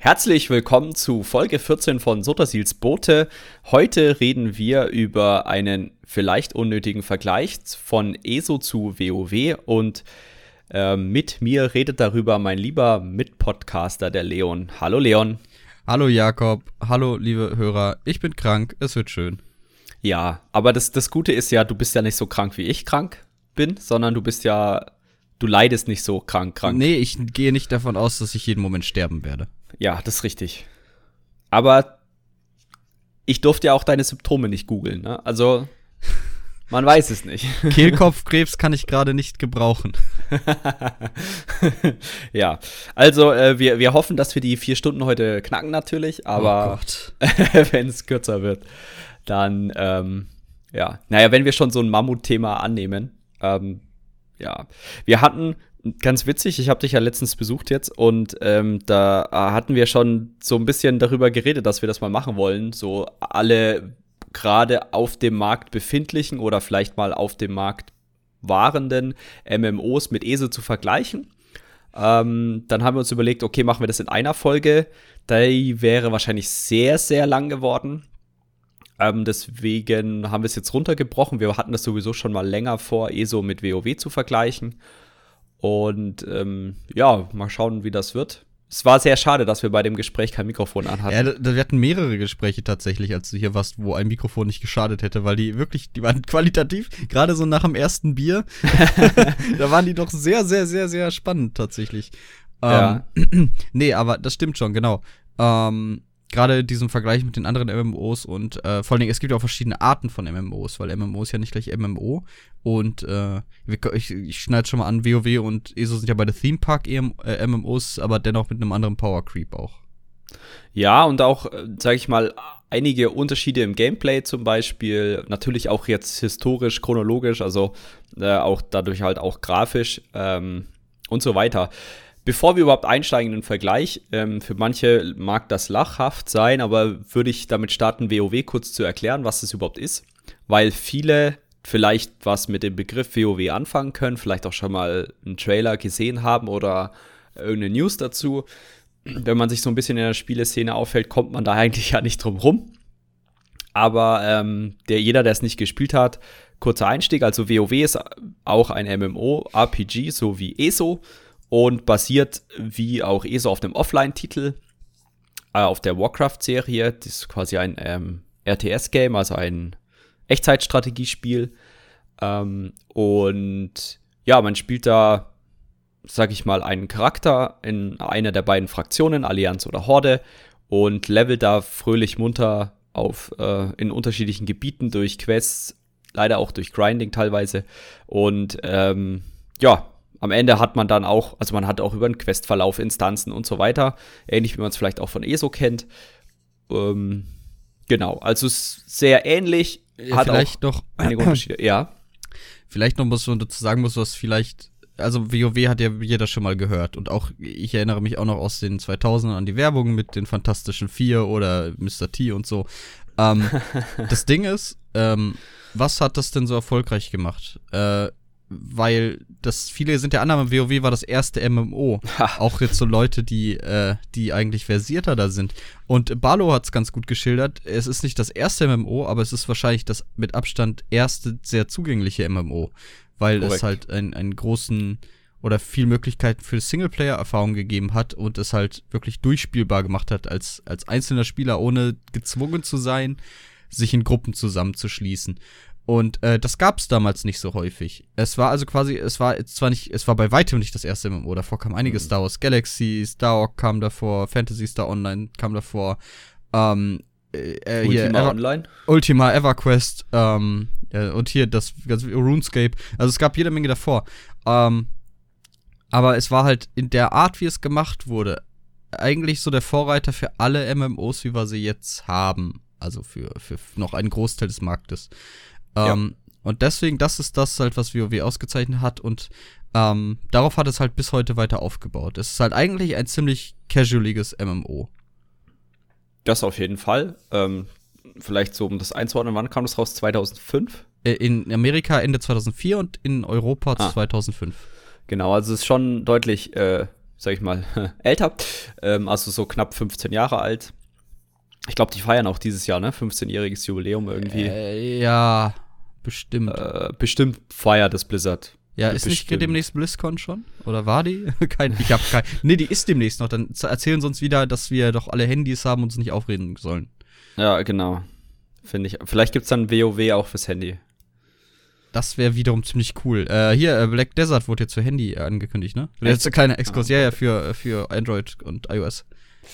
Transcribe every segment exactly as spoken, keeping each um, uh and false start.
Herzlich willkommen zu Folge vierzehn von Sotasils Bote. Heute reden wir über einen vielleicht unnötigen Vergleich von E S O zu WoW und äh, mit mir redet darüber mein lieber Mitpodcaster, der Leon. Hallo Leon. Hallo Jakob, hallo liebe Hörer, ich bin krank, es wird schön. Ja, aber das, das Gute ist ja, du bist ja nicht so krank, wie ich krank bin, sondern du bist ja, du leidest nicht so krank, krank. Nee, ich gehe nicht davon aus, dass ich jeden Moment sterben werde. Ja, das ist richtig. Aber ich durfte ja auch deine Symptome nicht googeln, ne? Also, man weiß es nicht. Kehlkopfkrebs kann ich gerade nicht gebrauchen. Ja, also äh, wir, wir hoffen, dass wir die vier Stunden heute knacken natürlich, aber Oh wenn es kürzer wird, dann, ähm, ja. Naja, wenn wir schon so ein Mammutthema annehmen, ähm, ja. Wir hatten, ganz witzig, ich habe dich ja letztens besucht jetzt und ähm, da hatten wir schon so ein bisschen darüber geredet, dass wir das mal machen wollen, so alle gerade auf dem Markt befindlichen oder vielleicht mal auf dem Markt warenden M M Os mit E S O zu vergleichen. Ähm, dann haben wir uns überlegt, okay, machen wir das in einer Folge. Die wäre wahrscheinlich sehr, sehr lang geworden. Ähm, deswegen haben wir es jetzt runtergebrochen. Wir hatten das sowieso schon mal länger vor, E S O mit WoW zu vergleichen. Und ähm, ja, mal schauen, wie das wird. Es war sehr schade, dass wir bei dem Gespräch kein Mikrofon anhatten. Ja, da, wir hatten mehrere Gespräche tatsächlich, als du hier warst, wo ein Mikrofon nicht geschadet hätte, weil die wirklich, die waren qualitativ, gerade so nach dem ersten Bier, da waren die doch sehr, sehr, sehr, sehr spannend tatsächlich. Ja. Ähm, nee, aber das stimmt schon, genau. Ähm, Gerade diesen Vergleich mit den anderen M M Os und äh, vor allen Dingen, es gibt ja auch verschiedene Arten von M M Os, weil M M O ist ja nicht gleich M M O. Und äh, ich, ich schneide schon mal an, WoW und E S O sind ja beide Theme Park äh, M M Os, aber dennoch mit einem anderen Power Creep auch. Ja, und auch, sag ich mal, einige Unterschiede im Gameplay zum Beispiel. Natürlich auch jetzt historisch, chronologisch, also äh, auch dadurch halt auch grafisch ähm, und so weiter. Bevor wir überhaupt einsteigen in den Vergleich, ähm, für manche mag das lachhaft sein, aber würde ich damit starten, WoW kurz zu erklären, was das überhaupt ist. Weil viele vielleicht was mit dem Begriff WoW anfangen können, vielleicht auch schon mal einen Trailer gesehen haben oder irgendeine News dazu. Wenn man sich so ein bisschen in der Spieleszene aufhält, kommt man da eigentlich ja nicht drum rum. Aber ähm, der, jeder, der es nicht gespielt hat, kurzer Einstieg. Also WoW ist auch ein M M O, R P G, so wie E S O. Und basiert wie auch E S O auf dem Offline-Titel, äh, auf der Warcraft-Serie. Das ist quasi ein ähm, R T S-Game, also ein Echtzeitstrategiespiel. Ähm, und ja, man spielt da, sag ich mal, einen Charakter in einer der beiden Fraktionen, Allianz oder Horde, und levelt da fröhlich munter auf äh, in unterschiedlichen Gebieten durch Quests, leider auch durch Grinding teilweise. Und ähm, ja, am Ende hat man dann auch, also man hat auch über den Questverlauf Instanzen und so weiter, ähnlich wie man es vielleicht auch von E S O kennt. Ähm, genau, also es ist sehr ähnlich, ja, hat vielleicht auch noch einige Unterschiede. Ja. Vielleicht noch, was man dazu sagen muss, was vielleicht, also WoW hat ja jeder schon mal gehört und auch, ich erinnere mich auch noch aus den zweitausendern an die Werbung mit den Fantastischen Vier oder Mister T und so. Ähm, das Ding ist, ähm, was hat das denn so erfolgreich gemacht? Äh, Weil das viele sind der Annahme, WoW war das erste M M O. Auch jetzt so Leute, die äh, die eigentlich versierter da sind. Und Barlow hat es ganz gut geschildert. Es ist nicht das erste M M O, aber es ist wahrscheinlich das mit Abstand erste sehr zugängliche M M O. Weil Korrekt. Es halt einen, einen großen oder viel Möglichkeiten für Singleplayer-Erfahrung gegeben hat und es halt wirklich durchspielbar gemacht hat als, als einzelner Spieler, ohne gezwungen zu sein, sich in Gruppen zusammenzuschließen. Und äh, das gab's damals nicht so häufig. Es war also quasi, es war jetzt zwar nicht, es war bei weitem nicht das erste M M O. Davor kam einiges, mhm. Star Wars Galaxy, Star Wars kam davor, Phantasy Star Online kam davor, ähm, äh, hier Ultima Ever- Online. Ultima EverQuest, ähm, ja, und hier das ganze RuneScape. Also es gab jede Menge davor. Ähm, aber es war halt in der Art, wie es gemacht wurde, eigentlich so der Vorreiter für alle M M Os, wie wir sie jetzt haben. Also für, für noch einen Großteil des Marktes. Ähm, ja. Und deswegen, das ist das halt, was WoW ausgezeichnet hat und ähm, darauf hat es halt bis heute weiter aufgebaut. Es ist halt eigentlich ein ziemlich casualiges M M O. Das auf jeden Fall. Ähm, vielleicht so, um das einzuordnen, wann kam das raus? zweitausendfünf? Äh, in Amerika Ende zweitausendvier und in Europa ah. zweitausendfünf. Genau, also es ist schon deutlich äh, sag ich mal, älter, ähm, also so knapp fünfzehn Jahre alt. Ich glaube, die feiern auch dieses Jahr, ne? fünfzehnjähriges Jubiläum irgendwie. Äh, ja, bestimmt. Äh, bestimmt feiert das Blizzard. Ja, ist bestimmt. nicht demnächst BlizzCon schon? Oder war die? Kein, ich hab kein. Nee, die ist demnächst noch. Dann erzählen sie uns wieder, dass wir doch alle Handys haben und uns nicht aufreden sollen. Ja, genau. Finde ich. Vielleicht gibt's dann WoW auch fürs Handy. Das wäre wiederum ziemlich cool. Äh, hier, äh, Black Desert wurde jetzt für Handy äh, angekündigt, ne? Jetzt ein kleiner Exkurs, ja, ja, für, für Android und iOS.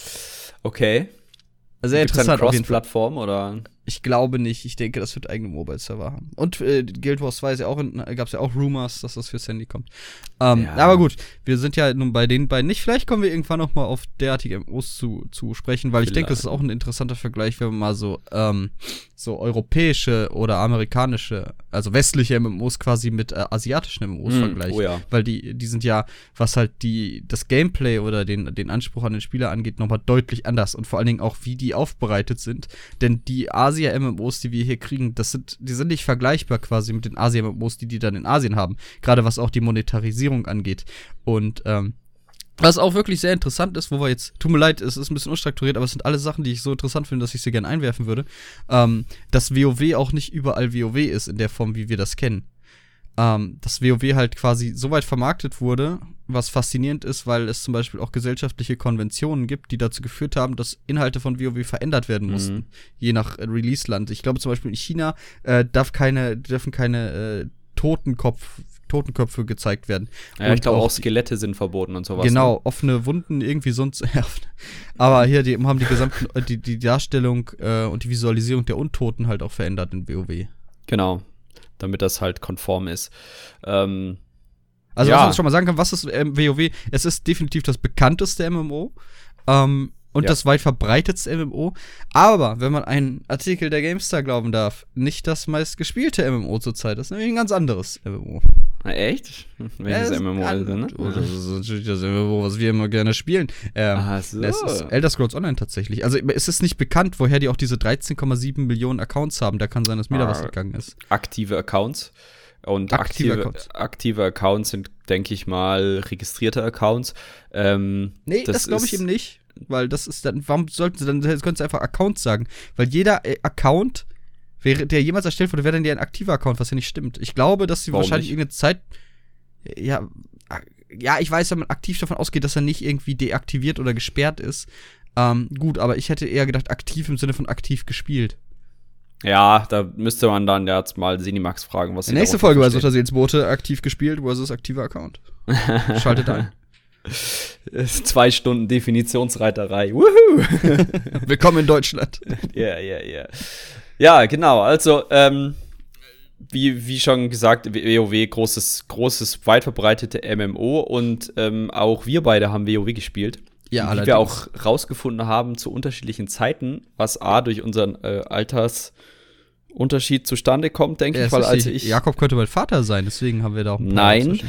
Okay. Sehr Gibt's interessant. dann Cross-Plattform oder? Ich glaube nicht. Ich denke, das wird eigene Mobile-Server haben. Und äh, Guild Wars zwei ist ja auch, gab es ja auch Rumors, dass das fürs Handy kommt. Ähm, ja. Aber gut, wir sind ja nun bei den beiden nicht. Vielleicht kommen wir irgendwann noch mal auf derartige M M Os zu, zu sprechen, weil Vielleicht. ich denke, das ist auch ein interessanter Vergleich, wenn man mal so, ähm, so europäische oder amerikanische, also westliche M M Os quasi mit äh, asiatischen M M Os mm, vergleicht. Oh ja. Weil die, die sind ja, was halt die, das Gameplay oder den, den Anspruch an den Spieler angeht, nochmal deutlich anders. Und vor allen Dingen auch, wie die aufbereitet sind. Denn die Asia-M M Os, die wir hier kriegen, das sind, die sind nicht vergleichbar quasi mit den Asia-M M Os, die die dann in Asien haben. Gerade was auch die Monetarisierung angeht. Und ähm, was auch wirklich sehr interessant ist, wo wir jetzt, tut mir leid, es ist ein bisschen unstrukturiert, aber es sind alle Sachen, die ich so interessant finde, dass ich sie gerne einwerfen würde, ähm, dass WoW auch nicht überall WoW ist, in der Form, wie wir das kennen. Ähm, dass WoW halt quasi so weit vermarktet wurde, was faszinierend ist, weil es zum Beispiel auch gesellschaftliche Konventionen gibt, die dazu geführt haben, dass Inhalte von WoW verändert werden mussten, mhm. je nach äh, Release-Land. Ich glaube zum Beispiel in China äh, darf keine, dürfen keine äh, Totenkopf Totenköpfe gezeigt werden. Ja, ich glaube auch Skelette sind verboten und sowas. Genau, ne? offene Wunden, irgendwie sonst. Aber hier, die haben die gesamten, die, die Darstellung äh, und die Visualisierung der Untoten halt auch verändert in WoW. Genau, damit das halt konform ist. Ähm, also, ja. was man schon mal sagen kann, was ist ähm, WoW? Es ist definitiv das bekannteste M M O. Ähm, Und ja. das weit verbreitetste M M O. Aber, wenn man einen Artikel der GameStar glauben darf, nicht das meistgespielte M M O zurzeit. Das ist nämlich ein ganz anderes M M O. Na, echt? Welches ja, M M O ist ne? Das ist natürlich das M M O, was wir immer gerne spielen. Ähm, Ach so. Es ist Elder Scrolls Online tatsächlich. Also, es ist nicht bekannt, woher die auch diese dreizehn Komma sieben Millionen Accounts haben. Da kann sein, dass mir ah, da was gegangen ist. Aktive Accounts. Und aktive, aktive, Accounts. aktive Accounts sind, denke ich mal, registrierte Accounts. Ähm, nee, das, das glaube ich eben nicht. Weil das ist dann, warum sollten sie dann, können sie einfach Account sagen? Weil jeder äh, Account, wäre, der jemals erstellt wurde, wäre dann ja ein aktiver Account, was ja nicht stimmt. Ich glaube, dass sie warum wahrscheinlich nicht? irgendeine Zeit, ja, ja, ich weiß, wenn man aktiv davon ausgeht, dass er nicht irgendwie deaktiviert oder gesperrt ist. Ähm, gut, aber ich hätte eher gedacht, aktiv im Sinne von aktiv gespielt. Ja, da müsste man dann jetzt mal Zenimax fragen, was sie Die nächste Folge bei Sotterseelsboote, aktiv gespielt versus aktiver Account. Schaltet ein. Zwei Stunden Definitionsreiterei. Wuhu! Willkommen in Deutschland. Ja, ja, ja. Ja, genau. Also, ähm, wie, wie schon gesagt, WoW, großes, großes, weit verbreitete M M O. Und ähm, auch wir beide haben WoW gespielt. Ja, allerdings. Wie wir auch rausgefunden haben, zu unterschiedlichen Zeiten, was A, durch unseren äh, Altersunterschied zustande kommt, denke ja, ich. Weil als ich Jakob könnte mein Vater sein, deswegen haben wir da auch ein paar Nein.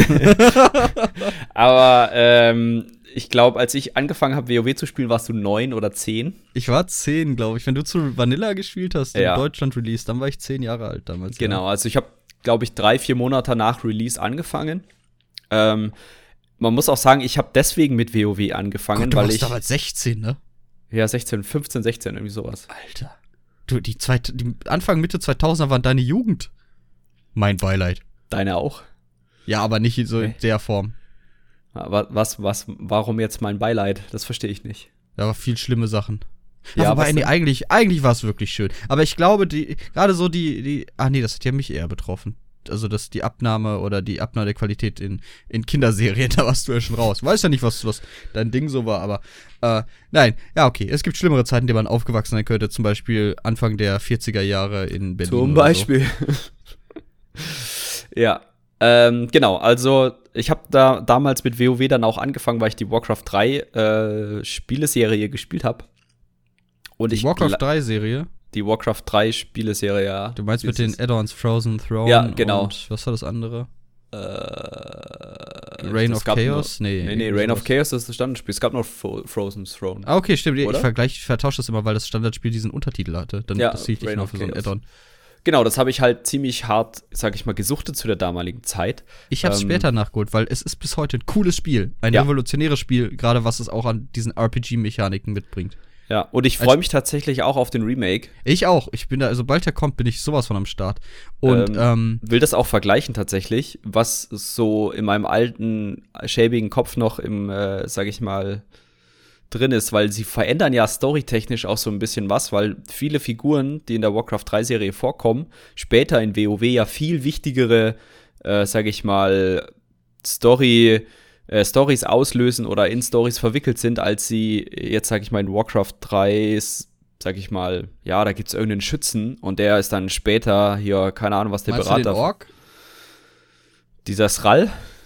Aber ähm, ich glaube, als ich angefangen habe, WoW zu spielen, warst du neun oder zehn. Ich war zehn, glaube ich. Wenn du zu Vanilla gespielt hast, ja. in Deutschland Release, dann war ich zehn Jahre alt damals. Genau, ja. also ich habe, glaube ich, drei, vier Monate nach Release angefangen. Ähm, man muss auch sagen, ich habe deswegen mit WoW angefangen, Gott, du weil warst ich damals sechzehn, ne? Ja, sechzehn, fünfzehn, sechzehn, irgendwie sowas. Alter. Du, die, zwei, die Anfang, Mitte zweitausender waren deine Jugend. Mein Beileid. Deine auch? Ja, aber nicht so okay. in der Form. Was, was, was, warum jetzt mein Beileid? Das verstehe ich nicht. Da waren viel schlimme Sachen. Ja, aber nee, eigentlich, eigentlich war es wirklich schön. Aber ich glaube, die, gerade so die, die, ach nee, das hat ja mich eher betroffen. Also, dass die Abnahme oder die Abnahme der Qualität in, in Kinderserien, da warst du ja schon raus. Weiß ja nicht, was, was dein Ding so war, aber, äh, nein, ja, okay. Es gibt schlimmere Zeiten, in denen man aufgewachsen sein könnte. Zum Beispiel Anfang der vierziger Jahre in Berlin. Zum Beispiel. So. Ja. Ähm, genau, also ich habe da damals mit WoW dann auch angefangen, weil ich die Warcraft drei äh, Spieleserie gespielt habe. Die ich Warcraft drei Serie? Die Warcraft drei Spieleserie, ja. Du meinst mit den Add-ons Frozen Throne? Ja, genau. Und was war das andere? Äh, Reign of Chaos? Noch, nee, nee, nee Reign of Chaos ist das Standardspiel. Es gab noch Fro- Frozen Throne. Ah, okay, stimmt. Oder? Ich vergleich, vertausche das immer, weil das Standardspiel diesen Untertitel hatte. Dann ja, das hielt ich Reign noch of für Chaos. so ein Add-on. Genau, das habe ich halt ziemlich hart, sag ich mal, gesuchtet zu der damaligen Zeit. Ich habe es Ähm, später nachgeholt, weil es ist bis heute ein cooles Spiel. Ein Ja. revolutionäres Spiel, gerade was es auch an diesen R P G-Mechaniken mitbringt. Ja, und ich freue mich tatsächlich auch auf den Remake. Ich auch. Ich bin da, sobald der kommt, bin ich sowas von am Start. Und, ähm, ähm, will das auch vergleichen tatsächlich, was so in meinem alten, schäbigen Kopf noch im, äh, sag ich mal, drin ist, weil sie verändern ja storytechnisch auch so ein bisschen was, weil viele Figuren, die in der Warcraft drei Serie vorkommen, später in WoW ja viel wichtigere, äh, sag ich mal, Story, äh, Stories auslösen oder in Stories verwickelt sind, als sie jetzt, sag ich mal, in Warcraft drei, sag ich mal, ja, da gibt's irgendeinen Schützen und der ist dann später hier, keine Ahnung, was der meinst Berater. du den Ork? Dieser Srall?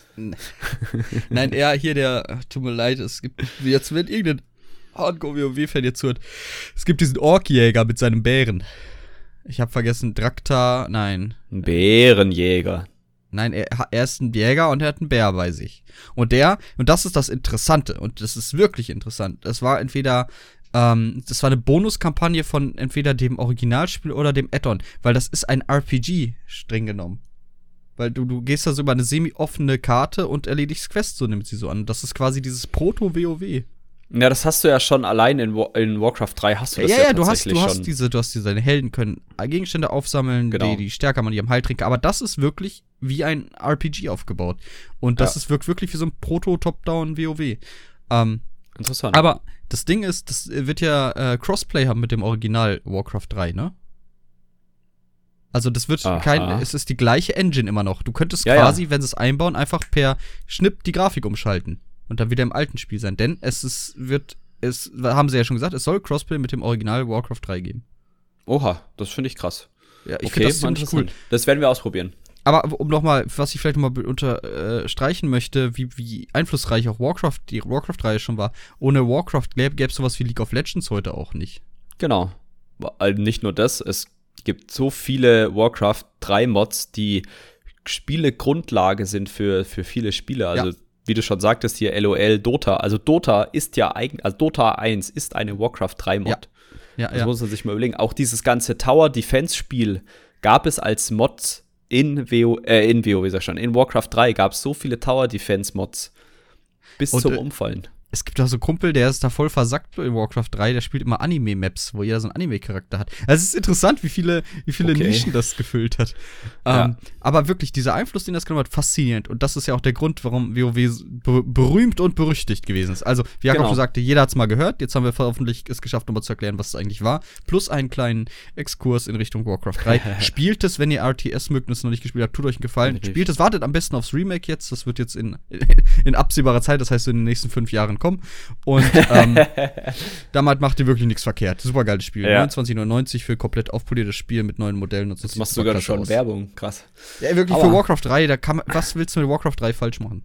Nein, eher hier der, tut mir leid, es gibt, jetzt wenn irgendein Hardcore-WoW-Fan jetzt hört, es gibt diesen Orkjäger mit seinem Bären. Ich habe vergessen, Draktar, nein. Ein Bärenjäger. Nein, er, er ist ein Jäger und er hat einen Bär bei sich. Und der, und das ist das Interessante, und das ist wirklich interessant, das war entweder, ähm, das war eine Bonuskampagne von entweder dem Originalspiel oder dem Add-on, weil das ist ein R P G, streng genommen. Weil du, du gehst da so über eine semi-offene Karte und erledigst Quests, so nimmt sie so an. Das ist quasi dieses Proto-WoW. Ja, das hast du ja schon allein in, Wa- in Warcraft drei hast du das Ja, ja, ja, du hast, tatsächlich du hast schon. diese, du hast diese, deine Helden können Gegenstände aufsammeln, Genau. die, die stärker man die am Heiltrinker. Aber das ist wirklich wie ein R P G aufgebaut. Und das Ja. ist wirkt wirklich wie so ein Proto-Top-Down-WoW. Ähm, Interessant. aber das Ding ist, das wird ja äh, Crossplay haben mit dem Original Warcraft drei, ne? Also das wird Aha. kein, es ist die gleiche Engine immer noch. Du könntest Ja, quasi, ja. wenn sie es einbauen, einfach per Schnipp die Grafik umschalten und dann wieder im alten Spiel sein. Denn es ist, wird, es haben sie ja schon gesagt, es soll Crossplay mit dem Original Warcraft drei geben. Oha, das finde ich krass. Ja, ich Okay, finde das mal ziemlich cool. interessant. Das werden wir ausprobieren. Aber um nochmal, was ich vielleicht nochmal unterstreichen möchte, wie, wie einflussreich auch Warcraft, die Warcraft-Reihe schon war. Ohne Warcraft gäbe es sowas wie League of Legends heute auch nicht. Genau. Also nicht nur das, es gibt so viele Warcraft drei Mods, die Spielegrundlage sind für, für viele Spiele. Also, Ja. wie du schon sagtest hier, LOL, Dota. Also, Dota ist ja eigentlich, also Dota eins ist eine Warcraft drei Mod. Ja. Ja, Das ja. muss man sich mal überlegen. Auch dieses ganze Tower-Defense-Spiel gab es als Mod in WoW, äh, in WoW, sag ich schon, in Warcraft drei gab es so viele Tower-Defense-Mods. Bis Und, zum äh, Umfallen. Es gibt auch so einen Kumpel, der ist da voll versackt in Warcraft drei, der spielt immer Anime-Maps, wo jeder so einen Anime-Charakter hat. Also es ist interessant, wie viele, wie viele Okay. Nischen das gefüllt hat. Ja. Ähm, aber wirklich, dieser Einfluss, den das genommen hat, faszinierend. Und das ist ja auch der Grund, warum WoW ber berühmt und berüchtigt gewesen ist. Also, wie Jakob Genau. schon sagte, jeder hat es mal gehört. Jetzt haben wir hoffentlich es geschafft, nochmal zu erklären, was es eigentlich war. Plus einen kleinen Exkurs in Richtung Warcraft drei. Spielt es, wenn ihr R T S mögt und es noch nicht gespielt habt, tut euch einen Gefallen. Definitiv. Spielt es, wartet am besten aufs Remake jetzt. Das wird jetzt in, in absehbarer Zeit, das heißt in den nächsten fünf Jahren kommen. Und ähm, damit macht ihr wirklich nichts verkehrt. Super geiles Spiel. Ja. neunundzwanzig neunundneunzig für komplett aufpoliertes Spiel mit neuen Modellen und so. Jetzt machst du Super sogar klasse schon aus. Werbung. Krass. Ja, wirklich Aber- für Warcraft drei, da kann man, was willst du mit Warcraft drei falsch machen?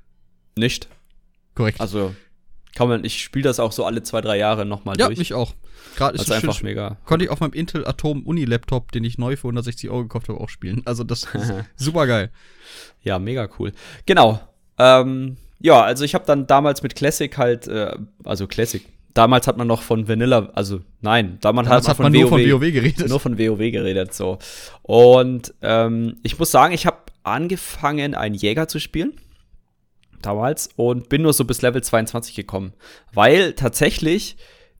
Nicht. Korrekt. Also, kann man, ich spiele das auch so alle zwei, drei Jahre nochmal ja, durch. ich auch. Gerade ist Das ist so einfach schön, mega. konnte ich auf meinem Intel Atom Uni Laptop, den ich neu für hundertsechzig Euro gekauft habe, auch spielen. Also das ist super geil. Ja, mega cool. Genau. Ähm, ja, also ich habe dann damals mit Classic halt, äh, also Classic. Damals hat man noch von Vanilla, also nein, damals, Damals hat man, hat man von nur von WoW, WoW geredet. nur von WoW geredet, so. Und ähm, ich muss sagen, ich habe angefangen, einen Jäger zu spielen. Damals. Und bin nur so bis Level zweiundzwanzig gekommen. Weil tatsächlich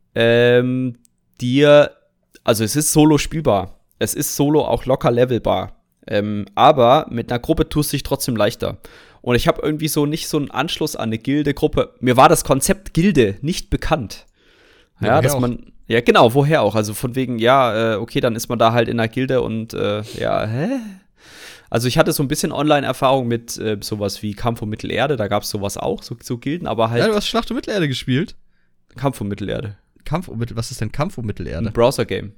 ähm, dir, also es ist solo spielbar. Es ist solo auch locker levelbar. Ähm, aber mit einer Gruppe tust du dich trotzdem leichter. Und ich habe irgendwie so nicht so einen Anschluss an eine Gilde-Gruppe. Mir war das Konzept Gilde nicht bekannt. Ja, Ja, woher dass auch? man, ja genau, woher auch? Also von wegen, ja, äh, okay, dann ist man da halt in einer Gilde und äh, ja, hä? Also ich hatte so ein bisschen Online-Erfahrung mit äh, sowas wie Kampf um Mittelerde, da gab es sowas auch, so, so Gilden, aber halt Ja, du hast Schlacht um Mittelerde gespielt. Kampf um Mittelerde. Kampf um Mittel, was ist denn Kampf um Mittelerde? Ein Browser-Game.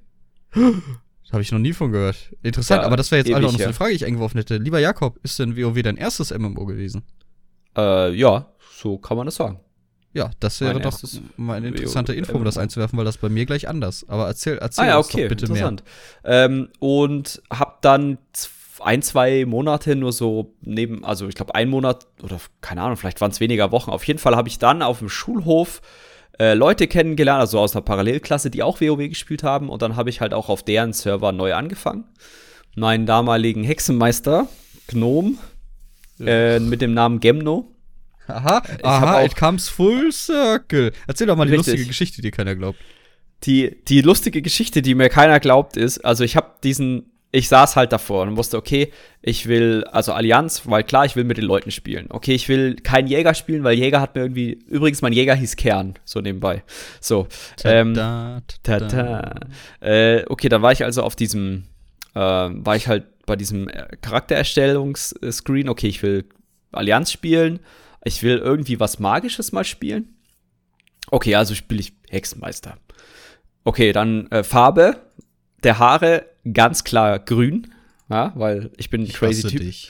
Habe ich noch nie von gehört. Interessant, Ja, aber das wäre jetzt ewig, Alter, auch noch so ja. eine Frage, die ich eingeworfen hätte. Lieber Jakob, ist denn WoW dein erstes M M O gewesen? Äh, ja, so kann man das sagen. Ja, das wäre Mein doch erstes mal eine interessante WoW Info, um das einzuwerfen, weil das bei mir gleich anders. Aber erzähl, erzähl Ah ja, uns okay, doch bitte interessant. Ähm, und hab dann z- ein, zwei Monate nur so neben, also ich glaube ein Monat oder keine Ahnung, vielleicht waren es weniger Wochen. Auf jeden Fall habe ich dann auf dem Schulhof äh, Leute kennengelernt, also aus einer Parallelklasse, die auch WoW gespielt haben. Und dann habe ich halt auch auf deren Server neu angefangen. Meinen damaligen Hexenmeister, Gnome, äh, mit dem Namen Gemno. Aha, Ich aha, hab auch- it comes full circle. Erzähl doch mal die Richtig. lustige Geschichte, die keiner glaubt. Die, die lustige Geschichte, die mir keiner glaubt, ist, also ich habe diesen, ich saß halt davor und wusste, okay, ich will, also Allianz, weil klar, ich will mit den Leuten spielen. Okay, ich will keinen Jäger spielen, weil Jäger hat mir irgendwie, übrigens, mein Jäger hieß Kern, so nebenbei. So, ähm, Tada, Tata. Äh, okay, dann war ich also auf diesem, äh, war ich halt bei diesem äh, Charaktererstellungsscreen. Okay, ich will Allianz spielen. Ich will irgendwie was Magisches mal spielen. Okay, also spiele ich Hexenmeister. Okay, dann äh, Farbe der Haare ganz klar grün, ja, weil ich bin ein Ich crazy hasse Typ. dich.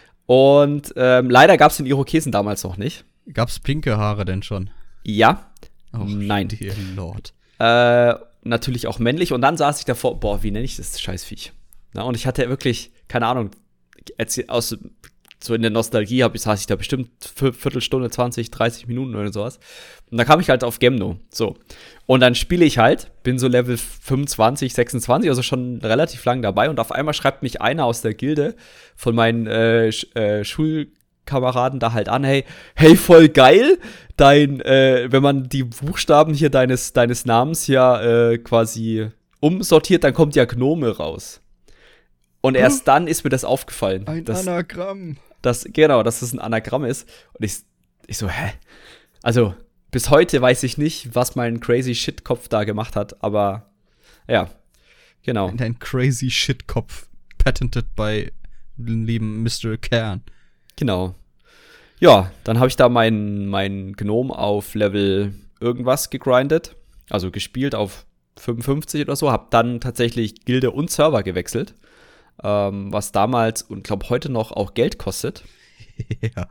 Und ähm, leider gab es den Irokesen damals noch nicht. Gab's pinke Haare denn schon? Ja, Oh, nein. Dear Lord. Äh, natürlich auch männlich. Und dann saß ich davor, boah, wie nenne ich das Scheißviech? Na, und ich hatte wirklich, keine Ahnung, erzähl, aus, so in der Nostalgie hab ich, saß ich da bestimmt Viertel- Viertelstunde, zwanzig, dreißig Minuten oder sowas. Und da kam ich halt auf Gemno. So. Und dann spiele ich halt, bin so Level fünfundzwanzig, sechsundzwanzig, also schon relativ lang dabei. Und auf einmal schreibt mich einer aus der Gilde von meinen äh, Sch- äh, Schulkameraden da halt an, hey, hey, voll geil, dein, äh, wenn man die Buchstaben hier deines, deines Namens ja äh, quasi umsortiert, dann kommt ja Gnome raus. Und erst dann ist mir das aufgefallen. Ein dass, Anagramm. dass, genau, dass das ein Anagramm ist. Und ich, ich so, hä? Also, bis heute weiß ich nicht, was mein crazy Shit-Kopf da gemacht hat, aber ja, genau. Dein crazy Shit-Kopf. Patented by den lieben Mister Kern. Genau. Ja, dann habe ich da meinen mein Gnome auf Level irgendwas gegrindet, also gespielt auf fünfundfünfzig oder so, habe dann tatsächlich Gilde und Server gewechselt, ähm, was damals und glaube heute noch auch Geld kostet. Ja.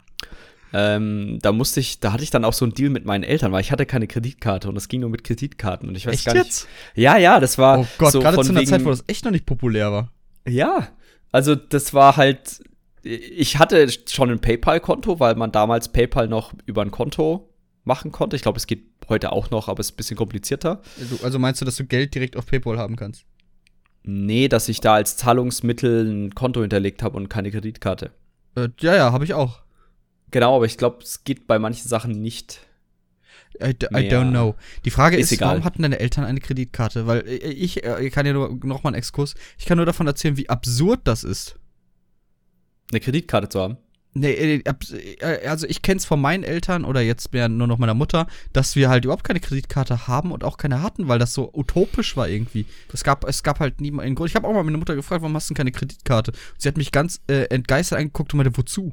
Ähm, da musste ich, da hatte ich dann auch so einen Deal mit meinen Eltern, weil ich hatte keine Kreditkarte und das ging nur mit Kreditkarten und ich weiß Echt gar nicht. jetzt? Ja, ja, das war Oh Gott, so gerade von zu einer wegen, Zeit, wo das echt noch nicht populär war. Ja, also das war halt, ich hatte schon ein PayPal-Konto, weil man damals PayPal noch über ein Konto machen konnte. Ich glaube, es geht heute auch noch, aber es ist ein bisschen komplizierter. Du, also meinst du, dass du Geld direkt auf PayPal haben kannst? Nee, dass ich da als Zahlungsmittel ein Konto hinterlegt habe und keine Kreditkarte. Äh, ja, ja, habe ich auch. Genau, aber ich glaube, es geht bei manchen Sachen nicht. I, d- I Mehr. don't know. Die Frage Ist ist, egal. warum hatten deine Eltern eine Kreditkarte? Weil äh, ich, äh, ich kann ja nur noch mal einen Exkurs. Ich kann nur davon erzählen, wie absurd das ist. Eine Kreditkarte zu haben. Nee, äh, abs- äh, also ich kenn's von meinen Eltern oder jetzt mehr nur noch meiner Mutter, dass wir halt überhaupt keine Kreditkarte haben und auch keine hatten, weil das so utopisch war irgendwie. Es gab, es gab halt niemanden einen Grund. Ich habe auch mal meine Mutter gefragt, warum hast du denn keine Kreditkarte? Und sie hat mich ganz äh, entgeistert angeguckt und meinte, wozu?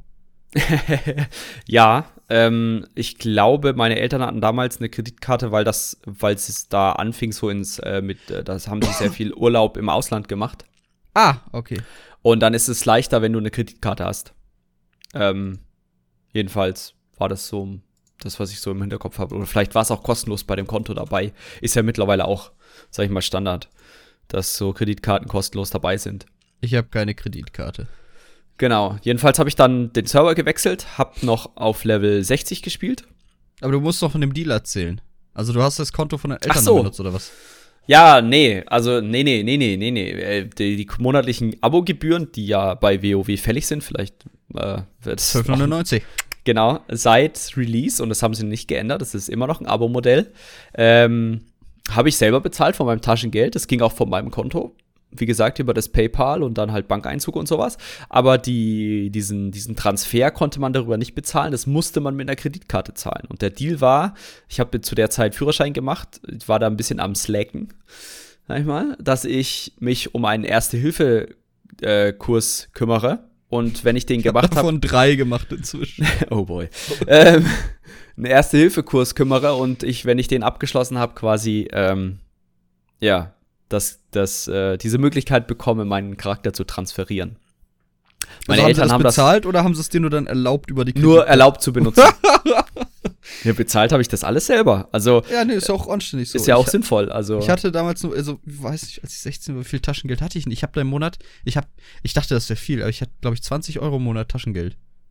Ja, ähm, ich glaube, meine Eltern hatten damals eine Kreditkarte, weil das, weil es da anfing so ins, äh, mit, äh, das haben sie sehr viel Urlaub im Ausland gemacht. Ah, okay. Und dann ist es leichter, wenn du eine Kreditkarte hast. Ähm, jedenfalls war das so das, was ich so im Hinterkopf habe. Oder vielleicht war es auch kostenlos bei dem Konto dabei. Ist ja mittlerweile auch, sag ich mal, Standard, dass so Kreditkarten kostenlos dabei sind. Ich habe keine Kreditkarte. Genau. Jedenfalls habe ich dann den Server gewechselt, hab noch auf Level sechzig gespielt. Aber du musst doch von dem Deal erzählen. Also du hast das Konto von deinen Eltern Ach so. benutzt, oder was? Ja, nee, also nee, nee, nee, nee, nee, nee. Äh, Die, die monatlichen Abogebühren, die ja bei WoW fällig sind, vielleicht äh, wird es zwölf neunundneunzig. genau, seit Release, und das haben sie nicht geändert, das ist immer noch ein Abo-Modell, ähm, habe ich selber bezahlt von meinem Taschengeld. Das ging auch von meinem Konto. Wie gesagt, über das PayPal und dann halt Bankeinzug und sowas. Aber die, diesen, diesen Transfer konnte man darüber nicht bezahlen. Das musste man mit einer Kreditkarte zahlen. Und der Deal war, ich habe zu der Zeit Führerschein gemacht, ich war da ein bisschen am Slacken, sag ich mal, dass ich mich um einen Erste-Hilfe-Kurs kümmere. Und wenn ich den gemacht habe. Von drei gemacht inzwischen. Oh boy. ähm, einen Erste-Hilfe-Kurs kümmere und ich, wenn ich den abgeschlossen habe, quasi, ähm, ja, dass, dass äh, diese Möglichkeit bekomme, meinen Charakter zu transferieren. Meine Also Eltern haben haben sie das das bezahlt oder haben sie es dir nur dann erlaubt über die nur erlaubt zu benutzen. Ja, bezahlt habe ich das alles selber. Also Ja, nee, ist ja auch anständig so. ist ja auch ich, sinnvoll. Also Ich hatte damals nur, also, ich weiß nicht, als ich sechzehn war, wie viel Taschengeld hatte ich nicht? Ich habe da im Monat, ich hab, ich dachte, das wäre viel, aber ich hatte, glaube ich, zwanzig Euro im Monat Taschengeld.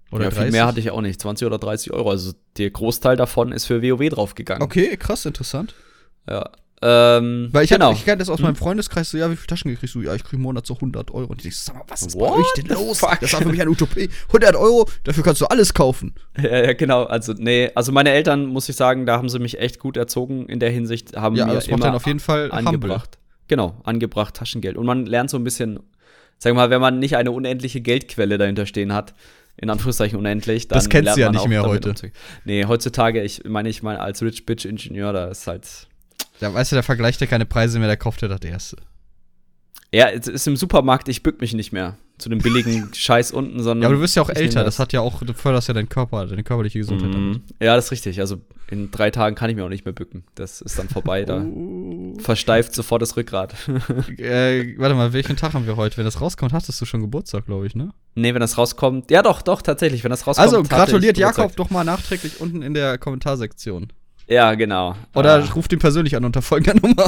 Oder ja, dreißig? Viel mehr hatte ich auch nicht, zwanzig oder dreißig Euro. Also der Großteil davon ist für WoW draufgegangen. Okay, krass, interessant. Ja. Ähm, Weil ich, genau. hatte, ich kenne das aus Hm? meinem Freundeskreis so, ja, wie viele Taschengeld kriegst du? Ja, ich krieg im Monat so hundert Euro. Und ich denke, sag mal, was ist bei What euch denn the los? fuck? Das war für mich eine Utopie. hundert Euro, dafür kannst du alles kaufen. Ja, ja, genau. Also, nee, also meine Eltern, muss ich sagen, da haben sie mich echt gut erzogen in der Hinsicht, haben Ja, mir das macht immer dann auf jeden Fall humble. angebracht. Genau, angebracht Taschengeld. Und man lernt so ein bisschen, sag mal, wenn man nicht eine unendliche Geldquelle dahinter stehen hat, in Anführungszeichen unendlich, dann Das kennst lernt du ja man nicht auch mehr damit heute. umzugehen. Nee, heutzutage, ich meine, ich meine, als Rich Bitch Ingenieur, da ist halt. Da weißt du, der vergleicht ja keine Preise mehr, der kauft ja das erste. Ja, es ist im Supermarkt, ich bück mich nicht mehr zu dem billigen Scheiß unten, sondern. Ja, aber du wirst ja auch ich nehme älter, das hat ja auch, du förderst ja deinen Körper, deine körperliche Gesundheit damit. Mhm. Ja, das ist richtig. Also in drei Tagen kann ich mir auch nicht mehr bücken. Das ist dann vorbei. Da Oh. versteift sofort das Rückgrat. äh, warte mal, welchen Tag haben wir heute? Wenn das rauskommt, hattest du schon Geburtstag, glaube ich, ne? Nee, wenn das rauskommt. Ja, doch, doch, tatsächlich. Wenn das rauskommt. Also, hatte gratuliert ich Geburtstag. Jakob doch mal nachträglich unten in der Kommentarsektion. Ja, genau. Oder Ah. ruft ihn persönlich an unter folgender Nummer.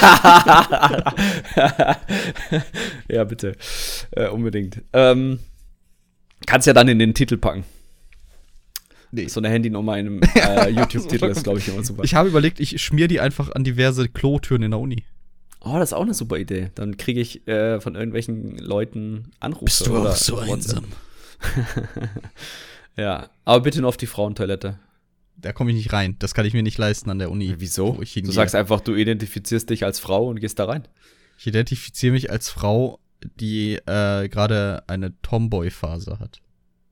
Ja, bitte. Äh, unbedingt. Ähm, kannst ja dann in den Titel packen. Nee. So eine Handynummer in einem äh, YouTube-Titel ist, glaube ich, immer super. Ich habe überlegt, ich schmier die einfach an diverse Klotüren in der Uni. Oh, das ist auch eine super Idee. Dann kriege ich äh, von irgendwelchen Leuten Anrufe. oder WhatsApp. Ja, aber bitte nur auf die Frauentoilette. Da komme ich nicht rein. Das kann ich mir nicht leisten an der Uni. Wieso? Wo ich Du hingehe. sagst einfach, du identifizierst dich als Frau und gehst da rein. Ich identifiziere mich als Frau, die äh, gerade eine Tomboy-Phase hat.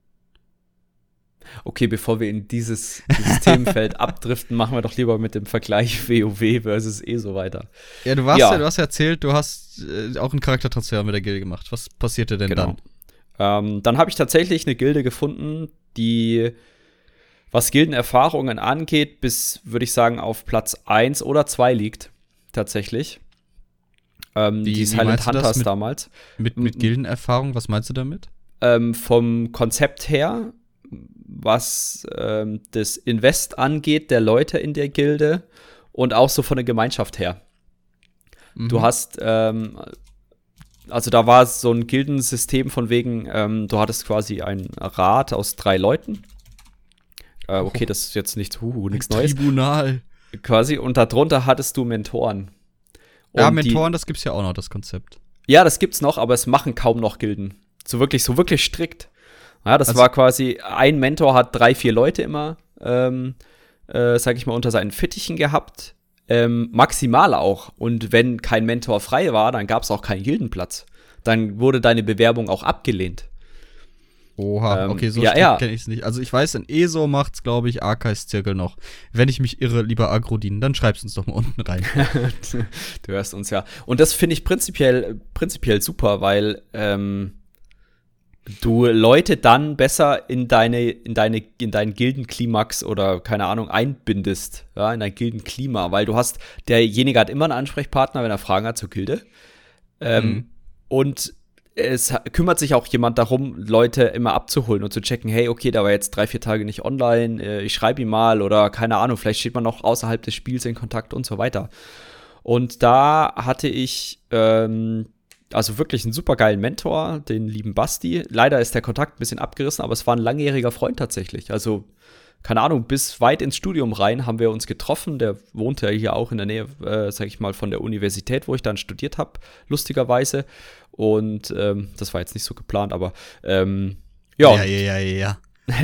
Okay, bevor wir in dieses, dieses Themenfeld abdriften, machen wir doch lieber mit dem Vergleich WoW versus E so weiter. Ja, du warst Ja. ja, du hast ja erzählt, du hast äh, auch einen Charaktertransfer mit der Gilde gemacht. Was passierte denn Genau. dann? Ähm, dann habe ich tatsächlich eine Gilde gefunden, die, was Gildenerfahrungen angeht, bis, würde ich sagen, auf Platz eins oder zwei liegt. Tatsächlich. Ähm, Wie- die wie Silent meinst du das Hunters mit- damals. Mit, mit Gildenerfahrung, was meinst du damit? Ähm, vom Konzept her, was ähm, das Invest angeht, der Leute in der Gilde und auch so von der Gemeinschaft her. Du Mhm. hast, ähm, also da war so ein Gildensystem von wegen, ähm, du hattest quasi einen Rat aus drei Leuten. Äh, okay, das ist jetzt nichts, huhu, nichts Neues. Tribunal. Quasi, und darunter hattest du Mentoren. Ja, Und Mentoren, das gibt's ja auch noch, das Konzept. Die, ja, das gibt's noch, aber es machen kaum noch Gilden. So wirklich, so wirklich strikt. Ja, das Also- war quasi, ein Mentor hat drei, vier Leute immer, ähm, äh, sag ich mal, unter seinen Fittichen gehabt. Ähm, maximal auch. Und wenn kein Mentor frei war, dann gab es auch keinen Gildenplatz. Dann wurde deine Bewerbung auch abgelehnt. Oha, Ähm, okay, so ja, strikt ja. kenne ich es nicht. Also ich weiß, in E S O macht's, glaube ich, Archive-Zirkel noch. Wenn ich mich irre, lieber Agrodin, dann schreib's uns doch mal unten rein. Du hörst uns ja. Und das finde ich prinzipiell, prinzipiell super, weil ähm, du Leute dann besser in deine, in deine, in deinen Gildenklimax oder keine Ahnung einbindest, ja, in dein Gildenklima, weil du hast, derjenige hat immer einen Ansprechpartner, wenn er Fragen hat zur Gilde. Ähm, Mhm. Und es ha- kümmert sich auch jemand darum, Leute immer abzuholen und zu checken, hey, okay, da war jetzt drei, vier Tage nicht online, äh, ich schreibe ihm mal oder keine Ahnung, vielleicht steht man noch außerhalb des Spiels in Kontakt und so weiter. Und da hatte ich ähm, also wirklich einen supergeilen Mentor, den lieben Basti. Leider ist der Kontakt ein bisschen abgerissen, aber es war ein langjähriger Freund tatsächlich. Also, keine Ahnung, bis weit ins Studium rein haben wir uns getroffen. Der wohnte ja hier auch in der Nähe, äh, sag ich mal, von der Universität, wo ich dann studiert habe, lustigerweise. Und ähm, das war jetzt nicht so geplant, aber ähm, ja. ja, ja, ja, ja.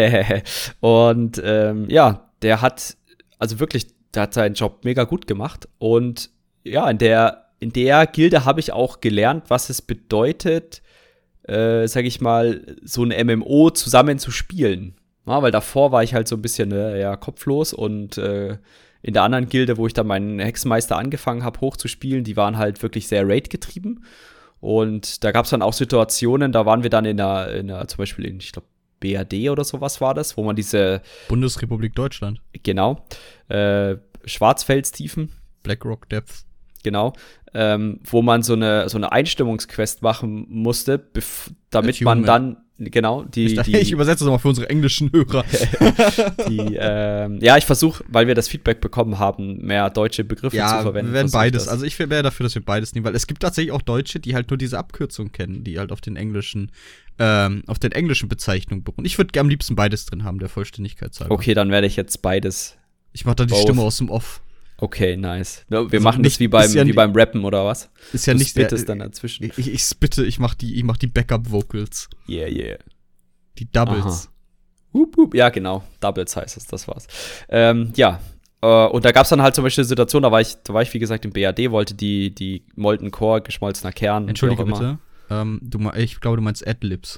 Und ähm, ja, der hat, also wirklich, der hat seinen Job mega gut gemacht. Und ja, in der, in der Gilde habe ich auch gelernt, was es bedeutet, äh, sag ich mal, so ein M M O zusammen zu spielen. Ja, weil davor war ich halt so ein bisschen äh, ja, kopflos und äh, in der anderen Gilde, wo ich dann meinen Hexenmeister angefangen habe, hochzuspielen, die waren halt wirklich sehr Raid-getrieben. Und da gab es dann auch Situationen, da waren wir dann in einer, in einer zum Beispiel in, ich glaube, B R D oder sowas war das, wo man diese, Bundesrepublik Deutschland. genau, äh, Schwarzfeldstiefen, Blackrock Depth. genau, ähm, wo man so eine, so eine Einstimmungsquest machen musste, bef- damit man Attunement. dann, Genau, die, ich, dachte, die ich übersetze das mal für unsere englischen Hörer. die, ähm, ja, ich versuche, weil wir das Feedback bekommen haben, mehr deutsche Begriffe ja, zu verwenden. wir werden beides. Also ich wäre dafür, dass wir beides nehmen, weil es gibt tatsächlich auch Deutsche, die halt nur diese Abkürzung kennen, die halt auf den englischen, ähm, auf den englischen Bezeichnungen beruhen. Ich würde am liebsten beides drin haben, der Vollständigkeit halber. Okay, dann werde ich jetzt beides. Ich mache da die Both. Stimme aus dem Off. Okay, nice. Wir Also machen nicht, das wie beim, ja wie nicht, beim Rappen, oder was? Ist ja du nicht spittest der, dann dazwischen. Ich, ich spitte, ich mach die, ich mach die Backup-Vocals. Yeah, yeah. Die Doubles. Hup, hup. Ja, genau. Doubles heißt es, das war's. Ähm, ja. Äh, und da gab's dann halt zum Beispiel eine Situation, da war ich, da war ich, wie gesagt, im B A D, wollte die, die Molten Core, geschmolzener Kern. Entschuldige bitte. Ähm, du, ich glaube, du meinst Adlibs.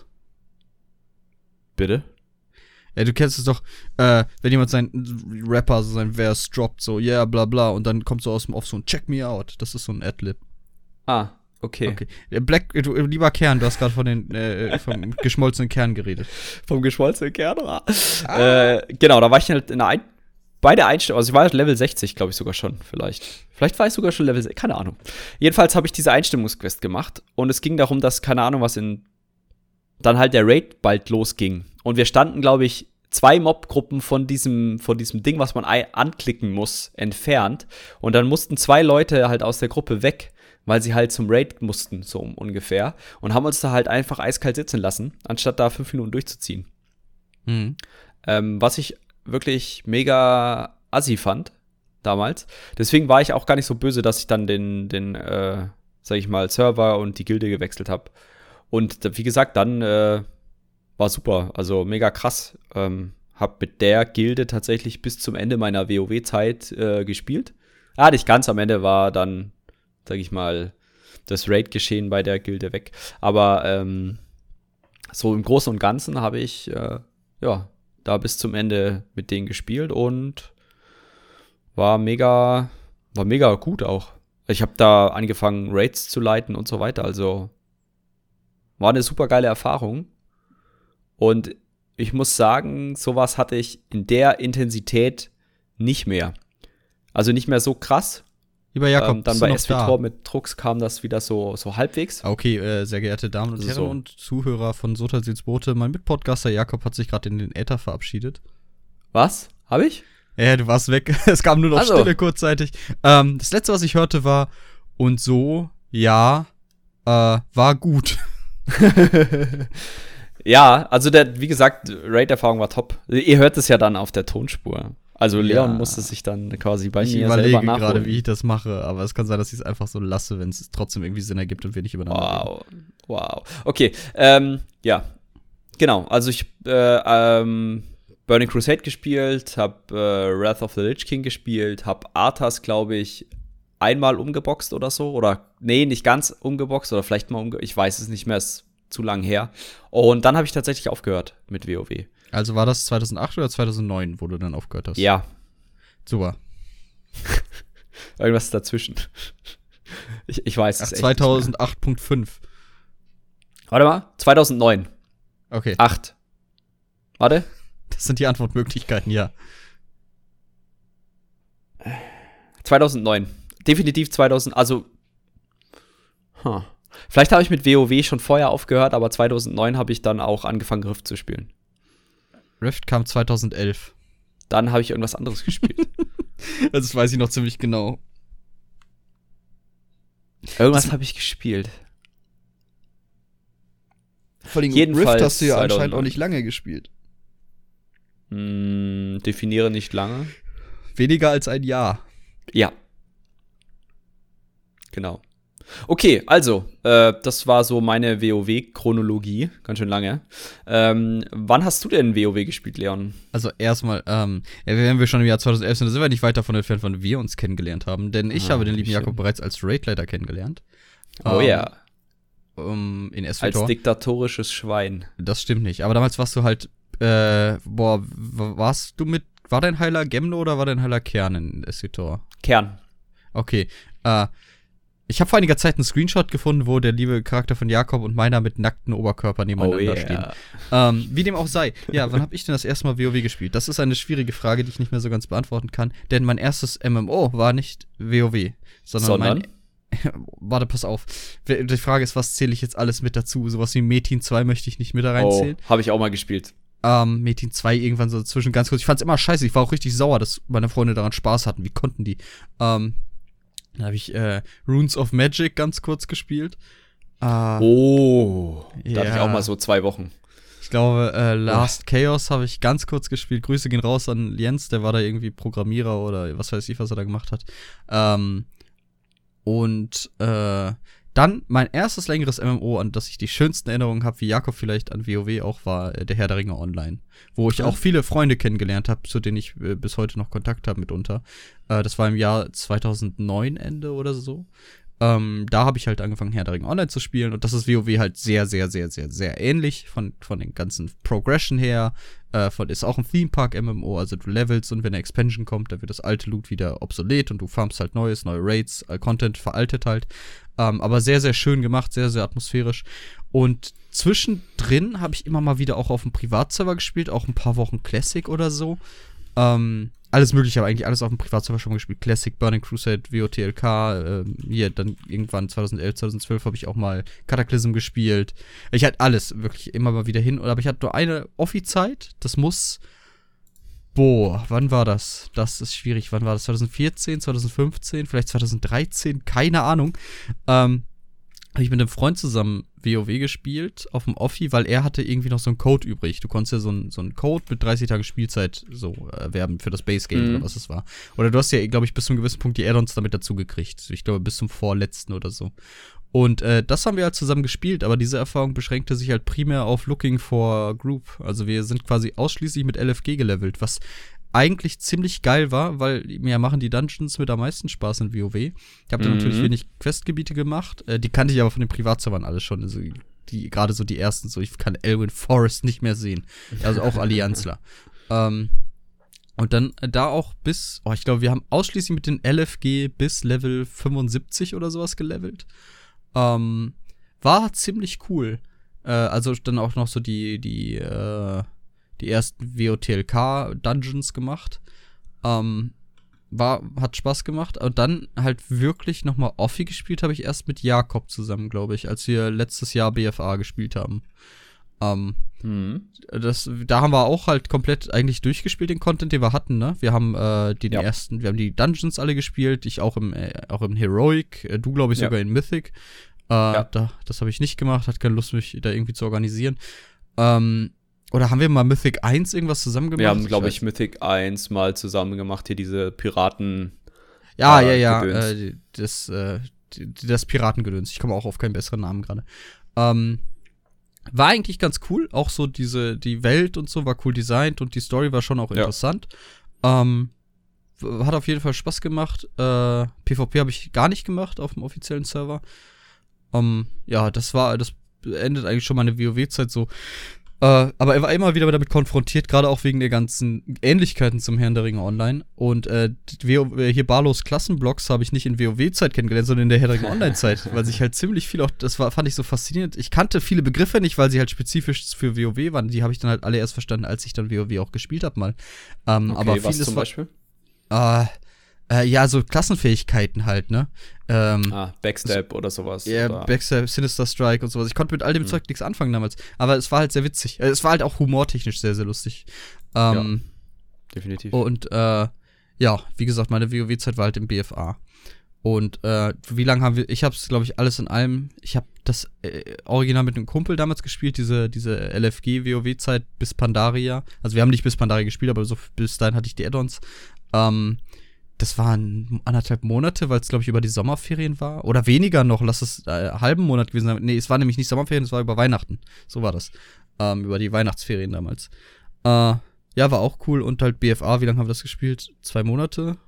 Bitte? Ja, du kennst es doch, äh, wenn jemand seinen Rapper, so sein Vers droppt, so, yeah, bla bla, und dann kommt so aus dem Off so ein Check me out. Das ist so ein Adlib. Ah, okay. Okay. Black, du, lieber Kern, du hast gerade von den, äh, vom geschmolzenen Kern geredet. Vom geschmolzenen Kern? Ah. Äh, genau, da war ich halt in der Ein- bei der Einstellung, also ich war halt Level sechzig, glaube ich sogar schon, vielleicht. Vielleicht war ich sogar schon Level sechzig, keine Ahnung. Jedenfalls habe ich diese Einstimmungsquest gemacht und es ging darum, dass, keine Ahnung, was in dann halt der Raid bald losging. Und wir standen, glaube ich, zwei Mob-Gruppen von diesem, von diesem Ding, was man ei- anklicken muss, entfernt. Und dann mussten zwei Leute halt aus der Gruppe weg, weil sie halt zum Raid mussten, so ungefähr. Und haben uns da halt einfach eiskalt sitzen lassen, anstatt da fünf Minuten durchzuziehen. Mhm. Ähm, was ich wirklich mega assi fand, damals. Deswegen war ich auch gar nicht so böse, dass ich dann den, den äh, sag ich mal, Server und die Gilde gewechselt habe. Und wie gesagt, dann äh, war super, also mega krass. Ähm, hab mit der Gilde tatsächlich bis zum Ende meiner WoW-Zeit äh, gespielt. Ah, nicht ganz, am Ende war dann, sag ich mal, das Raid-Geschehen bei der Gilde weg. Aber ähm, so im Großen und Ganzen habe ich, äh, ja, da bis zum Ende mit denen gespielt und war mega, war mega gut auch. Ich habe da angefangen, Raids zu leiten und so weiter, also war eine super geile Erfahrung. Und ich muss sagen, sowas hatte ich in der Intensität nicht mehr. Also nicht mehr so krass. Lieber Jakob, ähm, dann bist bei du noch S W da? Tor mit Drucks kam das wieder so, so halbwegs. Okay, äh, sehr geehrte Damen und Also Herren so. und Zuhörer von Sotasils Brote, mein Mitpodcaster Jakob hat sich gerade in den Äther verabschiedet. Was? Hab ich? Ja, du warst weg. Es kam nur noch Also. Stille kurzzeitig. Ähm, das letzte, was ich hörte, war und so, ja, äh, war gut. Ja, also der, wie gesagt, Raid-Erfahrung war top. Ihr hört es ja dann auf der Tonspur. Also Leon Ja. musste sich dann quasi bei Ich mir überlege selber nachholen. gerade, wie ich das mache, aber es kann sein, dass ich es einfach so lasse, wenn es trotzdem irgendwie Sinn ergibt und wir nicht übereinander reden. Wow, wow. Okay, ähm, ja. Genau, also ich äh, ähm, Burning Crusade gespielt, hab äh, Wrath of the Lich King gespielt, hab Arthas, glaube ich, einmal umgeboxt oder so. Oder, nee, nicht ganz umgeboxt oder vielleicht mal umgeboxt. Ich weiß es nicht mehr, ist zu lang her. Und dann habe ich tatsächlich aufgehört mit WoW. Also war das zweitausendacht oder zweitausendneun, wo du dann aufgehört hast? Ja. Super. Irgendwas dazwischen. Ich, ich weiß Ach, es echt zweitausendacht Punkt fünf. nicht mehr. Warte mal, zweitausendneun. Okay, acht. Warte. das sind die Antwortmöglichkeiten, ja. zweitausendneun. Definitiv zweitausend, also huh. Vielleicht habe ich mit WoW schon vorher aufgehört, aber zweitausendneun habe ich dann auch angefangen, Rift zu spielen. Rift kam zweitausendelf. Dann habe ich irgendwas anderes gespielt. Das weiß ich noch ziemlich genau. Irgendwas habe ich gespielt. Vor allem Jedenfalls Rift hast du ja anscheinend zweitausendneun. auch nicht lange gespielt. Hm, definiere nicht lange. Weniger als ein Jahr. Ja. Genau. Okay, also, äh, das war so meine WoW-Chronologie. Ganz schön lange. Ähm, wann hast du denn WoW gespielt, Leon? Also erstmal, ähm, ja, wenn wir schon im Jahr zweitausendelf sind, da sind wir nicht weit davon entfernt, wann wir uns kennengelernt haben. Denn ich Ah, habe den lieben schön. Jakob bereits als Raidleiter kennengelernt. Oh Ähm, ja, um, in S W als Tor. diktatorisches Schwein. Das stimmt nicht. Aber damals warst du halt, äh, boah, w- warst du mit, war dein Heiler Gemno oder war dein Heiler Kern in S W Tor? Kern. Okay, äh, ich habe vor einiger Zeit einen Screenshot gefunden, wo der liebe Charakter von Jakob und meiner mit nackten Oberkörper nebeneinander Oh yeah. stehen. Ähm, wie dem auch sei. Ja, wann habe ich denn das erste Mal WoW gespielt? Das ist eine schwierige Frage, die ich nicht mehr so ganz beantworten kann, denn mein erstes M M O war nicht WoW, sondern, Sondern? mein warte, pass auf. Die Frage ist, was zähle ich jetzt alles mit dazu? Sowas wie Metin zwei möchte ich nicht mit da reinzählen. Oh, habe ich auch mal gespielt. Ähm, Metin zwei irgendwann so dazwischen ganz kurz. Ich fand's immer scheiße. Ich war auch richtig sauer, dass meine Freunde daran Spaß hatten. Wie konnten die? Ähm, dann habe ich äh, Runes of Magic ganz kurz gespielt. Äh, oh, da ja. hatte ich auch mal so zwei Wochen. Ich glaube, äh, Last oh. Chaos habe ich ganz kurz gespielt. Grüße gehen raus an Jens, der war da irgendwie Programmierer oder was weiß ich, was er da gemacht hat. Ähm, und äh, dann mein erstes längeres M M O, an das ich die schönsten Erinnerungen habe, wie Jakob vielleicht an WoW auch, war äh, der Herr der Ringe Online. Wo ich ja. auch viele Freunde kennengelernt habe, zu denen ich äh, bis heute noch Kontakt habe mitunter. Äh, das war im Jahr zweitausendneun Ende oder so. Ähm, da habe ich halt angefangen, Herr der Ringe Online zu spielen. Und das ist WoW halt sehr, sehr, sehr, sehr, sehr ähnlich von, von den ganzen Progression her. Äh, von, ist auch ein Theme-Park-M M O, also du levelst und wenn eine Expansion kommt, dann wird das alte Loot wieder obsolet und du farmst halt Neues, neue Raids, äh, Content veraltet halt. Ähm, aber sehr, sehr schön gemacht, sehr, sehr atmosphärisch. Und zwischendrin habe ich immer mal wieder auch auf dem Privatserver gespielt, auch ein paar Wochen Classic oder so. Ähm, alles mögliche, aber eigentlich alles auf dem Privatserver schon mal gespielt. Classic, Burning Crusade, W O T L K, ähm, hier dann irgendwann zweitausendelf, zweitausendzwölf habe ich auch mal Cataclysm gespielt. Ich hatte alles wirklich immer mal wieder hin, aber ich hatte nur eine Offi-Zeit, das muss, boah, wann war das? Das ist schwierig, wann war das? zweitausendvierzehn, zweitausendfünfzehn, vielleicht zweitausenddreizehn, keine Ahnung. Ähm, habe ich mit einem Freund zusammen WoW gespielt auf dem Offi, weil er hatte irgendwie noch so einen Code übrig. Du konntest ja so einen so einen Code mit dreißig Tage Spielzeit so erwerben für das Base-Game mhm. oder was es war. Oder du hast ja, glaube ich, bis zu einem gewissen Punkt die Add-ons damit dazu gekriegt. Ich glaube, bis zum vorletzten oder so. Und äh, das haben wir halt zusammen gespielt, aber diese Erfahrung beschränkte sich halt primär auf Looking for Group. Also wir sind quasi ausschließlich mit L F G gelevelt, was eigentlich ziemlich geil war, weil mir machen die Dungeons mit am meisten Spaß in WoW. Ich habe da mhm. natürlich wenig Questgebiete gemacht. Äh, die kannte ich aber von den Privatservern alle schon. Also die, gerade so die ersten, so ich kann Elwyn Forest nicht mehr sehen. Also auch Allianzler. ähm, und dann äh, da auch bis, oh, ich glaube, wir haben ausschließlich mit den L F G bis Level fünfundsiebzig oder sowas gelevelt. Ähm, war ziemlich cool. Äh, also dann auch noch so die, die, äh, die ersten W O T L K-Dungeons gemacht. Ähm, war, hat Spaß gemacht. Und dann halt wirklich nochmal Offi gespielt habe ich erst mit Jakob zusammen, glaube ich, als wir letztes Jahr B F A gespielt haben. Ähm, mhm. das, da haben wir auch halt komplett eigentlich durchgespielt, den Content, den wir hatten, ne? Wir haben äh, den ja. ersten, wir haben die Dungeons alle gespielt, ich auch im, äh, auch im Heroic, äh, du, glaube ich, ja. sogar in Mythic. Äh, ja. da, das habe ich nicht gemacht, hatte keine Lust, mich da irgendwie zu organisieren. Ähm, Oder haben wir mal Mythic eins irgendwas zusammen gemacht? Wir haben, glaube ich, Mythic eins mal zusammen gemacht, hier diese Piraten. Ja, äh, ja, ja, äh, das, äh, das Piratengedöns. Ich komme auch auf keinen besseren Namen gerade. Ähm, war eigentlich ganz cool. Auch so diese, die Welt und so war cool designt und die Story war schon auch ja. interessant. Ähm, hat auf jeden Fall Spaß gemacht. Äh, PvP habe ich gar nicht gemacht auf dem offiziellen Server. Ähm, ja, das war, das endet eigentlich schon meine WoW-Zeit so. Äh, aber er war immer wieder damit konfrontiert, gerade auch wegen der ganzen Ähnlichkeiten zum Herrn der Ringe Online. Und äh, hier Barlos Klassenblocks habe ich nicht in WoW-Zeit kennengelernt, sondern in der Herr der Ringe Online-Zeit, weil sich halt ziemlich viel auch, das war, fand ich so faszinierend. Ich kannte viele Begriffe nicht, weil sie halt spezifisch für WoW waren. Die habe ich dann halt alle erst verstanden, als ich dann WoW auch gespielt habe mal. Ähm, okay, aber was zum war, Beispiel? Äh, Äh, ja, so Klassenfähigkeiten halt, ne? Ähm, ah, Backstab so, oder sowas. Ja, oder? Backstab, Sinister Strike und sowas. Ich konnte mit all dem hm. Zeug nichts anfangen damals. Aber es war halt sehr witzig. Äh, es war halt auch humortechnisch sehr, sehr lustig. Ähm, ja, definitiv. Und, äh, ja, wie gesagt, meine WoW-Zeit war halt im B F A. Und, äh, wie lange haben wir, ich hab's, glaube ich, alles in allem, ich hab das äh, Original mit einem Kumpel damals gespielt, diese, diese L F G-WoW-Zeit bis Pandaria. Also wir haben nicht bis Pandaria gespielt, aber so bis dahin hatte ich die Add-ons. Ähm, Das waren anderthalb Monate, weil es, glaube ich, über die Sommerferien war. Oder weniger noch, lass es äh, halben Monat gewesen sein. Nee, es war nämlich nicht Sommerferien, es war über Weihnachten. So war das. Ähm, über die Weihnachtsferien damals. Äh, ja, war auch cool. Und halt B F A, wie lange haben wir das gespielt? Zwei Monate?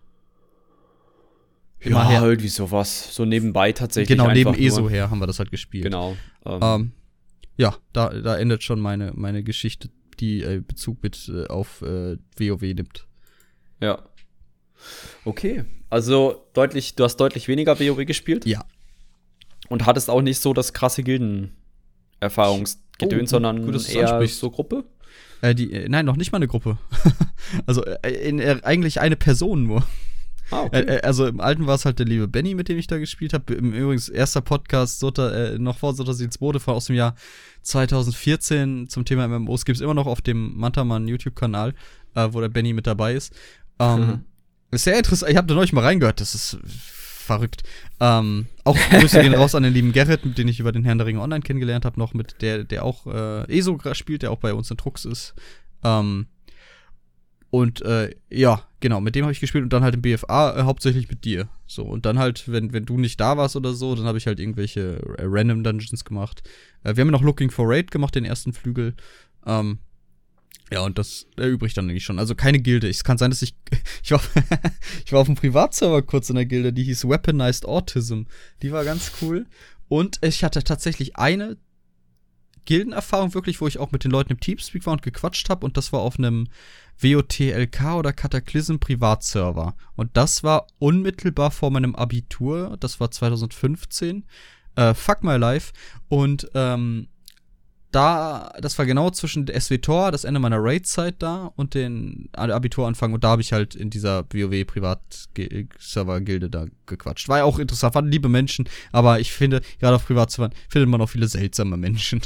Ja, her. Irgendwie sowas. So nebenbei tatsächlich. Genau, neben E S O her haben wir das halt gespielt. Genau. Ähm, ähm, ja, da, da endet schon meine, meine Geschichte, die äh, Bezug mit äh, auf äh, WoW nimmt. Ja. Okay, also deutlich, du hast deutlich weniger WoW gespielt? Ja. Und hattest auch nicht so das krasse Gilden-Erfahrungsgedöns, oh, sondern gut, eher ansprichst. So Gruppe? Äh, die, äh, nein, noch nicht mal eine Gruppe. also äh, in, äh, eigentlich eine Person nur. Ah, okay. Äh, also im Alten war es halt der liebe Benny, mit dem ich da gespielt habe. Im Übrigens, erster Podcast, Sota, äh, noch vor Sotasils Bode aus dem Jahr zwanzig vierzehn zum Thema M M Os, gibt es immer noch auf dem Mantaman YouTube-Kanal, äh, wo der Benny mit dabei ist. Ähm, Mhm. Ist sehr interessant. Ich habe da neulich mal reingehört, das ist verrückt. Ähm, auch Grüße gehen raus an den lieben Gerrit, mit dem ich über den Herrn der Ringe online kennengelernt habe, noch mit der, der auch äh, E S O spielt, der auch bei uns in Trux ist. Ähm, und äh, ja, genau, mit dem habe ich gespielt und dann halt im B F A äh, hauptsächlich mit dir. So, und dann halt, wenn, wenn du nicht da warst oder so, dann habe ich halt irgendwelche äh, Random Dungeons gemacht. Äh, wir haben ja noch Looking for Raid gemacht, den ersten Flügel. Ähm, Ja, und das erübrigt dann eigentlich schon. Also keine Gilde. Es kann sein, dass ich. Ich war, ich war auf einem Privatserver kurz in der Gilde, die hieß Weaponized Autism. Die war ganz cool. Und ich hatte tatsächlich eine Gildenerfahrung wirklich, wo ich auch mit den Leuten im Teamspeak war und gequatscht habe. Und das war auf einem W O T L K oder Cataclysm Privatserver. Und das war unmittelbar vor meinem Abitur. Das war zwanzig fünfzehn. Äh, fuck my life. Und, ähm. Da, das war genau zwischen der S W Tor, das Ende meiner Raid-Zeit da, und den Abituranfang. Und da habe ich halt in dieser WoW-Privat-Server-Gilde da gequatscht. War ja auch interessant, waren liebe Menschen, aber ich finde, gerade auf Privatservern findet man auch viele seltsame Menschen.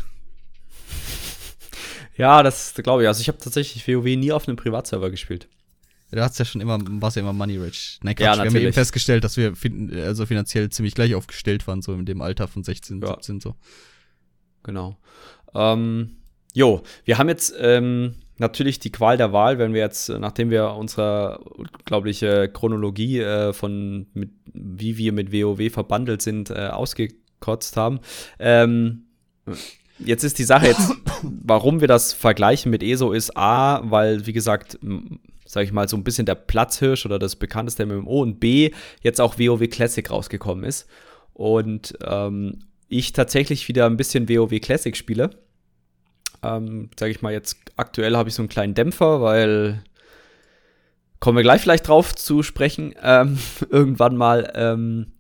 Ja, das glaube ich. Also ich habe tatsächlich WoW nie auf einem Privatserver gespielt. Da hat's ja schon immer, war's ja immer Money Rich. Nein, Quatsch, Ja, wir haben ja natürlich. eben festgestellt, dass wir fin- also finanziell ziemlich gleich aufgestellt waren, so in dem Alter von sechzehn, Ja. siebzehn so. Genau. Ähm, jo, wir haben jetzt ähm, natürlich die Qual der Wahl, wenn wir jetzt, äh, nachdem wir unsere unglaubliche Chronologie äh, von, mit, wie wir mit WoW verbandelt sind, äh, ausgekotzt haben. Ähm, jetzt ist die Sache jetzt, warum wir das vergleichen mit E S O ist A, weil, wie gesagt, m- sag ich mal, so ein bisschen der Platzhirsch oder das bekannteste M M O und B, jetzt auch WoW Classic rausgekommen ist. Und ähm, ich tatsächlich wieder ein bisschen WoW Classic spiele. Ähm, sag ich mal, jetzt aktuell habe ich so einen kleinen Dämpfer, weil kommen wir gleich vielleicht drauf zu sprechen, ähm, irgendwann mal. Ähm,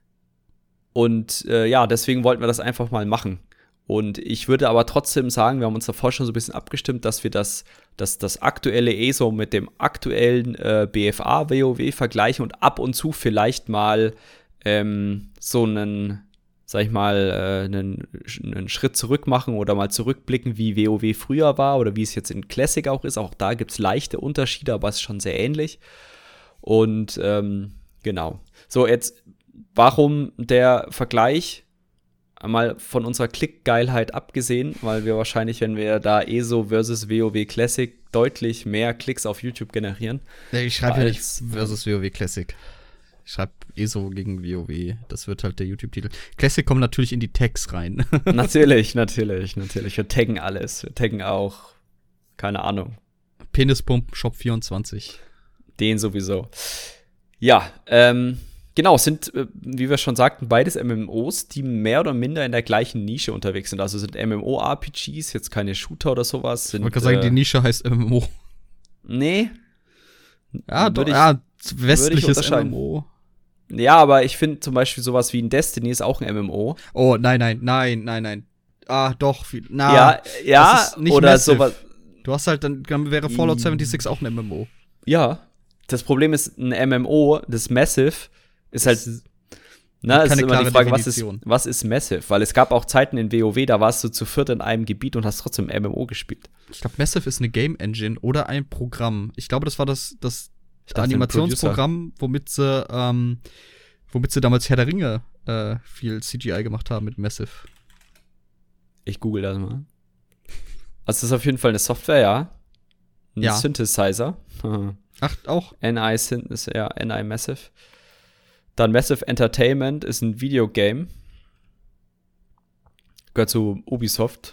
und äh, ja, deswegen wollten wir das einfach mal machen. Und ich würde aber trotzdem sagen, wir haben uns davor schon so ein bisschen abgestimmt, dass wir das, das, das aktuelle E S O mit dem aktuellen äh, B F A WoW vergleichen und ab und zu vielleicht mal ähm, so einen sag ich mal, äh, einen, einen Schritt zurück machen oder mal zurückblicken, wie WoW früher war oder wie es jetzt in Classic auch ist. Auch da gibt es leichte Unterschiede, aber es ist schon sehr ähnlich. Und ähm, genau. So, jetzt, warum der Vergleich? Einmal von unserer Klickgeilheit abgesehen, weil wir wahrscheinlich, wenn wir da E S O versus WoW Classic deutlich mehr Klicks auf YouTube generieren. Ja, ich schreibe ja nicht Als- versus WoW Classic. Ich schreibe E S O gegen WoW. Das wird halt der YouTube-Titel. Classic kommt natürlich in die Tags rein. Natürlich, natürlich, natürlich. Wir taggen alles. Wir taggen auch, keine Ahnung, Penispump Shop vierundzwanzig. den sowieso. Ja, ähm, genau, es sind, äh, wie wir schon sagten, beides M M Os, die mehr oder minder in der gleichen Nische unterwegs sind. Also sind MMORPGs, jetzt keine Shooter oder sowas. Sind, Ich wollte gerade sagen, äh, die Nische heißt M M O. Nee. Ja, doch, Würde ich- ja, westliches M unterscheiden. M O. Ja, aber ich finde zum Beispiel sowas wie ein Destiny ist auch ein M M O. Oh, nein, nein, nein, nein, nein. Ah, doch, viel, na, ja, ja, das ist nicht oder massive. sowas. Du hast halt, dann, dann wäre Fallout sechsundsiebzig auch ein M M O. Ja, das Problem ist, ein M M O, das Massive, ist halt, Das na, es ist keine immer die klare Frage, was ist, Definition. was ist Massive? Weil es gab auch Zeiten in WoW, da warst du zu viert in einem Gebiet und hast trotzdem M M O gespielt. Ich glaube, Massive ist eine Game Engine oder ein Programm. Ich glaube, das war das, das Ich dachte, ein Animationsprogramm, womit sie, ähm, womit sie damals Herr der Ringe äh, viel C G I gemacht haben mit Massive. Ich google das mal. Also, das ist auf jeden Fall eine Software, ja. Ein Ja. Synthesizer. Ach, auch? N I Syn ist ja N I Massive. Dann Massive Entertainment ist ein Videogame. Gehört zu Ubisoft.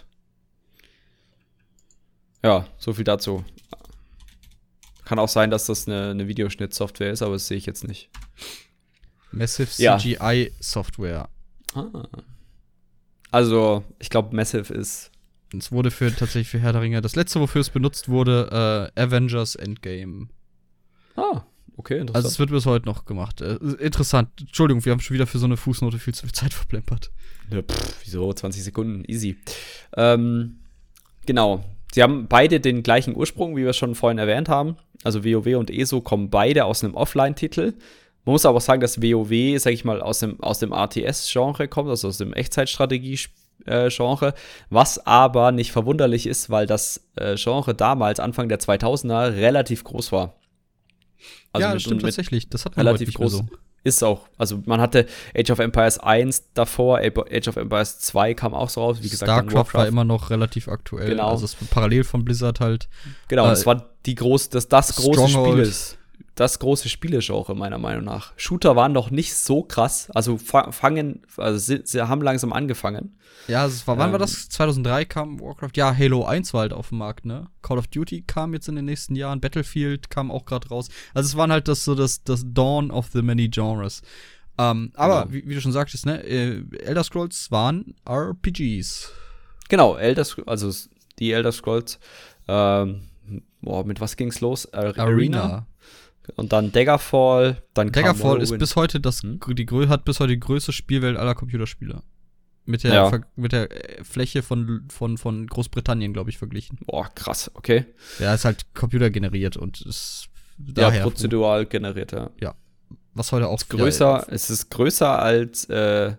Ja, so viel dazu. Kann auch sein, dass das eine, eine Videoschnittsoftware ist, aber das sehe ich jetzt nicht. Massive Ja. C G I-Software. Ah. Also, ich glaube, Massive ist. Es wurde für tatsächlich für Herr der Ringe. Das letzte, wofür es benutzt wurde, äh, Avengers Endgame. Ah, okay, interessant. Also es wird bis heute noch gemacht. Äh, interessant. Entschuldigung, wir haben schon wieder für so eine Fußnote viel zu viel Zeit verplempert. Ja, pff, wieso? zwanzig Sekunden, easy. Ähm, genau. sie haben beide den gleichen Ursprung, wie wir schon vorhin erwähnt haben. Also WoW und E S O kommen beide aus einem Offline-Titel. Man muss aber auch sagen, dass WoW, sag ich mal, aus dem, aus dem R T S-Genre kommt, also aus dem Echtzeitstrategie-Genre, was aber nicht verwunderlich ist, weil das äh, Genre damals, Anfang der zweitausender, relativ groß war. Also ja, das stimmt tatsächlich. Das hat man relativ groß. So. Ist auch. Also man hatte Age of Empires eins davor, Age of Empires zwei kam auch so raus. Wie gesagt, StarCraft Warcraft war immer noch relativ aktuell. Genau. Also es war parallel von Blizzard halt. Genau, äh, das war die groß, das, das große Stronghold. Spiel. Das große Spielegenre, meiner Meinung nach. Shooter waren noch nicht so krass. Also fangen, also sie, sie haben langsam angefangen. Ja, es war, ähm, wann war das? zweitausenddrei kam Warcraft. Ja, Halo eins war halt auf dem Markt, ne? Call of Duty kam jetzt in den nächsten Jahren. Battlefield kam auch gerade raus. Also es waren halt das so das, das Dawn of the many genres. Ähm, aber, genau. wie, wie du schon sagtest, ne? Äh, Elder Scrolls waren R P Gs. Genau, Elder Scrolls, also die Elder Scrolls. Ähm, boah, mit was ging's los? Ar- Arena. Arena. Und dann Daggerfall, dann Daggerfall ist bis heute das, hm? die, hat bis heute die größte Spielwelt aller Computerspiele. Mit der, ja. Ver, mit der Fläche von, von, von Großbritannien, glaube ich, verglichen. Boah, krass, okay. Ja, ist halt computergeneriert und ist daher. Ja, prozedural generiert, ja. Ja. Was heute auch ist größer, ja, es ist größer als, äh,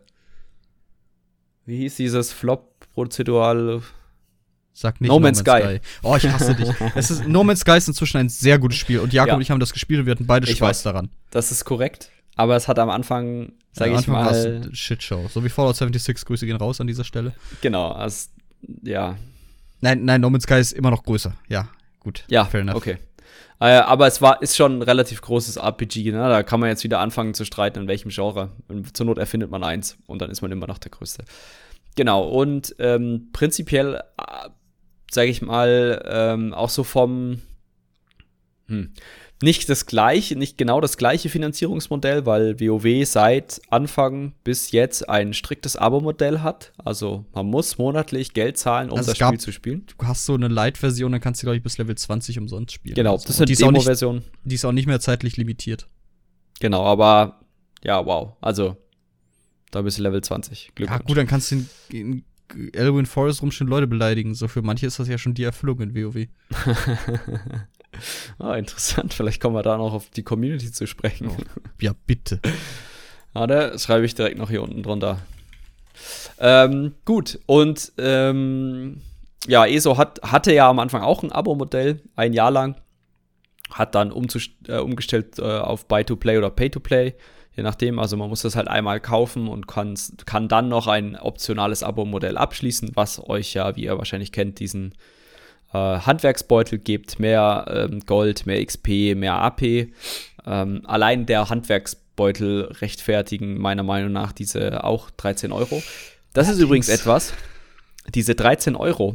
wie hieß dieses Flop-prozedural? Sag nicht No Man's Sky. Sky. Oh, ich hasse dich. Es ist, No Man's Sky ist inzwischen ein sehr gutes Spiel. Und Jakob ja. und ich haben das gespielt und wir hatten beide ich Spaß weiß. daran. Das ist korrekt. Aber es hat am Anfang, sage ja, ich mal, eine Shitshow. So wie Fallout sechsundsiebzig. Grüße gehen raus an dieser Stelle. Genau. Also, ja. Nein, nein, No Man's Sky ist immer noch größer. Ja, gut. Ja, fair enough. Okay. Äh, aber es war, ist schon ein relativ großes R P G. Ne? Da kann man jetzt wieder anfangen zu streiten, in welchem Genre. Und zur Not erfindet man eins. Und dann ist man immer noch der Größte. Genau. Und ähm, prinzipiell äh, sage ich mal, ähm, auch so vom hm, nicht das gleiche, nicht genau das gleiche Finanzierungsmodell, weil WoW seit Anfang bis jetzt ein striktes Abo-Modell hat. Also man muss monatlich Geld zahlen, um also das gab, Spiel zu spielen. Du hast so eine Light-Version, dann kannst du, glaube ich, bis Level zwanzig umsonst spielen. Genau, also. das ist eine Demo-Version. Die ist auch nicht mehr zeitlich limitiert. Genau, aber ja, wow. Also, da bist du Level zwanzig. Glückwunsch. Ja gut, dann kannst du in, in Elwyn Forest rum schon Leute beleidigen. So für manche ist das ja schon die Erfüllung in WoW. Ah, interessant. Vielleicht kommen wir da noch auf die Community zu sprechen. Oh. Ja, bitte. Ah, da schreibe ich direkt noch hier unten drunter. Ähm, gut, und ähm, ja, E S O hat, hatte ja am Anfang auch ein Abo-Modell, ein Jahr lang. Hat dann umzust- äh, umgestellt äh, auf Buy-to-Play oder Pay-to-Play. Je nachdem, also man muss das halt einmal kaufen und kann, kann dann noch ein optionales Abo-Modell abschließen, was euch ja, wie ihr wahrscheinlich kennt, diesen äh, Handwerksbeutel gibt. Mehr ähm, Gold, mehr X P, mehr A P. Ähm, allein der Handwerksbeutel rechtfertigen meiner Meinung nach diese auch dreizehn Euro. Das ist übrigens etwas, diese dreizehn Euro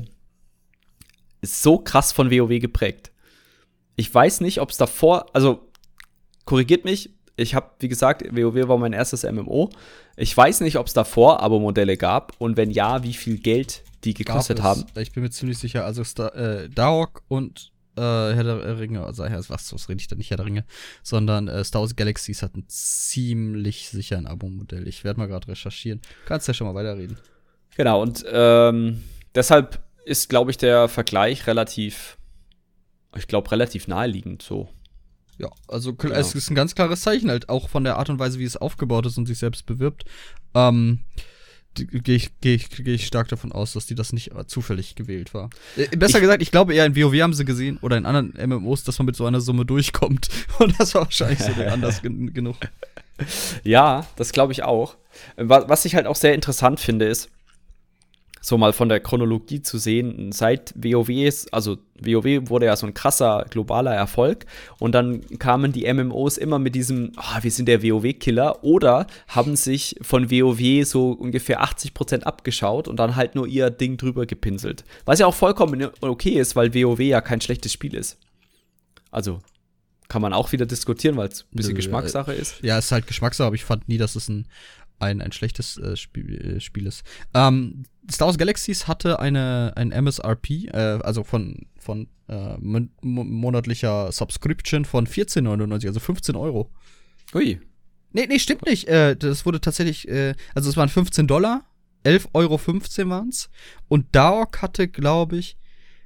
ist so krass von WoW geprägt. Ich weiß nicht, ob es davor, also korrigiert mich, ich habe, wie gesagt, WoW war mein erstes M M O. Ich weiß nicht, ob es davor Abo-Modelle gab und wenn ja, wie viel Geld die gekostet haben. Ich bin mir ziemlich sicher, also Star, äh, Daok und äh, Herr der Ringe, also was, was rede ich da nicht, Herr der Ringe, sondern äh, Star Wars Galaxies hatten ziemlich sicher ein Abo-Modell. Ich werde mal gerade recherchieren. Kannst ja schon mal weiterreden. Genau, und ähm, deshalb ist, glaube ich, der Vergleich relativ, ich glaube, relativ naheliegend so. Ja, also genau. Es ist ein ganz klares Zeichen halt, auch von der Art und Weise, wie es aufgebaut ist und sich selbst bewirbt. Ähm, gehe ich, geh ich, geh ich stark davon aus, dass die das nicht zufällig gewählt war. Äh, besser ich, gesagt, ich glaube eher in WoW haben sie gesehen oder in anderen M M Os, dass man mit so einer Summe durchkommt. Und das war wahrscheinlich so anders gen- genug. Ja, das glaube ich auch. Was ich halt auch sehr interessant finde, ist, so mal von der Chronologie zu sehen, seit WoW ist, also WoW wurde ja so ein krasser globaler Erfolg und dann kamen die M M Os immer mit diesem, oh, wir sind der WoW-Killer oder haben sich von WoW so ungefähr achtzig Prozent abgeschaut und dann halt nur ihr Ding drüber gepinselt. Was ja auch vollkommen okay ist, weil WoW ja kein schlechtes Spiel ist. Also kann man auch wieder diskutieren, weil es ein bisschen Nö, Geschmackssache ist. Ja, es ist halt Geschmackssache, aber ich fand nie, dass es ein Ein, ein schlechtes äh, Spiel, äh, Spiel ist. Ähm, Star Wars Galaxies hatte eine, ein M S R P, äh, also von, von äh, mon- monatlicher Subscription von vierzehn neunundneunzig, also fünfzehn Euro. Ui. Nee, nee, stimmt nicht. Äh, das wurde tatsächlich, äh, also es waren fünfzehn Dollar, elf Euro fünfzehn waren's. Und Daok hatte, glaube ich,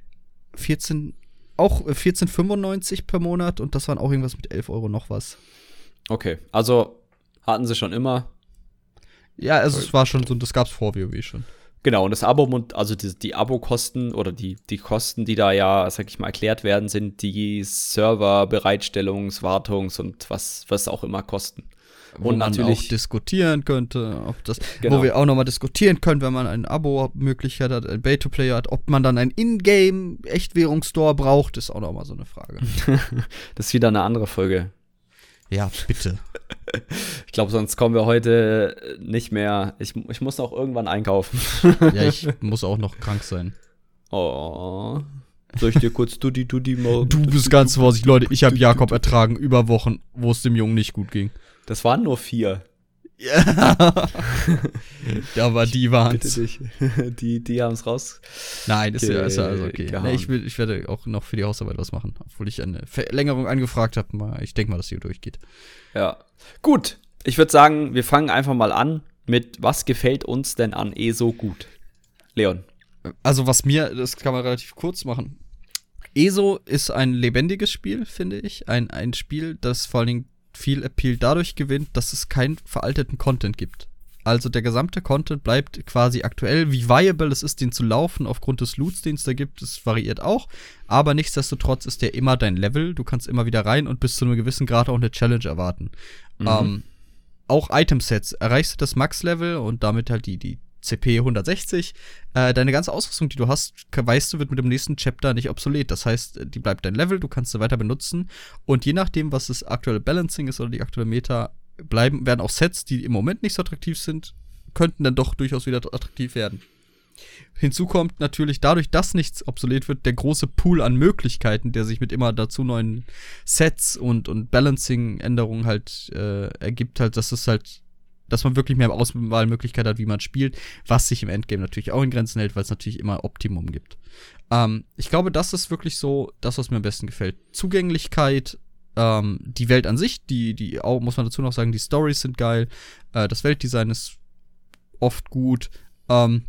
vierzehn, auch vierzehn fünfundneunzig per Monat und das waren auch irgendwas mit elf Euro noch was. Okay, also hatten sie schon immer. Ja, also es war schon so, das gab's vor WoW schon. Genau, und das Abo, also die, die Abo-Kosten oder die, die Kosten, die da ja, sag ich mal, erklärt werden, sind die Server, Bereitstellungs-, Wartungs- und was, was auch immer kosten. Wo Und man natürlich auch diskutieren könnte, ob das, Genau. wo wir auch nochmal diskutieren können, wenn man ein Abo-Möglichkeit hat, ein Pay-to-Play hat, ob man dann einen Ingame-Echtwährungsstore braucht, ist auch nochmal so eine Frage. Das ist wieder eine andere Folge. Ja, bitte. Ich glaube, sonst kommen wir heute nicht mehr. Ich, ich muss auch irgendwann einkaufen. Ja, ich muss auch noch krank sein. Oh. Soll ich dir kurz Dudi Dudi mal. Du bist ganz vorsichtig, Leute. Ich habe Jakob ertragen über Wochen, wo es dem Jungen nicht gut ging. Das waren nur vier. Ja. Da war die Bitte waren's. dich. Die, die haben es raus. Nein, ist ja, ist ja also okay. gehauen. Nee, ich, will, ich werde auch noch für die Hausarbeit was machen, obwohl ich eine Verlängerung angefragt habe. Ich denke mal, dass die durchgeht. Ja. Gut. Ich würde sagen, wir fangen einfach mal an mit, was gefällt uns denn an E S O gut? Leon. Also was mir, das kann man relativ kurz machen. E S O ist ein lebendiges Spiel, finde ich. Ein, ein Spiel, das vor allen Dingen viel Appeal dadurch gewinnt, dass es keinen veralteten Content gibt. Also der gesamte Content bleibt quasi aktuell. Wie viable es ist, den zu laufen, aufgrund des Loots, den es da gibt, das variiert auch. Aber nichtsdestotrotz ist der immer dein Level. Du kannst immer wieder rein und bis zu einem gewissen Grad auch eine Challenge erwarten. Mhm. Ähm, auch Itemsets. Erreichst du das Max-Level und damit halt die, die C P hundertsechzig, äh, deine ganze Ausrüstung, die du hast, weißt du, wird mit dem nächsten Chapter nicht obsolet. Das heißt, die bleibt dein Level, du kannst sie weiter benutzen. Und je nachdem, was das aktuelle Balancing ist oder die aktuelle Meta, bleiben, werden auch Sets, die im Moment nicht so attraktiv sind, könnten dann doch durchaus wieder attraktiv werden. Hinzu kommt natürlich dadurch, dass nichts obsolet wird, der große Pool an Möglichkeiten, der sich mit immer dazu neuen Sets und, und Balancing-Änderungen halt äh, ergibt, halt, dass es halt dass man wirklich mehr Auswahlmöglichkeit hat, wie man spielt, was sich im Endgame natürlich auch in Grenzen hält, weil es natürlich immer Optimum gibt. Ähm, ich glaube, das ist wirklich so das, was mir am besten gefällt. Zugänglichkeit, ähm, die Welt an sich, die, die auch, muss man dazu noch sagen, die Storys sind geil, äh, das Weltdesign ist oft gut. Ähm,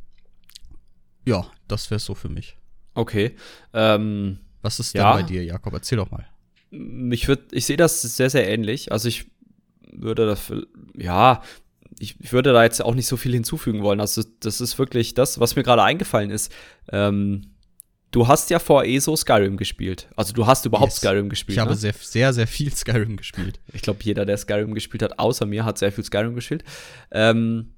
ja, das wäre so für mich. Okay. Ähm, was ist denn ja. bei dir, Jakob? Erzähl doch mal. Ich würde, ich sehe das sehr, sehr ähnlich. Also ich würde das, ja, ich, ich würde da jetzt auch nicht so viel hinzufügen wollen. Also das ist wirklich das, was mir gerade eingefallen ist. Ähm, du hast ja vor E S O Skyrim gespielt. Also du hast überhaupt Yes. Skyrim gespielt. Ich habe ne? sehr, sehr, sehr viel Skyrim gespielt. Ich glaube, jeder, der Skyrim gespielt hat, außer mir, hat sehr viel Skyrim gespielt. Ähm,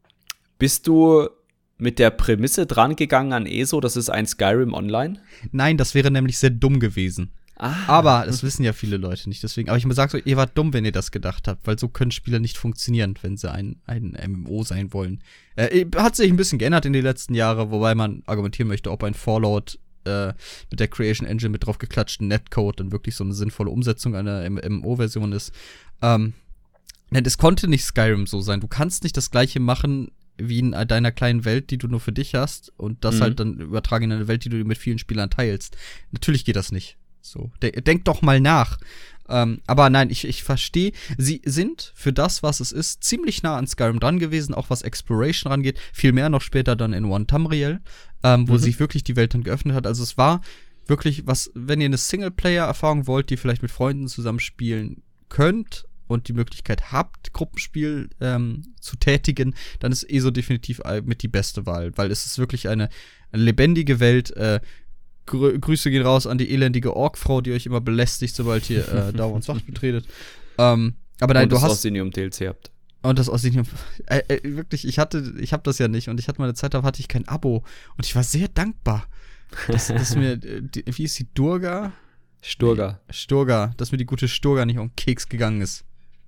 bist du mit der Prämisse dran gegangen an E S O, das ist ein Skyrim Online? Nein, das wäre nämlich sehr dumm gewesen. Ah. Aber das wissen ja viele Leute nicht, deswegen. Aber ich sag so, ihr wart dumm, wenn ihr das gedacht habt, weil so können Spiele nicht funktionieren, wenn sie ein, ein M M O sein wollen. Äh, hat sich ein bisschen geändert in den letzten Jahren, wobei man argumentieren möchte, ob ein Fallout äh, mit der Creation Engine mit drauf geklatschten Netcode dann wirklich so eine sinnvolle Umsetzung einer M M O-Version ist. Ähm, denn es konnte nicht Skyrim so sein. Du kannst nicht das Gleiche machen wie in deiner kleinen Welt, die du nur für dich hast und das mhm. halt dann übertragen in eine Welt, die du mit vielen Spielern teilst. Natürlich geht das nicht. So, denk doch mal nach. Ähm, aber nein, ich, ich verstehe, sie sind für das, was es ist, ziemlich nah an Skyrim dran gewesen, auch was Exploration rangeht. Viel mehr noch später dann in One Tamriel, ähm, wo mhm. sich wirklich die Welt dann geöffnet hat. Also es war wirklich was, wenn ihr eine Singleplayer-Erfahrung wollt, die vielleicht mit Freunden zusammenspielen könnt und die Möglichkeit habt, Gruppenspiel ähm, zu tätigen, dann ist E S O definitiv mit die beste Wahl, weil es ist wirklich eine, eine lebendige Welt. Äh, Grü- Grüße gehen raus an die elendige Orkfrau, die euch immer belästigt, sobald ihr äh, Dauerns Wacht betretet. Ähm, aber nein, und du das hast Ossinium D L C habt. Und das Ossinium, äh, äh, wirklich, ich hatte, ich habe das ja nicht und ich hatte meine Zeit, da hatte ich kein Abo und ich war sehr dankbar, dass, dass mir, die, wie ist die Durga? Sturga. Nee, Sturga, dass mir die gute Sturga nicht um den Keks gegangen ist.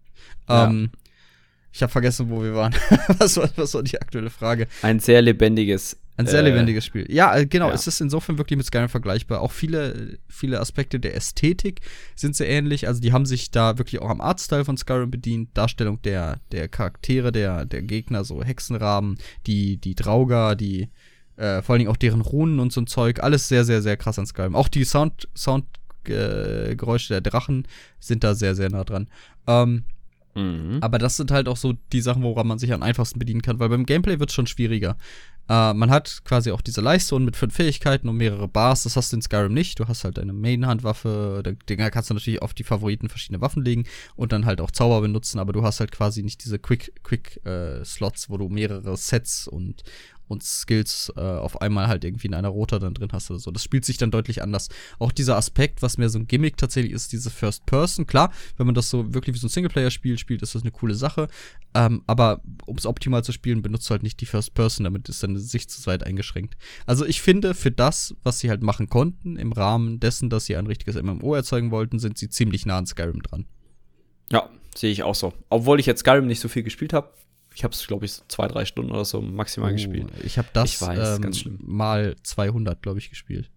Ja. Ähm, ich habe vergessen, wo wir waren. was, war, was war die aktuelle Frage? Ein sehr lebendiges Ein sehr äh, lebendiges Spiel. Ja, äh, genau, ja. es ist insofern wirklich mit Skyrim vergleichbar. Auch viele, viele Aspekte der Ästhetik sind sehr ähnlich. Also die haben sich da wirklich auch am Artstyle von Skyrim bedient. Darstellung der, der Charaktere, der, der Gegner, so Hexenraben, die, die Draugr, die äh, vor allen Dingen auch deren Runen und so ein Zeug. Alles sehr, sehr, sehr krass an Skyrim. Auch die Sound, Soundgeräusche äh, der Drachen sind da sehr, sehr nah dran. Ähm, Mhm. Aber das sind halt auch so die Sachen, woran man sich am einfachsten bedienen kann, weil beim Gameplay wird es schon schwieriger. Äh, man hat quasi auch diese Leiste und mit fünf Fähigkeiten und mehrere Bars. Das hast du in Skyrim nicht. Du hast halt eine Main-Handwaffe. Da kannst du natürlich auf die Favoriten verschiedene Waffen legen und dann halt auch Zauber benutzen. Aber du hast halt quasi nicht diese Quick-Slots, Quick, äh, wo du mehrere Sets und und Skills äh, auf einmal halt irgendwie in einer Rota dann drin hast oder so. Das spielt sich dann deutlich anders. Auch dieser Aspekt, was mehr so ein Gimmick tatsächlich ist, diese First Person. Klar, wenn man das so wirklich wie so ein Singleplayer-Spiel spielt, ist das eine coole Sache. Ähm, aber um es optimal zu spielen, benutzt du halt nicht die First Person, damit ist deine Sicht zu weit eingeschränkt. Also ich finde, für das, was sie halt machen konnten, im Rahmen dessen, dass sie ein richtiges M M O erzeugen wollten, sind sie ziemlich nah an Skyrim dran. Ja, sehe ich auch so. Obwohl ich jetzt Skyrim nicht so viel gespielt habe. Ich habe es, glaube ich, so zwei, drei Stunden oder so maximal oh, gespielt. Ich habe das ich weiß, ähm, ganz schlimm. mal zweihundert, glaube ich, gespielt.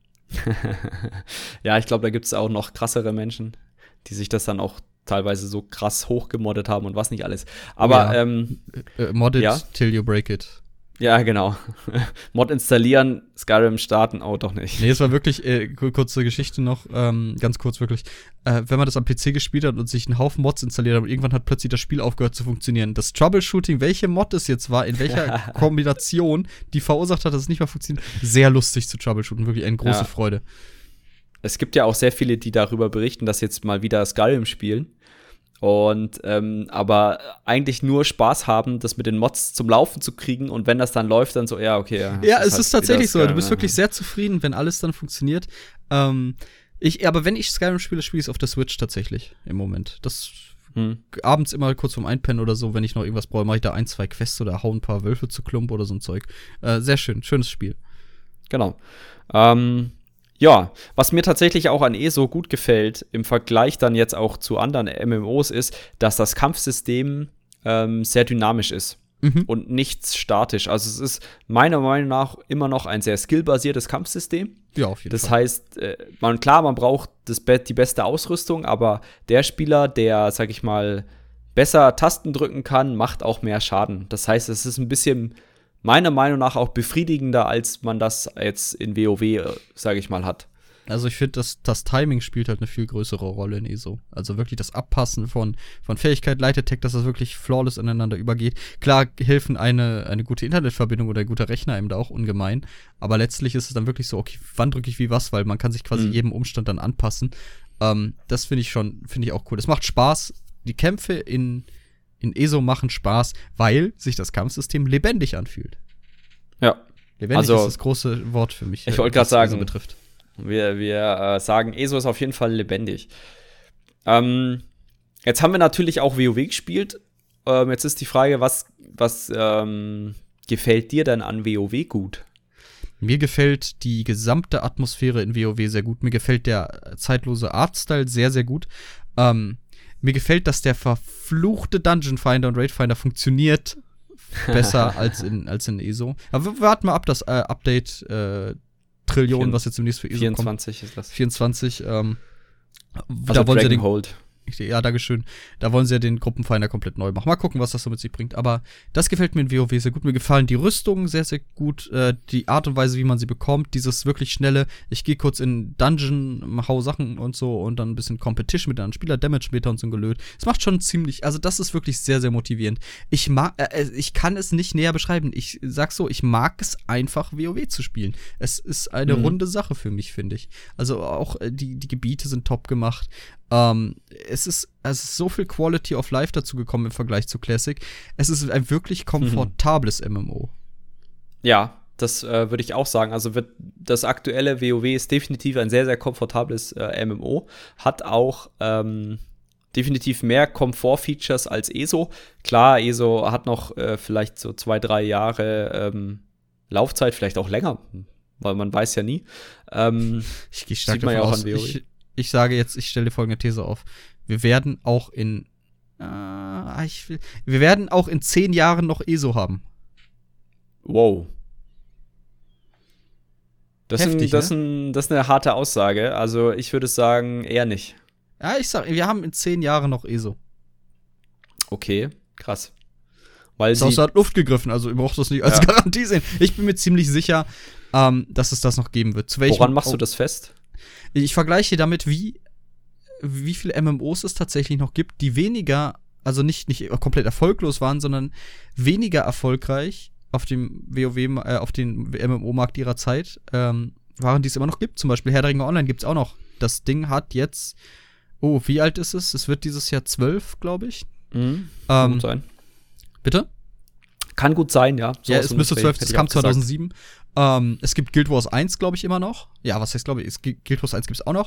Ja, ich glaube, da gibt es auch noch krassere Menschen, die sich das dann auch teilweise so krass hochgemoddet haben und was nicht alles. Aber, ja. ähm, äh, mod it ja? till you break it. Ja, genau. Mod installieren, Skyrim starten, oh, doch nicht. Nee, es war wirklich, äh, kurze Geschichte noch, ähm, ganz kurz wirklich. Äh, wenn man das am P C gespielt hat und sich einen Haufen Mods installiert hat und irgendwann hat plötzlich das Spiel aufgehört zu funktionieren. Das Troubleshooting, welche Mod es jetzt war, in welcher Kombination, die verursacht hat, dass es nicht mehr funktioniert, sehr lustig zu troubleshooten. Wirklich eine große ja. Freude. Es gibt ja auch sehr viele, die darüber berichten, dass jetzt mal wieder Skyrim spielen. Und ähm, aber eigentlich nur Spaß haben, das mit den Mods zum Laufen zu kriegen. Und wenn das dann läuft, dann so, ja, okay. Ja, ja es ist, halt ist tatsächlich so. Du bist wirklich sehr zufrieden, wenn alles dann funktioniert. Ähm, ich, aber wenn ich Skyrim spiele, spiele ich es auf der Switch tatsächlich im Moment. Das hm. abends immer kurz vorm Einpennen oder so, wenn ich noch irgendwas brauche, mache ich da ein, zwei Quests oder hau ein paar Wölfe zu Klump oder so ein Zeug. Äh, sehr schön, schönes Spiel. Genau. Ähm Ja, was mir tatsächlich auch an E S O gut gefällt, im Vergleich dann jetzt auch zu anderen M M Os, ist, dass das Kampfsystem ähm, sehr dynamisch ist mhm. und nichts statisch. Also es ist meiner Meinung nach immer noch ein sehr skillbasiertes Kampfsystem. Ja, auf jeden das Fall. Das heißt, äh, man, klar, man braucht das Be- die beste Ausrüstung, aber der Spieler, der, sag ich mal, besser Tasten drücken kann, macht auch mehr Schaden. Das heißt, es ist ein bisschen meiner Meinung nach auch befriedigender, als man das jetzt in WoW, sage ich mal, hat. Also ich finde, das, das Timing spielt halt eine viel größere Rolle in E S O. Also wirklich das Abpassen von, von Fähigkeit, Light-Attack, dass das wirklich flawless ineinander übergeht. Klar helfen eine, eine gute Internetverbindung oder ein guter Rechner einem da auch ungemein. Aber letztlich ist es dann wirklich so, okay, wann drücke ich wie was, weil man kann sich quasi mhm. jedem Umstand dann anpassen. Ähm, das finde ich schon, finde ich auch cool. Es macht Spaß. Die Kämpfe in In E S O machen Spaß, weil sich das Kampfsystem lebendig anfühlt. Ja. Lebendig also, ist das große Wort für mich. Ich wollte gerade sagen, E S O betrifft. wir, wir äh, sagen, E S O ist auf jeden Fall lebendig. Ähm, jetzt haben wir natürlich auch WoW gespielt. Ähm, jetzt ist die Frage, was, was ähm, gefällt dir denn an WoW gut? Mir gefällt die gesamte Atmosphäre in WoW sehr gut. Mir gefällt der zeitlose Artstyle sehr, sehr gut. Ähm, Mir gefällt, dass der verfluchte Dungeon Finder und Raid Finder funktioniert besser als in, als in E S O. Aber wir warten mal ab, das äh, Update äh, Trillion, was jetzt demnächst für E S O vierundzwanzig kommt. ist das. vierundzwanzig, ähm, also da wollen sie den Hold. Ja, dankeschön. Da wollen sie ja den Gruppenfinder komplett neu machen. Mal gucken, was das so mit sich bringt. Aber das gefällt mir in WoW sehr gut. Mir gefallen die Rüstungen sehr, sehr gut. Äh, die Art und Weise, wie man sie bekommt. Dieses wirklich schnelle, ich gehe kurz in Dungeon, hau Sachen und so und dann ein bisschen Competition mit anderen Spieler, Damage-Meter und so ein Gelöt. Es macht schon ziemlich, also das ist wirklich sehr, sehr motivierend. Ich mag, äh, ich kann es nicht näher beschreiben. Ich sag so, ich mag es einfach, WoW zu spielen. Es ist eine mhm. runde Sache für mich, finde ich. Also auch äh, die, die Gebiete sind top gemacht. Um, es, ist, es ist so viel Quality of Life dazu gekommen im Vergleich zu Classic. Es ist ein wirklich komfortables mhm. M M O. Ja, das äh, würde ich auch sagen. Also wird das aktuelle WoW ist definitiv ein sehr, sehr komfortables äh, M M O. Hat auch ähm, definitiv mehr Komfort-Features als E S O. Klar, E S O hat noch äh, vielleicht so zwei, drei Jahre ähm, Laufzeit, vielleicht auch länger, weil man weiß ja nie. Ähm, ich gehe stark davon aus. Ich, Ich sage jetzt, ich stelle folgende These auf. Wir werden auch in äh, ich will, wir werden auch in zehn Jahren noch E S O haben. Wow. Das, Heftig, ist, das, ne? ein, das ist eine harte Aussage. Also ich würde sagen, eher nicht. Ja, ich sag, wir haben in zehn Jahren noch E S O. Okay, krass. Weil das ist aus der Luft gegriffen, also ihr braucht das nicht als ja. Garantie sehen. Ich bin mir ziemlich sicher, ähm, dass es das noch geben wird. Zu welchem, Woran machst du das fest? Ich vergleiche damit, wie, wie viele M M Os es tatsächlich noch gibt, die weniger, also nicht, nicht komplett erfolglos waren, sondern weniger erfolgreich auf dem WoW, äh, auf den M M O-Markt ihrer Zeit, ähm, waren, die es immer noch gibt. Zum Beispiel Herr der Ringe Online gibt's auch noch. Das Ding hat jetzt, oh, wie alt ist es? Es wird dieses Jahr zwölf, glaube ich. Mhm. Kann Ähm, gut sein. Bitte? Kann gut sein, ja. Ja, es müsste zwölf, hätte es ich kam auch gesagt. zweitausendsieben. Ähm, es gibt Guild Wars eins, glaube ich, immer noch. Ja, was heißt, glaube ich, es gibt, Guild Wars eins gibt's auch noch.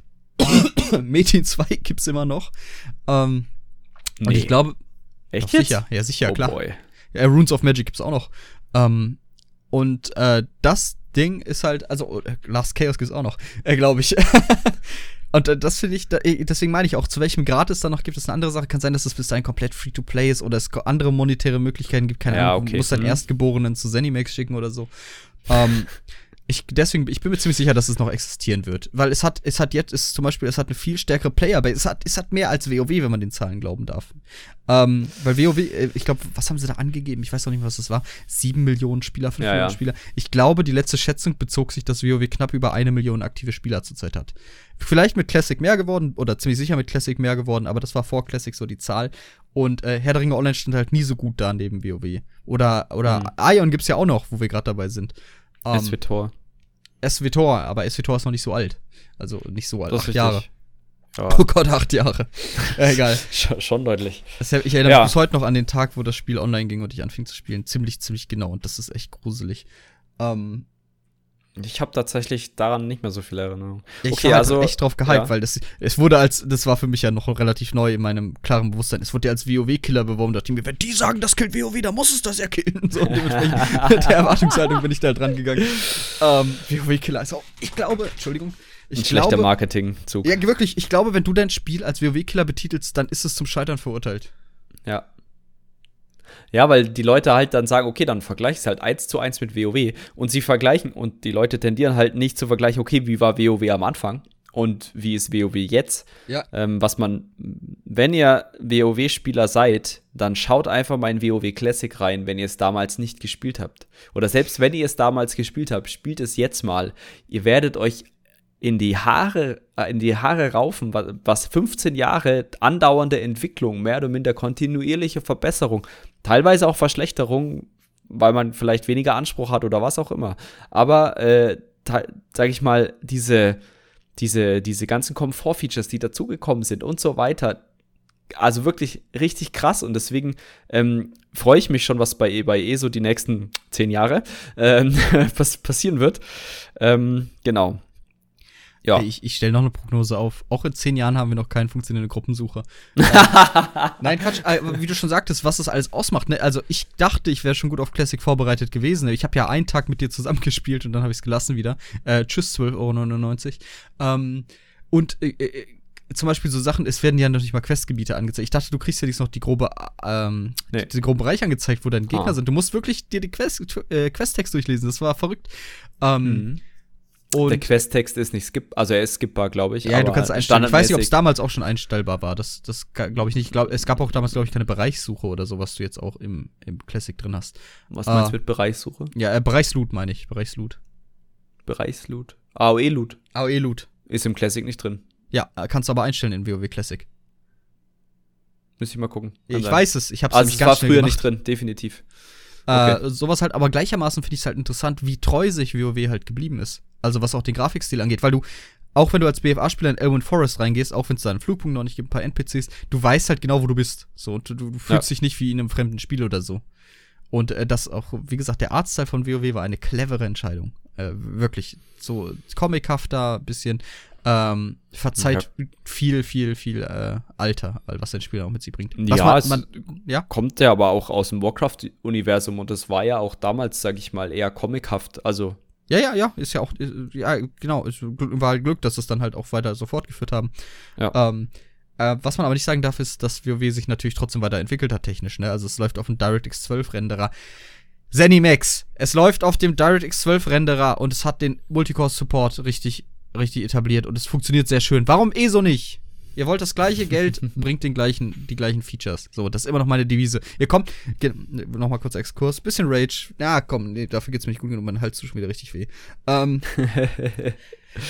Metin zwei gibt's immer noch. Ähm, Nee. Und ich glaube, Echt doch, jetzt? sicher, ja, sicher, Oh klar. boy. Ja, Runes of Magic gibt's auch noch. Ähm, und äh, das Ding ist halt, also äh, Last Chaos gibt's auch noch, äh, glaube ich. Und äh, das finde ich, da, äh, deswegen meine ich auch, zu welchem Grad es dann noch gibt, ist eine andere Sache. Kann sein, dass es bis dahin komplett Free-to-Play ist oder es ko- andere monetäre Möglichkeiten gibt. Keine Ja, Ahnung, okay. du musst deinen Mhm. Erstgeborenen zu Zenimax schicken oder so. ähm, ich, deswegen, ich bin mir ziemlich sicher, dass es noch existieren wird. Weil es hat, es hat jetzt, es zum Beispiel, es hat eine viel stärkere Playerbase. Es hat, es hat mehr als WoW, wenn man den Zahlen glauben darf. Ähm, weil WoW, äh, ich glaube, was haben sie da angegeben? Ich weiß noch nicht mehr, was das war. Sieben Millionen Spieler, fünf Ja, Millionen ja. Spieler. Ich glaube, die letzte Schätzung bezog sich, dass WoW knapp über eine Million aktive Spieler zurzeit hat. Vielleicht mit Classic mehr geworden, oder ziemlich sicher mit Classic mehr geworden, aber das war vor Classic so die Zahl. Und äh, Herr der Ringe Online stand halt nie so gut da neben WoW. Oder, oder Mhm. Ion gibt's ja auch noch, wo wir gerade dabei sind. Ähm, SWTOR. SWTOR, aber SWTOR ist noch nicht so alt. Also nicht so alt, Das ist acht richtig. Jahre. Ja. Oh Gott, acht Jahre. äh, egal. Schon, schon deutlich. Das, ich erinnere Ja. mich bis heute noch an den Tag, wo das Spiel online ging und ich anfing zu spielen. Ziemlich, ziemlich genau. Und das ist echt gruselig. Ähm, Ich habe tatsächlich daran nicht mehr so viel Erinnerung. ich Okay, war also- halt echt drauf gehypt, ja. weil das, es wurde als, das war für mich ja noch relativ neu in meinem klaren Bewusstsein. Es wurde ja als WoW-Killer beworben. Da dachte ich mir, wenn die sagen, das killt WoW, dann muss es das ja killen. So, dementsprechend mit der Erwartungshaltung bin ich da dran gegangen. Ähm, WoW-Killer ist auch, ich glaube, Entschuldigung. Ich Ein schlechter glaube, Marketingzug. ja, wirklich, ich glaube, wenn du dein Spiel als WoW-Killer betitelst, dann ist es zum Scheitern verurteilt. Ja. Ja, weil die Leute halt dann sagen, okay, dann vergleich es halt eins zu eins mit WoW. Und sie vergleichen, und die Leute tendieren halt nicht zu vergleichen, okay, wie war WoW am Anfang und wie ist WoW jetzt? Ja. Ähm, was man, wenn ihr WoW-Spieler seid, dann schaut einfach mal in WoW Classic rein, wenn ihr es damals nicht gespielt habt. Oder selbst wenn ihr es damals gespielt habt, spielt es jetzt mal. Ihr werdet euch in die Haare, äh, in die Haare raufen, was, was fünfzehn Jahre andauernde Entwicklung, mehr oder minder kontinuierliche Verbesserung, teilweise auch Verschlechterung, weil man vielleicht weniger Anspruch hat oder was auch immer. Aber, äh, sag ich mal, diese, diese, diese ganzen Komfort-Features, die dazugekommen sind und so weiter, also wirklich richtig krass, und deswegen ähm, freue ich mich schon, was bei, bei E S O die nächsten zehn Jahre ähm, was passieren wird. Ähm, genau. Ja. Ich, ich stelle noch eine Prognose auf. Auch in zehn Jahren haben wir noch keinen funktionierenden Gruppensucher. ähm, nein, Quatsch. Aber wie du schon sagtest, was das alles ausmacht. Ne? Also ich dachte, ich wäre schon gut auf Classic vorbereitet gewesen. Ich habe ja einen Tag mit dir zusammengespielt und dann habe ich es gelassen wieder. Äh, tschüss, zwölf Euro neunundneunzig. Ähm, und äh, äh, zum Beispiel so Sachen, es werden ja noch nicht mal Questgebiete angezeigt. Ich dachte, du kriegst ja jetzt noch die grobe, ähm, Nee. den groben Bereich angezeigt, wo deine Gegner Ah. sind. Du musst wirklich dir die Quest, äh, Questtext durchlesen. Das war verrückt. Ähm, Mhm. und Der Questtext ist nicht skip, also er ist skippbar, glaube ich. ja, aber du kannst einstellen. Ich weiß nicht, ob es standardmäßig- damals auch schon einstellbar war. Das, das glaube ich nicht. Ich glaub, es gab auch damals, glaube ich, keine Bereichssuche oder so, was du jetzt auch im, im Classic drin hast. Was meinst Ah. du mit Bereichssuche? Ja, äh, Bereichsloot meine ich. Bereichsloot. Bereichsloot? A O E-Loot A O E-Loot. ist im Classic nicht drin. Ja, äh, kannst du aber einstellen in WoW Classic. Müsste ich mal gucken. Kann Ich sein. weiß es. Ich hab's Also nämlich es ganz war schnell früher gemacht. nicht drin, definitiv. Äh, Okay. sowas halt, aber gleichermaßen finde ich es halt interessant, wie treu sich WoW halt geblieben ist. Also was auch den Grafikstil angeht, weil du, auch wenn du als B F A-Spieler in Elwyn Forest reingehst, auch wenn es da einen Flugpunkt noch nicht gibt, ein paar N P Cs, du weißt halt genau, wo du bist. So, und du, du fühlst Ja. dich nicht wie in einem fremden Spiel oder so. Und äh, das auch, wie gesagt, der Artstyle von WoW war eine clevere Entscheidung. Äh, wirklich so comichafter, bisschen ähm, verzeiht viel, viel, viel äh, Alter, was ein Spiel auch mit sich bringt. Was Ja, man, es man, ja? kommt ja aber auch aus dem Warcraft-Universum, und das war ja auch damals, sag ich mal, eher comichaft. Also, Ja, ja, ja, ist ja auch, ist, ja, genau, es war halt Glück, dass es dann halt auch weiter so fortgeführt haben. Ja. Ähm, äh, was man aber nicht sagen darf, ist, dass WoW sich natürlich trotzdem weiterentwickelt hat, technisch, ne? Also es läuft auf dem DirectX zwölf Renderer. ZeniMax, es läuft auf dem DirectX zwölf Renderer und es hat den Multicore-Support richtig, richtig etabliert und es funktioniert sehr schön. Warum eh so nicht? Ihr wollt das gleiche Geld, bringt den gleichen, die gleichen Features. So, das ist immer noch meine Devise. Ihr kommt, ge- noch mal kurz Exkurs, bisschen Rage. Ja, komm, nee, dafür geht's mir nicht gut genug, mein Hals tut schon wieder richtig weh. Ähm,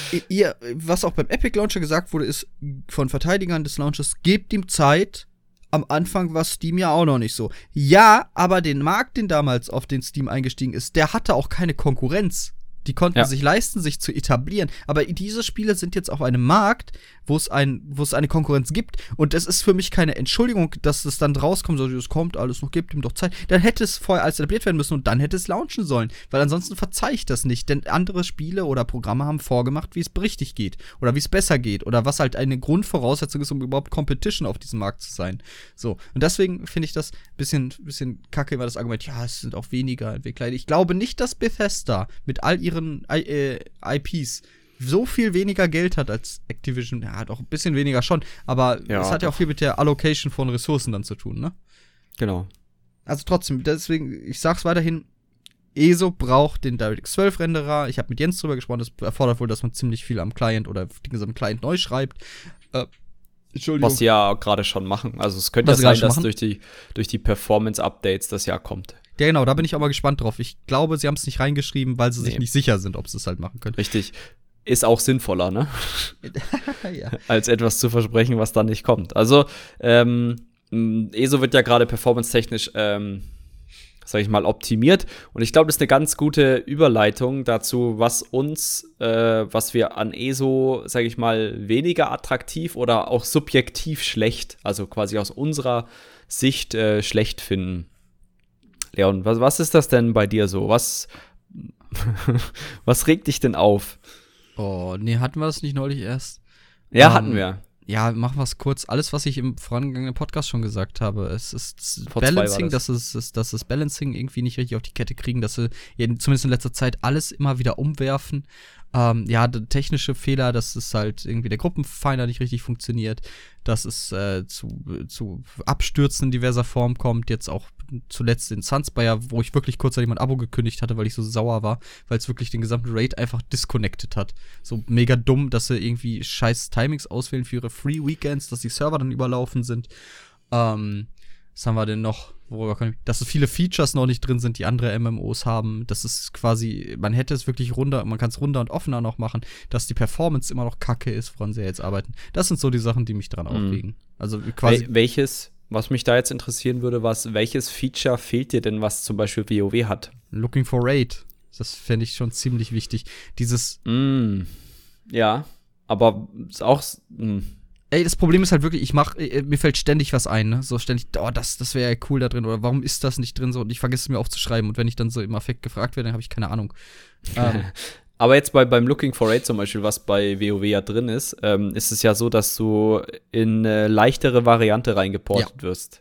ihr, was auch beim Epic Launcher gesagt wurde, ist von Verteidigern des Launchers, gebt ihm Zeit, am Anfang war Steam ja auch noch nicht so. Ja, aber den Markt, den damals auf den Steam eingestiegen ist, der hatte auch keine Konkurrenz. Die konnten Ja. sich leisten, sich zu etablieren. Aber diese Spiele sind jetzt auf einem Markt, wo es ein, wo es eine Konkurrenz gibt. Und es ist für mich keine Entschuldigung, dass es dann rauskommt, so, es kommt alles noch, gibt ihm doch Zeit. Dann hätte es vorher alles etabliert werden müssen und dann hätte es launchen sollen. Weil ansonsten verzeihe ich das nicht. Denn andere Spiele oder Programme haben vorgemacht, wie es richtig geht. Oder wie es besser geht. Oder was halt eine Grundvoraussetzung ist, um überhaupt Competition auf diesem Markt zu sein. So. Und deswegen finde ich das ein bisschen, bisschen kacke, immer das Argument, ja, es sind auch weniger Entwickler. Ich glaube nicht, dass Bethesda mit all ihren I, äh, I Ps so viel weniger Geld hat als Activision. Ja, hat auch ein bisschen weniger schon. Aber Ja, es hat ja auch doch. viel mit der Allocation von Ressourcen dann zu tun, ne? Genau. Also trotzdem, deswegen, ich sag's weiterhin, E S O braucht den DirectX zwölf Renderer. Ich habe mit Jens drüber gesprochen, das erfordert wohl, dass man ziemlich viel am Client oder den gesamten Client neu schreibt. Äh, Entschuldigung. Was sie ja gerade schon machen. Also es könnte ja Was sie gerade sein, schon dass machen? durch die, durch die Performance-Updates das ja kommt. Ja, genau, da bin ich auch mal gespannt drauf. Ich glaube, sie haben es nicht reingeschrieben, weil sie sich Nee. nicht sicher sind, ob sie es halt machen können. Richtig. Ist auch sinnvoller, ne? Ja. Als etwas zu versprechen, was dann nicht kommt. Also, ähm, m, E S O wird ja gerade performance-technisch, ähm, sag ich mal, optimiert. Und ich glaube, das ist eine ganz gute Überleitung dazu, was uns, äh, was wir an E S O, sag ich mal, weniger attraktiv oder auch subjektiv schlecht, also quasi aus unserer Sicht äh, schlecht finden. Leon, was, was ist das denn bei dir so? Was, was regt dich denn auf? Oh, nee, hatten wir das nicht neulich erst? Ja, Ähm, hatten wir. Ja, machen wir es kurz. Alles, was ich im vorangegangenen Podcast schon gesagt habe. Es ist das Vor zwei war Balancing, das. dass es, es- dass das Balancing irgendwie nicht richtig auf die Kette kriegen, dass sie ja, zumindest in letzter Zeit alles immer wieder umwerfen. Ähm, ja, der technische Fehler, dass es halt irgendwie der Gruppenfinder nicht richtig funktioniert, dass es äh, zu, zu Abstürzen in diverser Form kommt. Jetzt auch zuletzt in Sunspire, wo ich wirklich kurzzeitig mein Abo gekündigt hatte, weil ich so sauer war, weil es wirklich den gesamten Raid einfach disconnected hat. So mega dumm, dass sie irgendwie scheiß Timings auswählen für ihre Free Weekends, dass die Server dann überlaufen sind. Ähm, was haben wir denn noch? Worüber kann ich, dass es viele Features noch nicht drin sind, die andere M M Os haben. Das ist quasi, man hätte es wirklich runder, man kann es runder und offener noch machen, dass die Performance immer noch kacke ist, woran sie jetzt arbeiten. Das sind so die Sachen, die mich dran Mhm. aufregen. Also quasi. Wel welches, was mich da jetzt interessieren würde, was, welches Feature fehlt dir denn, was zum Beispiel WoW hat? Looking for Raid. Das fände ich schon ziemlich wichtig. Dieses, Mm, ja, aber ist auch. Mm, ey, das Problem ist halt wirklich, ich mach, äh, mir fällt ständig was ein, ne? So ständig, oh, das, das wäre ja cool da drin, oder warum ist das nicht drin so? Und ich vergesse es mir aufzuschreiben. Und wenn ich dann so im Affekt gefragt werde, dann habe ich keine Ahnung. ähm, Aber jetzt bei, beim Looking for Raid zum Beispiel, was bei WoW ja drin ist, ähm, ist es ja so, dass du in eine leichtere Variante reingeportet wirst.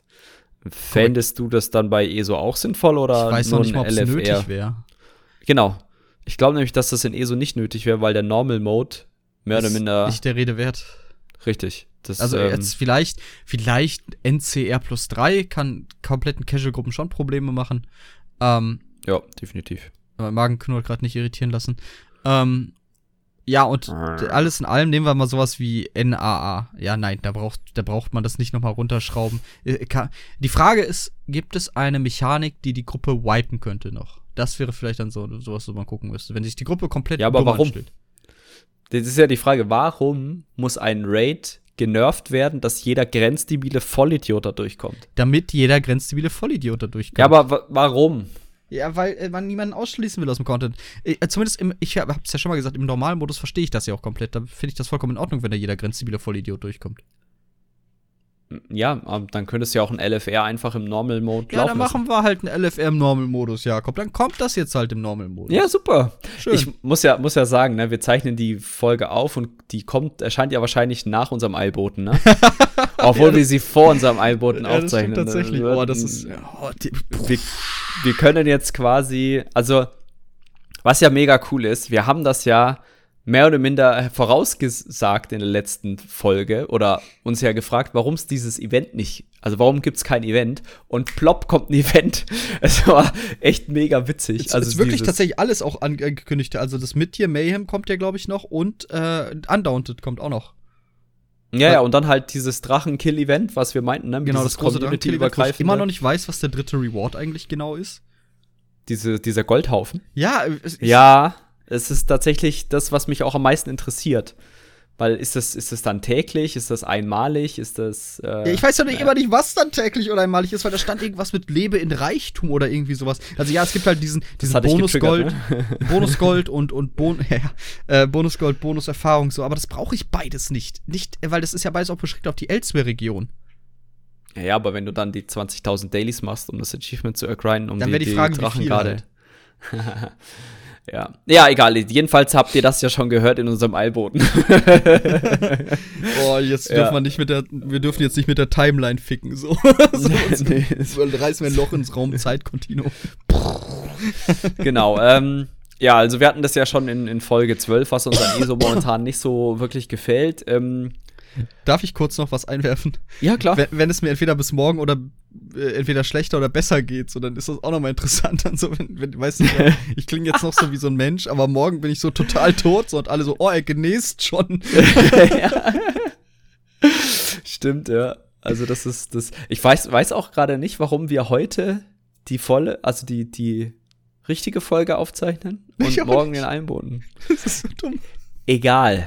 Fändest du das dann bei E S O auch sinnvoll oder ich weiß nur noch nicht ein mal, ob es L F R? nötig wäre. Genau. Ich glaube nämlich, dass das in E S O nicht nötig wäre, weil der Normal Mode mehr oder minder Nicht der Rede wert. richtig. Das, Also ähm, jetzt vielleicht, vielleicht N C R plus drei kann kompletten Casual-Gruppen schon Probleme machen. Ähm, ja, definitiv. aber Magenknurr gerade nicht irritieren lassen. Ähm, ja, und d- alles in allem nehmen wir mal sowas wie N A A. Ja, nein, da braucht, da braucht man das nicht nochmal runterschrauben. Äh, ka- Die Frage ist, gibt es eine Mechanik, die die Gruppe wipen könnte noch? Das wäre vielleicht dann so sowas, wo man gucken müsste. Wenn sich die Gruppe komplett Ja, aber dumm warum? anstellt. Das ist ja die Frage, warum muss ein Raid genervt werden, dass jeder grenzdebile Vollidiot da durchkommt? Damit jeder grenzdebile Vollidiot da durchkommt. Ja, aber wa- warum? Ja, weil äh, man niemanden ausschließen will aus dem Content. Äh, zumindest im, ich hab- hab's ja schon mal gesagt, im normalen Modus verstehe ich das ja auch komplett. Da finde ich das vollkommen in Ordnung, wenn da jeder grenzdebile Vollidiot durchkommt. Ja, aber dann könntest du ja auch ein L F R einfach im Normal Mode Ja, laufen dann machen wir halt einen L F R im Normal-Modus, Jakob. Dann kommt das jetzt halt im Normal-Modus. lassen. Ja, super. Schön. Ich muss ja, muss ja sagen, ne, wir zeichnen die Folge auf und die kommt, erscheint ja wahrscheinlich nach unserem Eilboten, ne? Obwohl Ja, wir sie vor unserem Eilboten ja, das stimmt aufzeichnen. tatsächlich. Ne? Oh, das ist. Oh, die, wir, wir können jetzt quasi, also, was ja mega cool ist, wir haben das ja mehr oder minder vorausgesagt in der letzten Folge oder uns ja gefragt, warum es dieses Event nicht, also warum gibt es kein Event und plopp kommt ein Event. Es war echt mega witzig. es also ist wirklich dieses- tatsächlich alles auch angekündigt. Also das Mid-Tier Mayhem kommt ja, glaube ich, noch und äh, Undaunted kommt auch noch. Ja, ja, und dann halt dieses Drachen-Kill-Event, was wir meinten, ne? Genau, dieses das große Drachen-Kill-Event, wo ich immer noch nicht weiß, was der dritte Reward eigentlich genau ist. Diese, dieser Goldhaufen. Ja, es, Ja, es ist tatsächlich das, was mich auch am meisten interessiert. Weil ist das, ist das dann täglich? Ist das einmalig? Ist das. Äh, ja, ich weiß ja nicht, immer nicht, was dann täglich oder einmalig ist, weil da stand irgendwas mit Lebe in Reichtum oder irgendwie sowas. Also ja, es gibt halt diesen, diesen Bonusgold, ne? Bonusgold und, und bon ja, äh, Bonusgold, Bonuserfahrung, so, aber das brauche ich beides nicht. Nicht, weil das ist ja beides auch beschränkt auf die Elsewhere-Region. Ja, ja, aber wenn du dann die zwanzigtausend Dailies machst, um das Achievement zu ergrinden, um dann die, die, die Frage, Drachen wie viel gerade. Halt. Ja. Ja, egal. Jedenfalls habt ihr das ja schon gehört in unserem Eilboten. Boah, jetzt ja. dürfen wir nicht mit der, wir dürfen jetzt nicht mit der Timeline ficken, so. so nee, so reißen wir ein Loch ins Raum-Zeit-Kontinuum. Genau, ähm, ja, also wir hatten das ja schon in, in Folge zwölf, was uns an E S O momentan nicht so wirklich gefällt. Ähm, Darf ich kurz noch was einwerfen? Ja, klar. Wenn, wenn es mir entweder bis morgen oder äh, entweder schlechter oder besser geht, so, dann ist das auch nochmal interessant. Dann so, wenn, wenn, weißt du, ja, ich klinge jetzt noch so wie so ein Mensch, aber morgen bin ich so total tot so, und alle so, oh, er genäst schon. Ja. Stimmt, ja. Also das ist das. Ich weiß, weiß auch gerade nicht, warum wir heute die volle, also die, die richtige Folge aufzeichnen und ich morgen den Einboten. Das ist so dumm. Egal.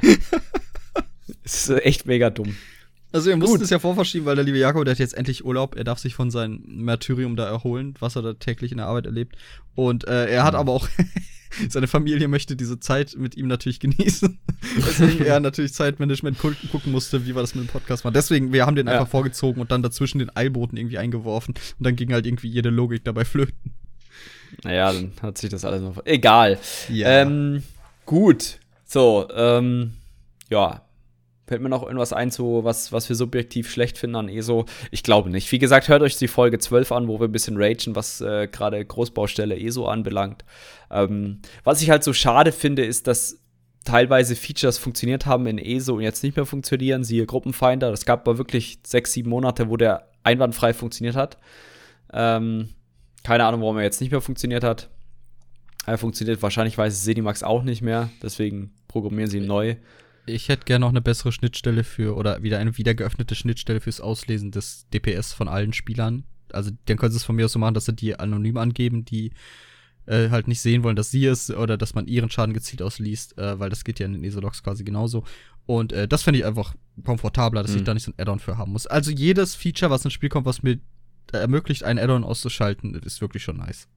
Das ist echt mega dumm. Also wir mussten es ja vorverschieben, weil der liebe Jakob, der hat jetzt endlich Urlaub. Er darf sich von seinem Martyrium da erholen, was er da täglich in der Arbeit erlebt. Und äh, er hat mhm. aber auch, seine Familie möchte diese Zeit mit ihm natürlich genießen. Deswegen er natürlich Zeitmanagement gucken, gucken musste, wie wir das mit dem Podcast machen. Deswegen, wir haben den ja. einfach vorgezogen und dann dazwischen den Eilboten irgendwie eingeworfen. Und dann ging halt irgendwie jede Logik dabei flöten. Naja, dann hat sich das alles noch... Egal. Ja. Ähm, gut. So, ähm, ja. Fällt mir noch irgendwas ein, so was, was wir subjektiv schlecht finden an E S O? Ich glaube nicht. Wie gesagt, hört euch die Folge zwölf an, wo wir ein bisschen ragen, was äh, gerade Großbaustelle E S O anbelangt. Ähm, was ich halt so schade finde, ist, dass teilweise Features funktioniert haben in E S O und jetzt nicht mehr funktionieren. Siehe Gruppenfinder. Das gab aber wirklich sechs, sieben Monate, wo der einwandfrei funktioniert hat. Ähm, keine Ahnung, warum er jetzt nicht mehr funktioniert hat. Er funktioniert wahrscheinlich, weiß Zenimax auch nicht mehr. Deswegen programmieren sie ihn neu. Ich hätte gerne noch eine bessere Schnittstelle für, oder wieder eine wieder geöffnete Schnittstelle fürs Auslesen des D P S von allen Spielern. Also dann können sie es von mir aus so machen, dass sie die anonym angeben, die äh, halt nicht sehen wollen, dass sie es, oder dass man ihren Schaden gezielt ausliest, äh, weil das geht ja in den E S O-Logs quasi genauso. Und äh, das finde ich einfach komfortabler, dass mhm. ich da nicht so ein Add-on für haben muss. Also jedes Feature, was ins Spiel kommt, was mir äh, ermöglicht, einen Add-on auszuschalten, ist wirklich schon nice.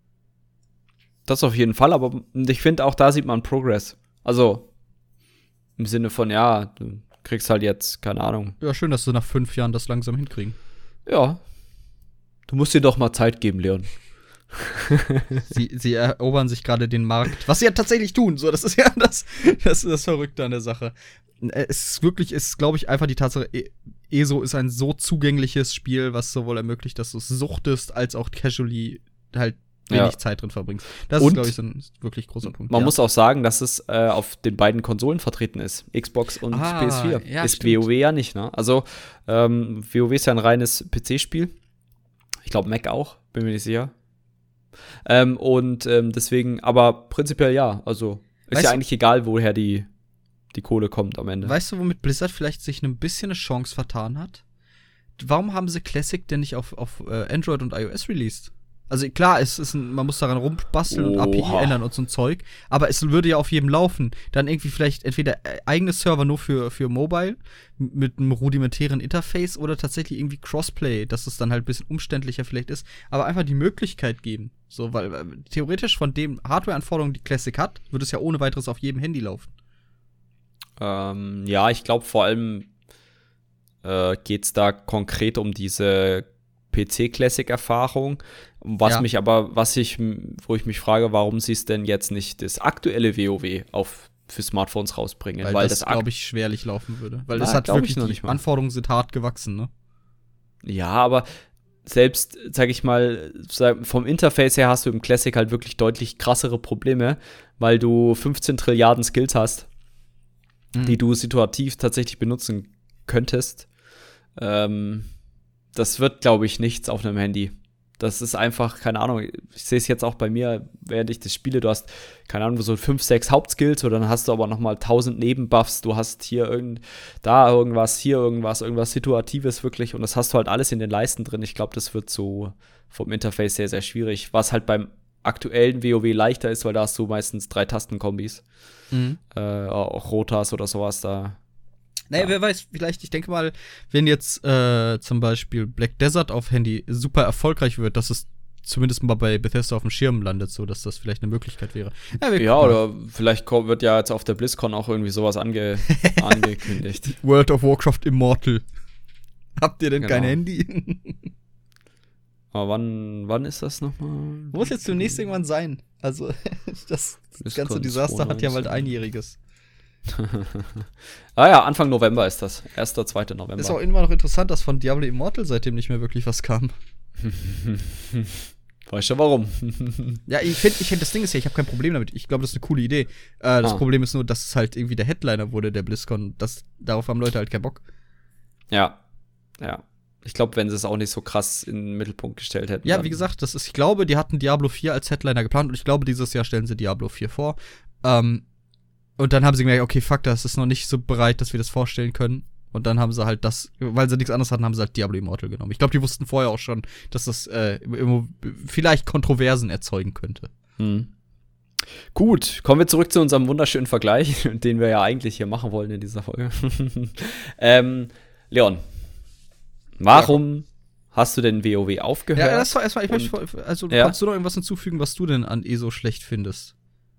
Das auf jeden Fall, aber ich finde auch da sieht man Progress. Also im Sinne von, ja, du kriegst halt jetzt, keine Ahnung. Ja, schön, dass sie nach fünf Jahren das langsam hinkriegen. Ja. Du musst dir doch mal Zeit geben, Leon. sie, sie erobern sich gerade den Markt. Was sie ja tatsächlich tun. So, das ist ja das, das, ist das Verrückte an der Sache. Es ist wirklich, es ist, glaube ich, einfach die Tatsache, E S O ist ein so zugängliches Spiel, was sowohl ermöglicht, dass du es suchtest, als auch casually halt wenig ja. Zeit drin verbringst. Das und ist, glaube ich, so ein wirklich großer Punkt. Man ja. muss auch sagen, dass es äh, auf den beiden Konsolen vertreten ist. Xbox und ah, P S vier. Ja, ist stimmt. WoW ja nicht, ne? Also, ähm, WoW ist ja ein reines P C-Spiel. Ich glaube, Mac auch, bin mir nicht sicher. Ähm, und ähm, deswegen, aber prinzipiell ja. Also, ist weißt ja eigentlich egal, woher die, die Kohle kommt am Ende. Weißt du, womit Blizzard vielleicht sich ein bisschen eine Chance vertan hat? Warum haben sie Classic denn nicht auf, auf äh, Android und iOS released? Also klar, es ist ein, man muss daran rumbasteln und A P I ändern und so ein Zeug, aber es würde ja auf jedem laufen. Dann irgendwie vielleicht entweder eigene Server nur für, für Mobile mit einem rudimentären Interface oder tatsächlich irgendwie Crossplay, dass es dann halt ein bisschen umständlicher vielleicht ist, aber einfach die Möglichkeit geben. So, weil äh, theoretisch von den Hardware-Anforderungen, die Classic hat, würde es ja ohne weiteres auf jedem Handy laufen. Ähm, ja, ich glaube vor allem äh, geht es da konkret um diese P C-Classic-Erfahrung. Was ja. mich aber, was ich, wo ich mich frage, warum sie es denn jetzt nicht das aktuelle WoW auf für Smartphones rausbringen? Weil, weil das, das glaube ich, schwerlich laufen würde. Weil das ja, hat wirklich, noch die nicht mal. Anforderungen sind hart gewachsen, ne? Ja, aber selbst, sag ich mal, vom Interface her hast du im Classic halt wirklich deutlich krassere Probleme, weil du fünfzehn Trilliarden Skills hast, mhm. die du situativ tatsächlich benutzen könntest. Ähm, das wird, glaube ich, nichts auf einem Handy. Das ist einfach, keine Ahnung, ich sehe es jetzt auch bei mir, während ich das spiele, du hast, keine Ahnung, so fünf, sechs Hauptskills oder dann hast du aber nochmal tausend Nebenbuffs, du hast hier irgend, da irgendwas, hier irgendwas, irgendwas Situatives wirklich und das hast du halt alles in den Leisten drin. Ich glaube, das wird so vom Interface sehr, sehr schwierig, was halt beim aktuellen WoW leichter ist, weil da hast du meistens drei Tastenkombis, mhm. äh, auch Rotas oder sowas, da Naja, ja. wer weiß, vielleicht, ich denke mal, wenn jetzt äh, zum Beispiel Black Desert auf Handy super erfolgreich wird, dass es zumindest mal bei Bethesda auf dem Schirm landet, so dass das vielleicht eine Möglichkeit wäre. Ja, ja oder vielleicht kommt, wird ja jetzt auf der BlizzCon auch irgendwie sowas ange angekündigt. World of Warcraft Immortal. Habt ihr denn Genau. kein Handy? Aber wann, wann ist das nochmal? Muss jetzt demnächst irgendwann sein. Also, das BlizzCon ganze Desaster hat ja bald zweitausendneunzehn. Einjähriges. Ah ja, Anfang November ist das. erster, zweiter November. Ist auch immer noch interessant, dass von Diablo Immortal seitdem nicht mehr wirklich was kam. Weißt du warum? Ja, ich finde, ich find, das Ding ist ja, ich habe kein Problem damit. Ich glaube, das ist eine coole Idee. Äh, das Ah. Problem ist nur, dass es halt irgendwie der Headliner wurde, der BlizzCon. Das, darauf haben Leute halt keinen Bock. Ja, ja. Ich glaube, wenn sie es auch nicht so krass in den Mittelpunkt gestellt hätten. Ja, dann- wie gesagt, das ist, ich glaube, die hatten Diablo vier als Headliner geplant und ich glaube, dieses Jahr stellen sie Diablo vier vor. Ähm, und dann haben sie gemerkt, okay, fuck, das ist noch nicht so bereit, dass wir das vorstellen können. Und dann haben sie halt das, weil sie nichts anderes hatten, haben sie halt Diablo Immortal genommen. Ich glaube, die wussten vorher auch schon, dass das äh, immer vielleicht Kontroversen erzeugen könnte. Hm. Gut, kommen wir zurück zu unserem wunderschönen Vergleich, den wir ja eigentlich hier machen wollen in dieser Folge. ähm, Leon, warum hast du denn WoW aufgehört? Ja, das war erstmal, ich möchte, also Ja. kannst du noch irgendwas hinzufügen, was du denn an E S O schlecht findest?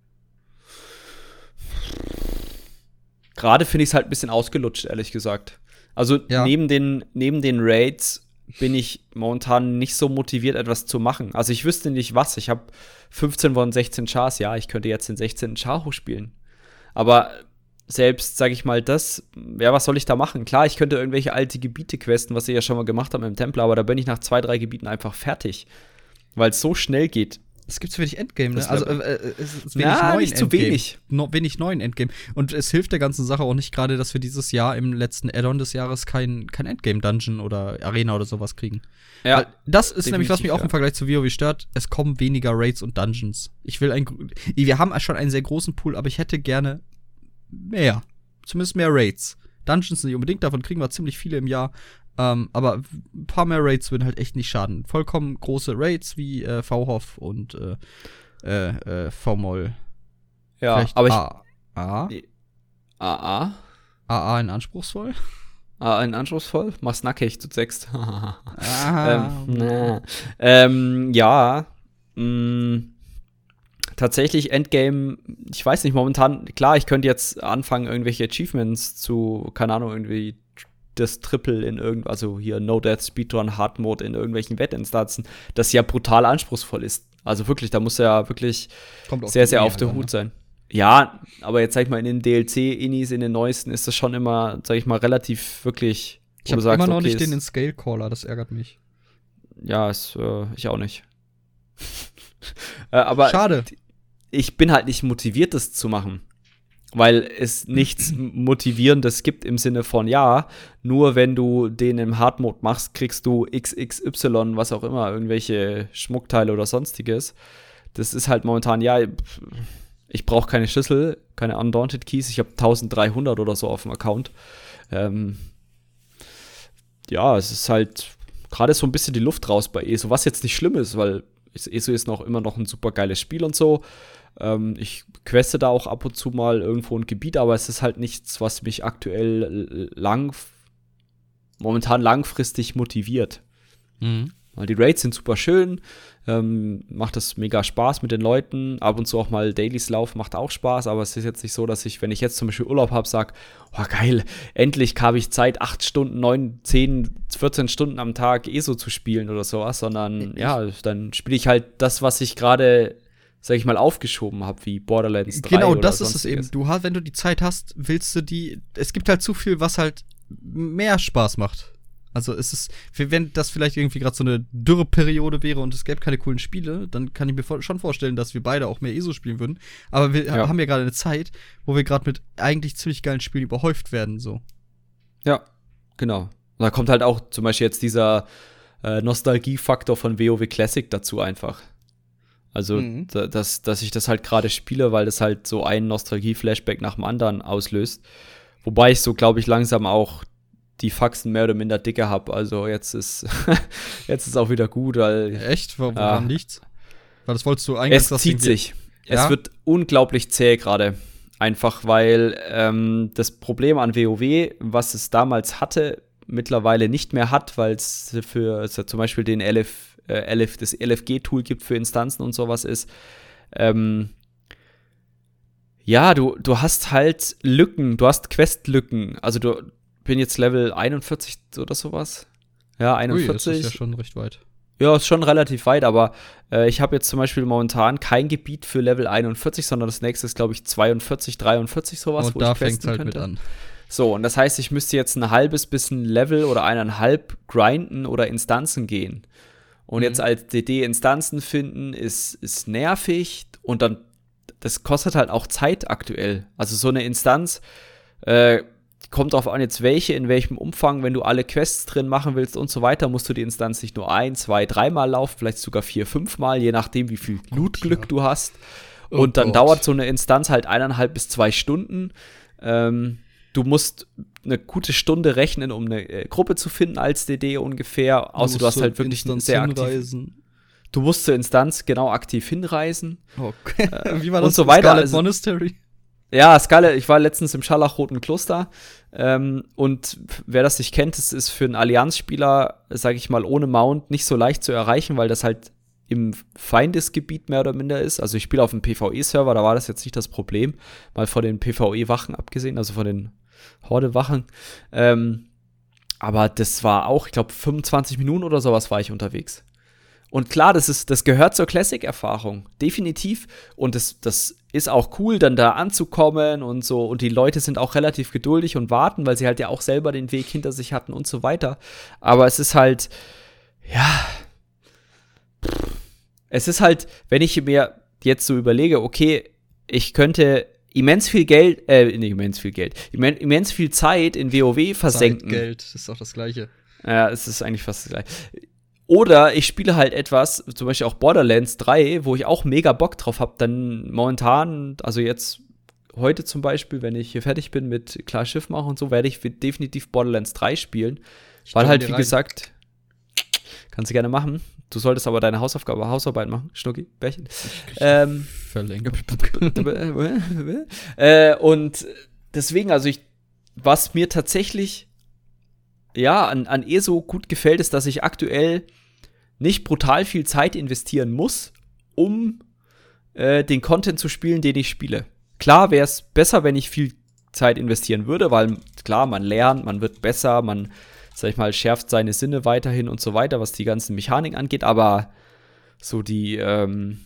Gerade finde ich es halt ein bisschen ausgelutscht, ehrlich gesagt. Also Ja. neben den, neben den Raids bin ich momentan nicht so motiviert, etwas zu machen. Also ich wüsste nicht was. Ich habe fünfzehn von sechzehn Chars. Ja, ich könnte jetzt den sechzehnten Char hochspielen. Aber selbst, sage ich mal, das, ja, was soll ich da machen? Klar, ich könnte irgendwelche alte Gebiete questen, was ich ja schon mal gemacht habe im Templer, aber da bin ich nach zwei, drei Gebieten einfach fertig. Weil es so schnell geht. Es gibt zu wenig Endgame, ne? Das Also, Level. äh, äh, es ist wenig Na, neuen nicht zu Endgame. wenig. No, wenig neuen Endgame. Und es hilft der ganzen Sache auch nicht gerade, dass wir dieses Jahr im letzten Add-on des Jahres kein, kein Endgame-Dungeon oder Arena oder sowas kriegen. Ja, Weil das ist nämlich, was mich auch definitiv, im Vergleich zu WoW stört. Es kommen weniger Raids und Dungeons. Ich will ein. gr- Wir haben schon einen sehr großen Pool, aber ich hätte gerne mehr. Zumindest mehr Raids. Dungeons nicht unbedingt, davon kriegen wir ziemlich viele im Jahr. Ähm, aber ein paar mehr Raids würden halt echt nicht schaden. Vollkommen große Raids wie äh, V-Hoff und äh, äh, äh, V-Moll. ja, Vielleicht aber ich. A A? A A? A A in anspruchsvoll? Ah, ein anspruchsvoll? Mach's nackig, du sechst. Ah. ähm, na. ähm, ja. Mh, tatsächlich Endgame, ich weiß nicht, momentan, klar, ich könnte jetzt anfangen, irgendwelche Achievements zu, keine Ahnung, irgendwie das Triple in irgend, also hier No Death Speedrun Hard Mode in irgendwelchen Wettinstanzen, das ja brutal anspruchsvoll ist. Also wirklich, da muss ja wirklich Kommt auf sehr, die sehr Idee auf der halt an, Hut ne? sein. Ja, aber jetzt sag ich mal, in den D L C-Inis, in den neuesten, ist das schon immer, sag ich mal, relativ wirklich, Ich wo habe du sagst, immer noch okay, nicht den es- in Scale Caller, das ärgert mich. ja, ist, äh, ich auch nicht. äh, aber Schade. ich bin halt nicht motiviert, das zu machen. Weil es nichts Motivierendes gibt im Sinne von, ja, nur wenn du den im Hard Mode machst, kriegst du X X Y, was auch immer, irgendwelche Schmuckteile oder sonstiges. Das ist halt momentan, ja, ich brauche keine Schlüssel, keine Undaunted Keys, ich habe dreizehnhundert oder so auf dem Account. Ähm, ja, es ist halt gerade so ein bisschen die Luft raus bei E S O, was jetzt nicht schlimm ist, weil E S O ist noch immer noch ein super geiles Spiel und so. Ähm, ich queste da auch ab und zu mal irgendwo ein Gebiet, aber es ist halt nichts, was mich aktuell lang, momentan langfristig motiviert. Mhm. Weil die Raids sind super schön, ähm, macht das mega Spaß mit den Leuten. Ab und zu auch mal Dailies Lauf macht auch Spaß, aber es ist jetzt nicht so, dass ich, wenn ich jetzt zum Beispiel Urlaub habe, sage, oh geil, endlich habe ich Zeit, acht Stunden, neun, zehn, vierzehn Stunden am Tag E S O zu spielen oder sowas, sondern Ich- ja, dann spiele ich halt das, was ich gerade, sag ich mal, aufgeschoben habe, wie Borderlands drei Genau, oder das ist es sonstiges. eben. Du hast, wenn du die Zeit hast, willst du die. Es gibt halt zu viel, was halt mehr Spaß macht. Also es ist, wenn das vielleicht irgendwie gerade so eine Dürreperiode wäre und es gäbe keine coolen Spiele, dann kann ich mir vor, schon vorstellen, dass wir beide auch mehr E S O spielen würden. Aber wir Ja. haben ja gerade eine Zeit, wo wir gerade mit eigentlich ziemlich geilen Spielen überhäuft werden. So. Ja, genau. Und da kommt halt auch zum Beispiel jetzt dieser äh, Nostalgiefaktor von WoW Classic dazu einfach. Also, Mhm. da, dass, dass ich das halt gerade spiele, weil das halt so ein Nostalgie-Flashback nach dem anderen auslöst. Wobei ich so, glaube ich, langsam auch die Faxen mehr oder minder dicke habe. Also jetzt ist jetzt ist auch wieder gut, weil Echt? Wor- Ja. Woran liegt's? Weil das wolltest du eigentlich. es zieht sich. Ja? Es wird unglaublich zäh gerade. Einfach weil ähm, das Problem an WoW, was es damals hatte, mittlerweile nicht mehr hat, weil es für es ja zum Beispiel den L F, äh, L F, das L F G-Tool gibt für Instanzen und sowas ist. Ähm, ja, du, du hast halt Lücken, du hast Quest-Lücken. Also du bin jetzt Level einundvierzig oder sowas. Ja, einundvierzig. Ui, das ist ja schon recht weit. Ja, ist schon relativ weit, aber äh, ich habe jetzt zum Beispiel momentan kein Gebiet für Level einundvierzig, sondern das nächste ist, glaube ich, zweiundvierzig, dreiundvierzig, sowas. Und wo da ich fängt es halt könnte. mit an. So, und das heißt, ich müsste jetzt ein halbes bis ein Level oder eineinhalb grinden oder Instanzen gehen. Und Mhm. jetzt als D D Instanzen finden, ist, ist nervig und dann, das kostet halt auch Zeit aktuell. Also so eine Instanz, äh, kommt drauf an, jetzt welche, in welchem Umfang, wenn du alle Quests drin machen willst und so weiter, musst du die Instanz nicht nur ein, zwei, dreimal laufen, vielleicht sogar vier, fünfmal, je nachdem, wie viel Lootglück ja. du hast. Oh und dann Gott. dauert so eine Instanz halt eineinhalb bis zwei Stunden. Ähm, du musst eine gute Stunde rechnen, um eine äh, Gruppe zu finden als D D ungefähr. Außer du, hast halt wirklich Instanz sehr aktiv. hinreisen. Du musst zur Instanz genau aktiv hinreisen. Okay. Äh, Wie war das? und so weiter. Scarlet Also, Monastery? ja, Skala, ich war letztens im Scharlachroten Kloster. Ähm, und wer das nicht kennt, das ist für einen Allianzspieler, sage ich mal, ohne Mount nicht so leicht zu erreichen, weil das halt im Feindesgebiet mehr oder minder ist. Also ich spiele auf einem PvE-Server, da war das jetzt nicht das Problem. Mal von den PvE-Wachen abgesehen, also von den Horde-Wachen. Ähm, aber das war auch, ich glaube, fünfundzwanzig Minuten oder sowas war ich unterwegs. Und klar, das ist, das gehört zur Classic-Erfahrung, definitiv. Und das, das ist auch cool, dann da anzukommen und so. Und die Leute sind auch relativ geduldig und warten, weil sie halt ja auch selber den Weg hinter sich hatten und so weiter. Aber es ist halt, ja, es ist halt, wenn ich mir jetzt so überlege, okay, ich könnte immens viel Geld, äh, nicht immens viel Geld, immens viel Zeit in WoW versenken. Zeit, Geld, das ist auch das Gleiche. Ja, es ist eigentlich fast das Gleiche. Oder ich spiele halt etwas, zum Beispiel auch Borderlands drei, wo ich auch mega Bock drauf habe, dann momentan, also jetzt heute zum Beispiel, wenn ich hier fertig bin mit klar Schiff machen und so, werde ich definitiv Borderlands drei spielen. Ich weil halt, wie rein. gesagt, kannst du gerne machen. Du solltest aber deine Hausaufgabe, Hausarbeit machen, Schnucki, Bärchen. Ähm, Verlängert. äh, und deswegen, also ich, was mir tatsächlich ja, an, an E S O gut gefällt, ist, dass ich aktuell nicht brutal viel Zeit investieren muss, um äh, den Content zu spielen, den ich spiele. Klar wäre es besser, wenn ich viel Zeit investieren würde, weil klar, man lernt, man wird besser, man, sag ich mal, schärft seine Sinne weiterhin und so weiter, was die ganzen Mechaniken angeht, aber so die, ähm,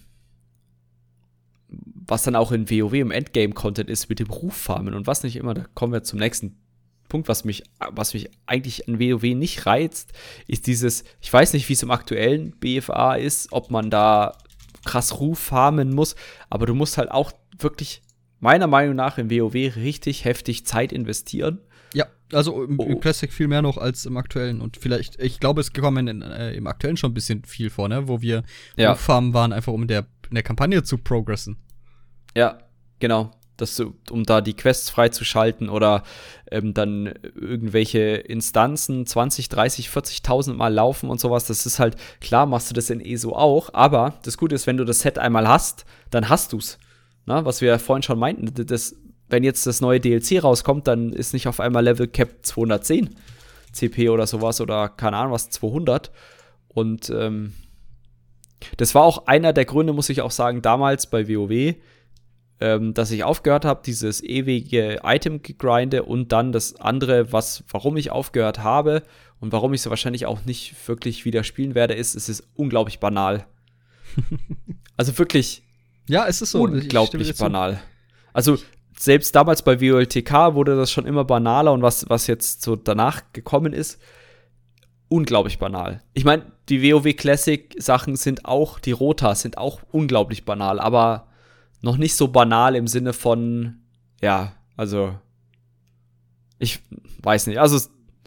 was dann auch in WoW im Endgame-Content ist mit dem Ruffarmen und was nicht immer, da kommen wir zum nächsten Punkt, was mich, was mich eigentlich an WoW nicht reizt, ist dieses, ich weiß nicht, wie es im aktuellen B F A ist, ob man da krass Ruf farmen muss, aber du musst halt auch wirklich, meiner Meinung nach, in WoW richtig heftig Zeit investieren. Ja, also im, oh. im Classic viel mehr noch als im aktuellen und vielleicht, ich glaube, es kommen in, äh, im aktuellen schon ein bisschen viel vor, ne, wo wir ja. Ruffarmen waren, einfach um in der, in der Kampagne zu progressen. Ja, genau. Das, um da die Quests freizuschalten oder ähm, dann irgendwelche Instanzen zwanzig, dreißig, vierzigtausend Mal laufen und sowas. Das ist halt, klar machst du das in E S O auch, aber das Gute ist, wenn du das Set einmal hast, dann hast du's. Na, was wir ja vorhin schon meinten, das, wenn jetzt das neue D L C rauskommt, dann ist nicht auf einmal Level Cap zweihundertzehn C P oder sowas oder keine Ahnung was, zweihundert. Und ähm, das war auch einer der Gründe, muss ich auch sagen, damals bei WoW, dass ich aufgehört habe, dieses ewige Item-Grinde und dann das andere, was, warum ich aufgehört habe und warum ich so wahrscheinlich auch nicht wirklich wieder spielen werde, ist, es ist unglaublich banal. Also wirklich ja, es ist so. unglaublich banal. Also selbst damals bei W O L T K wurde das schon immer banaler und was, was jetzt so danach gekommen ist, unglaublich banal. Ich meine, die WoW Classic-Sachen sind auch, die Rotas sind auch unglaublich banal, aber noch nicht so banal im Sinne von, ja, also, ich weiß nicht, also,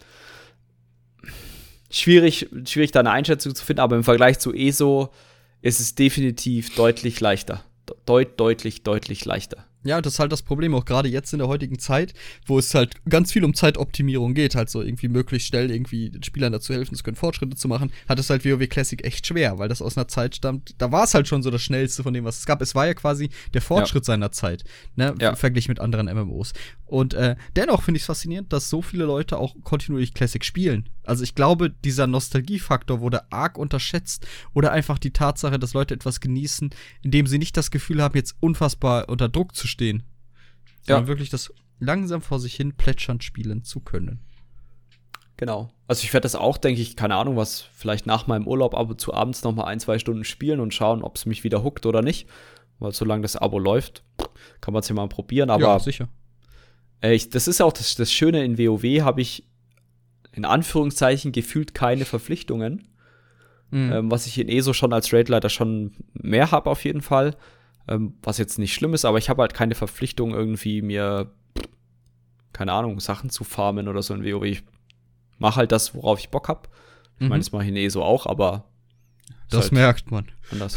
schwierig, schwierig da eine Einschätzung zu finden, aber im Vergleich zu E S O ist es definitiv deutlich leichter. Deut, deutlich, deutlich leichter. Ja, das ist halt das Problem, auch gerade jetzt in der heutigen Zeit, wo es halt ganz viel um Zeitoptimierung geht, halt so irgendwie möglichst schnell irgendwie den Spielern dazu helfen zu können, Fortschritte zu machen, hat es halt WoW Classic echt schwer, weil das aus einer Zeit stammt, da war es halt schon so das Schnellste von dem, was es gab. Es war ja quasi der Fortschritt ja. seiner Zeit, ne, ja. verglichen mit anderen M M Os. Und äh, dennoch finde ich es faszinierend, dass so viele Leute auch kontinuierlich Classic spielen. Also ich glaube, dieser Nostalgiefaktor wurde arg unterschätzt oder einfach die Tatsache, dass Leute etwas genießen, indem sie nicht das Gefühl haben, jetzt unfassbar unter Druck zu stehen, sondern ja. wirklich das langsam vor sich hin plätschernd spielen zu können. Genau. Also ich werde das auch, denke ich, keine Ahnung, was vielleicht nach meinem Urlaub ab und zu abends noch mal ein, zwei Stunden spielen und schauen, ob es mich wieder hookt oder nicht. Weil solange das Abo läuft, kann man es ja mal probieren. Aber ja, sicher. Äh, ich, das ist auch das, das Schöne in WoW, habe ich in Anführungszeichen gefühlt keine Verpflichtungen. Mhm. Ähm, was ich in E S O schon als Raidleiter schon mehr habe auf jeden Fall. Ähm, was jetzt nicht schlimm ist, aber ich habe halt keine Verpflichtung, irgendwie mir, keine Ahnung, Sachen zu farmen oder so in WoW. Ich mache halt das, worauf ich Bock habe. Ich mhm. meine, das mache ich in E S O auch, aber das halt merkt man. Anders.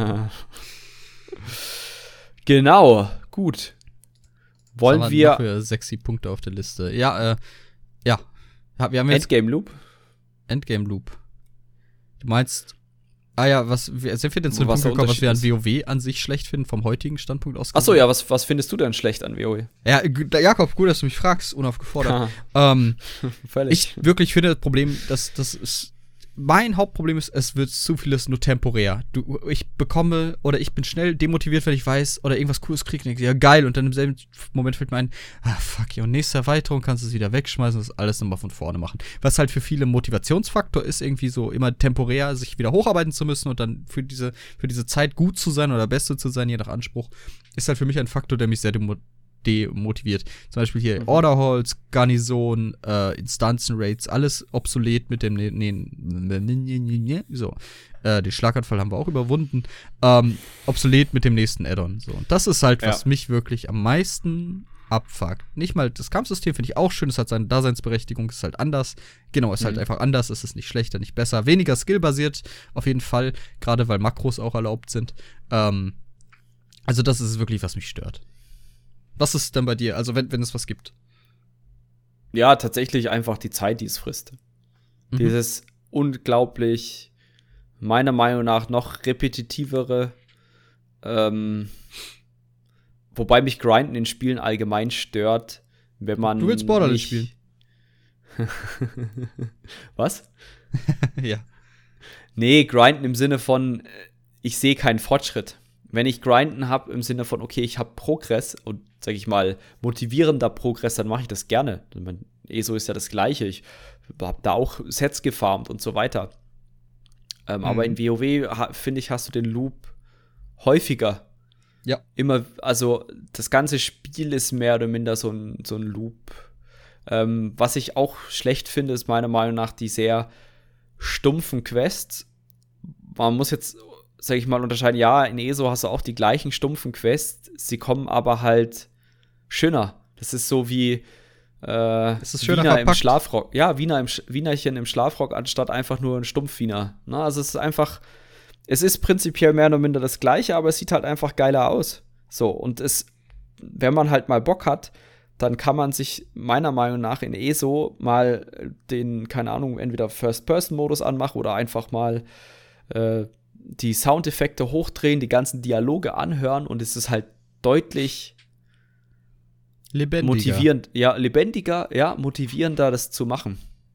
Genau, gut. Wollen was wir. Noch für sexy Punkte auf der Liste. Ja, äh, ja. Wir haben jetzt Endgame Loop? Endgame Loop. Du meinst. Ah ja, was sind wir denn zu dem Punkt gekommen, was wir an WoW an sich schlecht finden, vom heutigen Standpunkt aus? Achso, ja, was, was findest du denn schlecht an WoW? Ja, Jakob, gut, dass du mich fragst, unaufgefordert. ähm, ich wirklich finde das Problem, dass das ist. Mein Hauptproblem ist, es wird zu vieles nur temporär. Du, ich bekomme, oder ich bin schnell demotiviert, wenn ich weiß, oder irgendwas Cooles kriege, denke ich, ja geil, und dann im selben Moment fällt mir ein, ah fuck, ja, und nächste Erweiterung kannst du es wieder wegschmeißen und das alles nochmal von vorne machen. Was halt für viele Motivationsfaktor ist, irgendwie so immer temporär sich wieder hocharbeiten zu müssen und dann für diese, für diese Zeit gut zu sein oder beste zu sein, je nach Anspruch, ist halt für mich ein Faktor, der mich sehr demotiviert. demotiviert. Zum Beispiel hier mhm. Order Halls, Garnison, äh, Instanzen-Raids, alles obsolet mit dem ne, ne, ne, so. Äh, den Schlaganfall haben wir auch überwunden. Ähm, obsolet mit dem nächsten Add-on. So. Und das ist halt, was ja. mich wirklich am meisten abfuckt. Nicht mal das Kampfsystem finde ich auch schön, es hat seine Daseinsberechtigung, ist halt anders. Genau, ist mhm. halt einfach anders, es ist nicht schlechter, nicht besser. Weniger skillbasiert, auf jeden Fall, gerade weil Makros auch erlaubt sind. Ähm, also das ist wirklich, was mich stört. Was ist denn bei dir, also wenn, wenn es was gibt? Ja, tatsächlich einfach die Zeit, die es frisst. Mhm. Dieses unglaublich, meiner Meinung nach, noch repetitivere, ähm, wobei mich Grinden in Spielen allgemein stört, wenn man. Du willst Borderlands spielen. Was? Ja. Nee, Grinden im Sinne von, ich sehe keinen Fortschritt. Wenn ich Grinden habe im Sinne von, okay, ich habe Progress und, sag ich mal, motivierender Progress, dann mache ich das gerne. E S O ist ja das Gleiche. Ich habe da auch Sets gefarmt und so weiter. Ähm, mhm. Aber in WoW, finde ich, hast du den Loop häufiger. Ja. Immer, also das ganze Spiel ist mehr oder minder so ein, so ein Loop. Ähm, was ich auch schlecht finde, ist meiner Meinung nach die sehr stumpfen Quests. Man muss jetzt, sag ich mal, unterscheiden, ja, in E S O hast du auch die gleichen stumpfen Quests, sie kommen aber halt schöner. Das ist so wie äh, das ist schöner Wiener verpackt. Im Schlafrock. Ja, Wiener im Sch- Wienerchen im Schlafrock, anstatt einfach nur ein Stumpf-Wiener. Na, also es ist einfach, es ist prinzipiell mehr oder minder das Gleiche, aber es sieht halt einfach geiler aus. So, und es, wenn man halt mal Bock hat, dann kann man sich meiner Meinung nach in E S O mal den, keine Ahnung, entweder First-Person-Modus anmachen oder einfach mal äh, die Soundeffekte hochdrehen, die ganzen Dialoge anhören und es ist halt deutlich lebendiger. Motivierend, ja, lebendiger, ja, motivierender, das zu machen.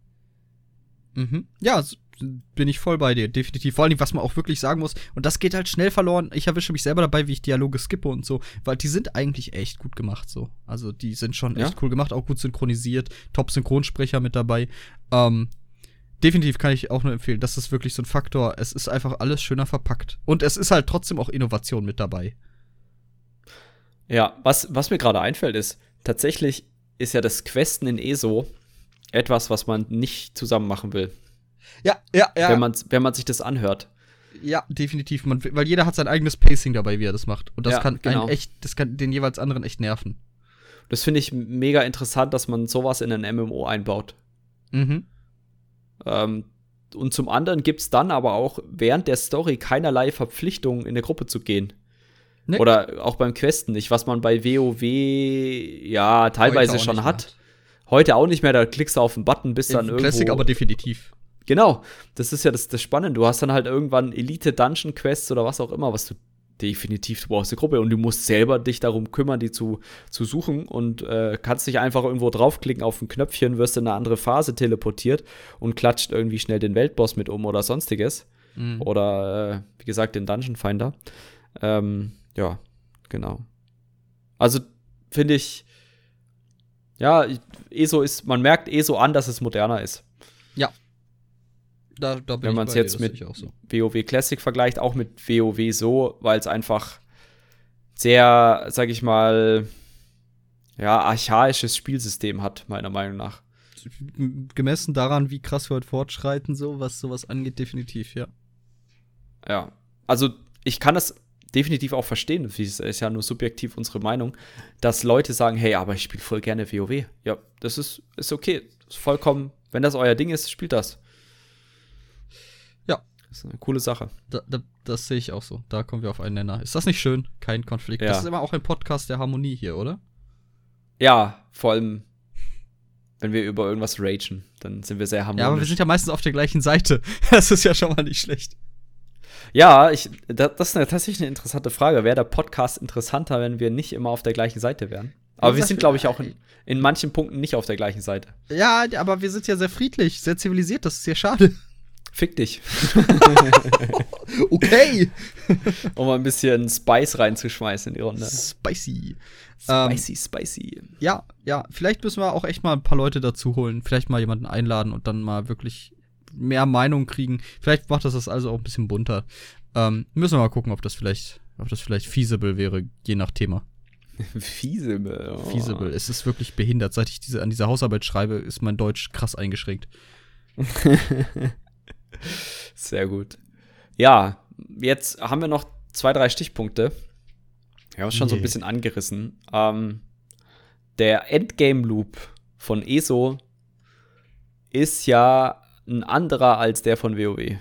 Mhm. Ja, bin ich voll bei dir, definitiv. Vor allem, was man auch wirklich sagen muss, und das geht halt schnell verloren. Ich erwische mich selber dabei, wie ich Dialoge skippe und so, weil die sind eigentlich echt gut gemacht, so. Also, die sind schon echt ja? cool gemacht, auch gut synchronisiert, Top-Synchronsprecher mit dabei. Ähm, definitiv kann ich auch nur empfehlen, das ist wirklich so ein Faktor. Es ist einfach alles schöner verpackt. Und es ist halt trotzdem auch Innovation mit dabei. Ja, was, was mir gerade einfällt, ist, tatsächlich ist ja das Questen in E S O etwas, was man nicht zusammen machen will. Ja, ja, ja. Wenn man, wenn man sich das anhört. Ja, definitiv. Man, weil jeder hat sein eigenes Pacing dabei, wie er das macht. Und das ja, kann genau. einen echt, das kann den jeweils anderen echt nerven. Das finde ich mega interessant, dass man sowas in ein M M O einbaut. Mhm. Ähm, und zum anderen gibt es dann aber auch während der Story keinerlei Verpflichtung, in eine Gruppe zu gehen. Nee. Oder auch beim Questen nicht, was man bei WoW ja teilweise schon hat. Heute auch nicht mehr, da klickst du auf den Button, bist dann irgendwo. Classic aber definitiv. Genau, das ist ja das, das Spannende. Du hast dann halt irgendwann Elite-Dungeon-Quests oder was auch immer, was du definitiv, du brauchst eine Gruppe und du musst selber dich darum kümmern, die zu, zu suchen und äh, kannst dich einfach irgendwo draufklicken auf ein Knöpfchen, wirst in eine andere Phase teleportiert und klatscht irgendwie schnell den Weltboss mit um oder sonstiges. Mhm. Oder, äh, wie gesagt, den Dungeon Finder. Ähm, ja, genau. Also, finde ich, ja, E S O ist, man merkt E S O an, dass es moderner ist. Ja. Da, da bin Wenn man es jetzt mit so. WoW Classic vergleicht, auch mit WoW so, weil es einfach sehr, sag ich mal, ja, archaisches Spielsystem hat, meiner Meinung nach. Gemessen daran, wie krass wir heute fortschreiten, so, was sowas angeht, definitiv, ja. Ja, also ich kann das definitiv auch verstehen, das ist ja nur subjektiv unsere Meinung, dass Leute sagen, hey, aber ich spiele voll gerne WoW. Ja, das ist, ist okay, das ist vollkommen, wenn das euer Ding ist, spielt das. Ja. Das ist eine coole Sache. Da, da, das sehe ich auch so, da kommen wir auf einen Nenner. Ist das nicht schön? Kein Konflikt. Ja. Das ist immer auch ein Podcast der Harmonie hier, oder? Ja, vor allem, wenn wir über irgendwas ragen, dann sind wir sehr harmonisch. Ja, aber wir sind ja meistens auf der gleichen Seite. Das ist ja schon mal nicht schlecht. Ja, ich, das ist eine, tatsächlich eine interessante Frage. Wäre der Podcast interessanter, wenn wir nicht immer auf der gleichen Seite wären? Aber ja, wir sind, glaube ich, auch in, in manchen Punkten nicht auf der gleichen Seite. Ja, aber wir sind ja sehr friedlich, sehr zivilisiert. Das ist ja schade. Fick dich. Okay. Um mal ein bisschen Spice reinzuschmeißen in die Runde. Spicy. Spicy, ähm, spicy. Ja, ja. Vielleicht müssen wir auch echt mal ein paar Leute dazu holen. Vielleicht mal jemanden einladen und dann mal wirklich mehr Meinung kriegen. Vielleicht macht das das also auch ein bisschen bunter. Ähm, müssen wir mal gucken, ob das vielleicht, ob das vielleicht feasible wäre, je nach Thema. Feasible? Oh. Feasible. Es ist wirklich behindert. Seit ich diese, an dieser Hausarbeit schreibe, ist mein Deutsch krass eingeschränkt. Sehr gut. Ja, jetzt haben wir noch zwei, drei Stichpunkte. Wir haben es schon yeah. so ein bisschen angerissen. Ähm, der Endgame-Loop von E S O ist ja ein anderer als der von WoW.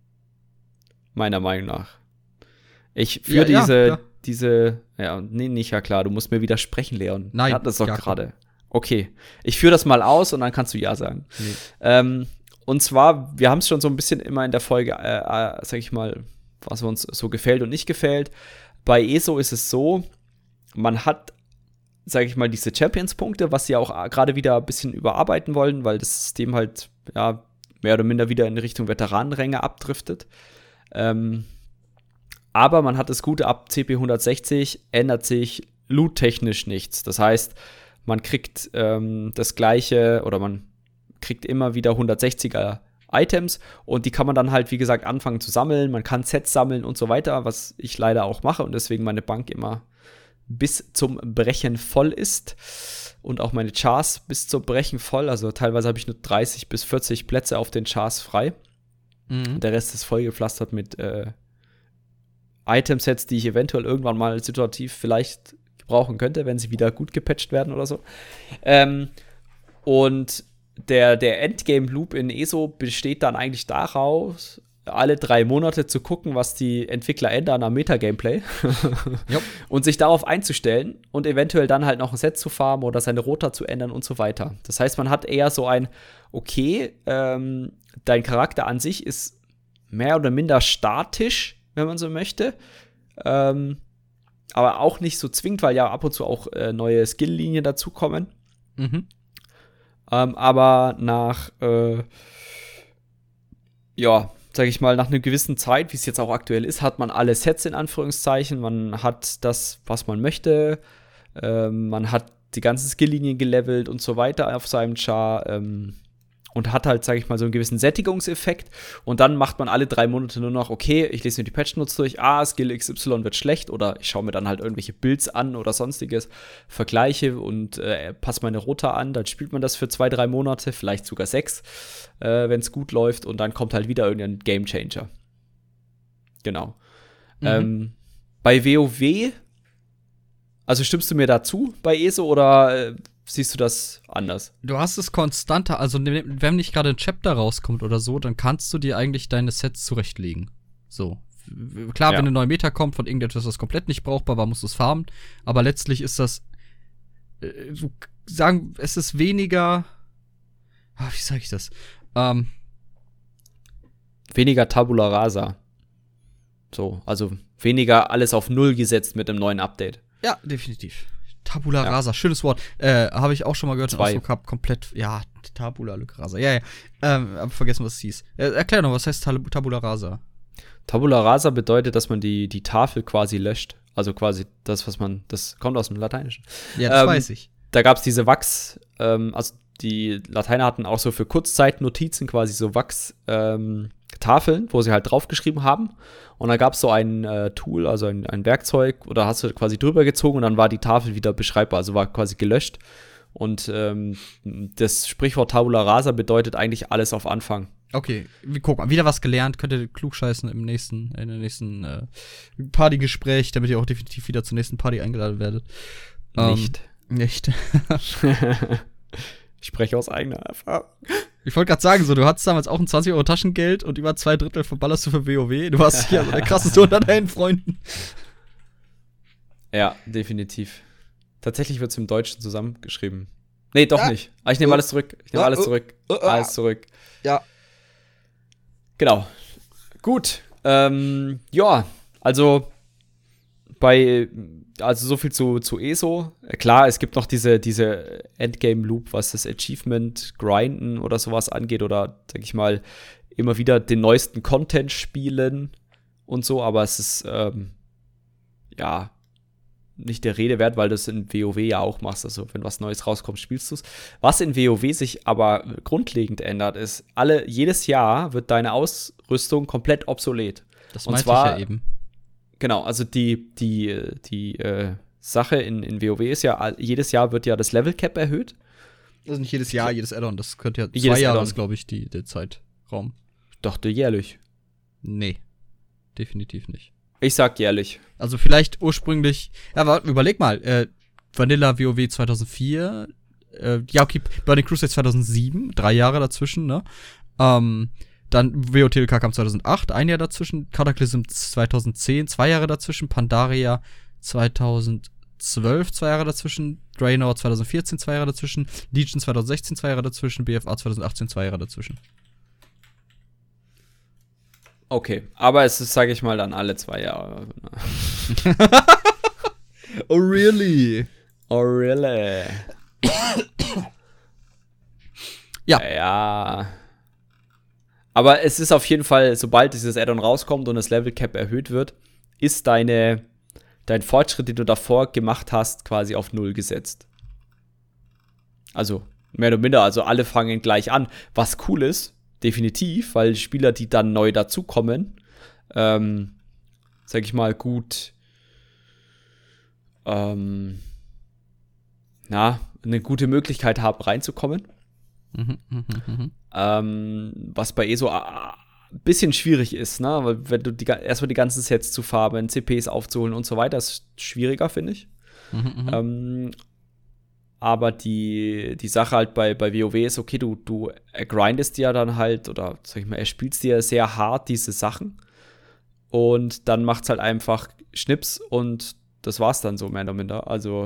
Meiner Meinung nach. Ich für ja, diese, ja, diese, ja, nee, nicht, ja klar, du musst mir widersprechen, Leon. Nein. Ich hatte das doch gerade. Okay, ich führe das mal aus und dann kannst du ja sagen. Nee. Ähm, und zwar, wir haben es schon so ein bisschen immer in der Folge, äh, äh, sag ich mal, was uns so gefällt und nicht gefällt. Bei E S O ist es so, man hat, sag ich mal, diese Champions-Punkte, was sie auch gerade wieder ein bisschen überarbeiten wollen, weil das System halt, ja, mehr oder minder wieder in Richtung Veteranenränge abdriftet. Ähm, aber man hat das Gute, ab C P hundertsechzig ändert sich loot-technisch nichts. Das heißt, man kriegt ähm, das gleiche oder man kriegt immer wieder hundertsechziger Items und die kann man dann halt, wie gesagt, anfangen zu sammeln. Man kann Sets sammeln und so weiter, was ich leider auch mache und deswegen meine Bank immer bis zum Brechen voll ist und auch meine Chars bis zum Brechen voll. Also teilweise habe ich nur dreißig bis vierzig Plätze auf den Chars frei. Mhm. Der Rest ist vollgepflastert mit äh, Item-Sets, die ich eventuell irgendwann mal situativ vielleicht gebrauchen könnte, wenn sie wieder gut gepatcht werden oder so. Ähm, und der, der Endgame-Loop in E S O besteht dann eigentlich daraus, alle drei Monate zu gucken, was die Entwickler ändern am Meta-Gameplay und sich darauf einzustellen und eventuell dann halt noch ein Set zu farmen oder seine Rota zu ändern und so weiter. Das heißt, man hat eher so ein, okay, ähm, dein Charakter an sich ist mehr oder minder statisch, wenn man so möchte, ähm, aber auch nicht so zwingend, weil ja ab und zu auch äh, neue Skill-Linien dazukommen. Mhm. Ähm, aber nach, äh, ja, sag ich mal, nach einer gewissen Zeit, wie es jetzt auch aktuell ist, hat man alle Sets in Anführungszeichen, man hat das, was man möchte, ähm, man hat die ganzen Skill-Linien gelevelt und so weiter auf seinem Char ähm, und hat halt, sag ich mal, so einen gewissen Sättigungseffekt und dann macht man alle drei Monate nur noch, okay, ich lese mir die Patch-Notes durch, ah, Skill X Y wird schlecht oder ich schaue mir dann halt irgendwelche Builds an oder sonstiges, vergleiche und äh, passe meine Rota an, dann spielt man das für zwei, drei Monate, vielleicht sogar sechs, äh, wenn es gut läuft und dann kommt halt wieder irgendein Gamechanger. Genau. Mhm. Ähm, bei WoW, also stimmst du mir dazu bei E S O oder äh, siehst du das anders? Du hast es konstanter, also wenn nicht gerade ein Chapter rauskommt oder so, dann kannst du dir eigentlich deine Sets zurechtlegen. So. klar, Ja. wenn eine neue Meta kommt von irgendetwas, was komplett nicht brauchbar war, musst du es farmen. Aber letztlich ist das, äh, so sagen, es ist weniger, ah, wie sage ich das? Ähm, Weniger Tabula Rasa. So, also weniger alles auf Null gesetzt mit einem neuen Update. ja, definitiv. Tabula Ja. Rasa, schönes Wort. Äh, habe ich auch schon mal gehört, den Zwei. Ausdruck hab komplett, ja, Tabula Rasa. Ja, ja. Ähm, hab vergessen, was es hieß. Äh, erklär noch, was heißt Tal- Tabula Rasa? Tabula Rasa bedeutet, dass man die, die Tafel quasi löscht. Also quasi das, was man, das kommt aus dem Lateinischen. Ja, das Ähm, weiß ich. Da gab es diese Wachs, ähm, also die Lateiner hatten auch so für Kurzzeitnotizen quasi so Wachstafeln, ähm, Tafeln, wo sie halt draufgeschrieben haben. Und da gab es so ein äh, Tool, also ein, ein Werkzeug, oder hast du quasi drüber gezogen und dann war die Tafel wieder beschreibbar, also war quasi gelöscht. Und ähm, das Sprichwort Tabula Rasa bedeutet eigentlich alles auf Anfang. Okay, wie, guck mal, wieder was gelernt, könnt ihr klugscheißen im nächsten, in der nächsten äh, Partygespräch, damit ihr auch definitiv wieder zur nächsten Party eingeladen werdet. Nicht. Ähm, nicht. Ich spreche aus eigener Erfahrung. Ich wollte gerade sagen, so, du hattest damals auch ein zwanzig Euro Taschengeld und über zwei Drittel verballerst du für WoW. Du warst hier so der krasseste unter deinen Freunden. Ja, definitiv. Tatsächlich wird es im Deutschen zusammengeschrieben. Nee, doch Ah. nicht. Aber ich nehme Oh. alles zurück. Ich nehme Ah, alles oh. zurück. Oh, oh. Alles zurück. Ja. Genau. Gut. Ähm, ja, also bei, also so viel zu, zu E S O. Äh, Klar, es gibt noch diese, diese Endgame-Loop, was das Achievement, Grinden oder sowas angeht oder, sag ich mal, immer wieder den neuesten Content spielen und so, aber es ist, ähm, ja, nicht der Rede wert, weil du es in WoW ja auch machst. Also, wenn was Neues rauskommt, spielst du es. Was in WoW sich aber grundlegend ändert, ist, alle, jedes Jahr wird deine Ausrüstung komplett obsolet. Das Und meinte zwar- ich ja eben. Genau, also die, die, die äh, Sache in, in WoW ist ja, all- jedes Jahr wird ja das Level Cap erhöht. Also nicht jedes Jahr, jedes Add-on. Das könnte ja Jedes zwei Jahre Add-on. ist, glaube ich, die, der Zeitraum. Ich dachte jährlich. Nee. Definitiv nicht. Ich sag jährlich. Also vielleicht ursprünglich, ja, aber überleg mal, äh, Vanilla WoW zweitausendvier, äh, ja, okay, Burning Crusade zweitausendsieben, drei Jahre dazwischen, ne? Ähm, dann WoW T L K kam zweitausendacht, ein Jahr dazwischen, Cataclysm zweitausendzehn, zwei Jahre dazwischen, Pandaria zweitausendzwölf, zwei Jahre dazwischen, Draenor zweitausendvierzehn, zwei Jahre dazwischen, Legion zweitausendsechzehn, zwei Jahre dazwischen, B F A zweitausendachtzehn, zwei Jahre dazwischen. Okay, aber es ist, sage ich mal, dann alle zwei Jahre. Oh, really? Oh, really? Ja. Ja. Aber es ist auf jeden Fall, sobald dieses Add-on rauskommt und das Level Cap erhöht wird, ist deine, dein Fortschritt, den du davor gemacht hast, quasi auf Null gesetzt. Also, mehr oder minder, also alle fangen gleich an. Was cool ist, definitiv, weil Spieler, die dann neu dazukommen, ähm, sag ich mal, gut, ähm, na, eine gute Möglichkeit haben, reinzukommen. Mhm, mhm, mhm. Ähm, was bei E S O ein bisschen schwierig ist, ne? Weil wenn du die, erstmal die ganzen Sets zu farben, C Ps aufzuholen und so weiter, ist schwieriger, finde ich. Mhm, mhm. Ähm, aber die, die Sache halt bei, bei WoW ist, okay, du, du grindest ja dann halt, oder sag ich mal, er spielst dir sehr hart diese Sachen. Und dann macht's halt einfach Schnips und das war's dann so, mehr oder minder. Also,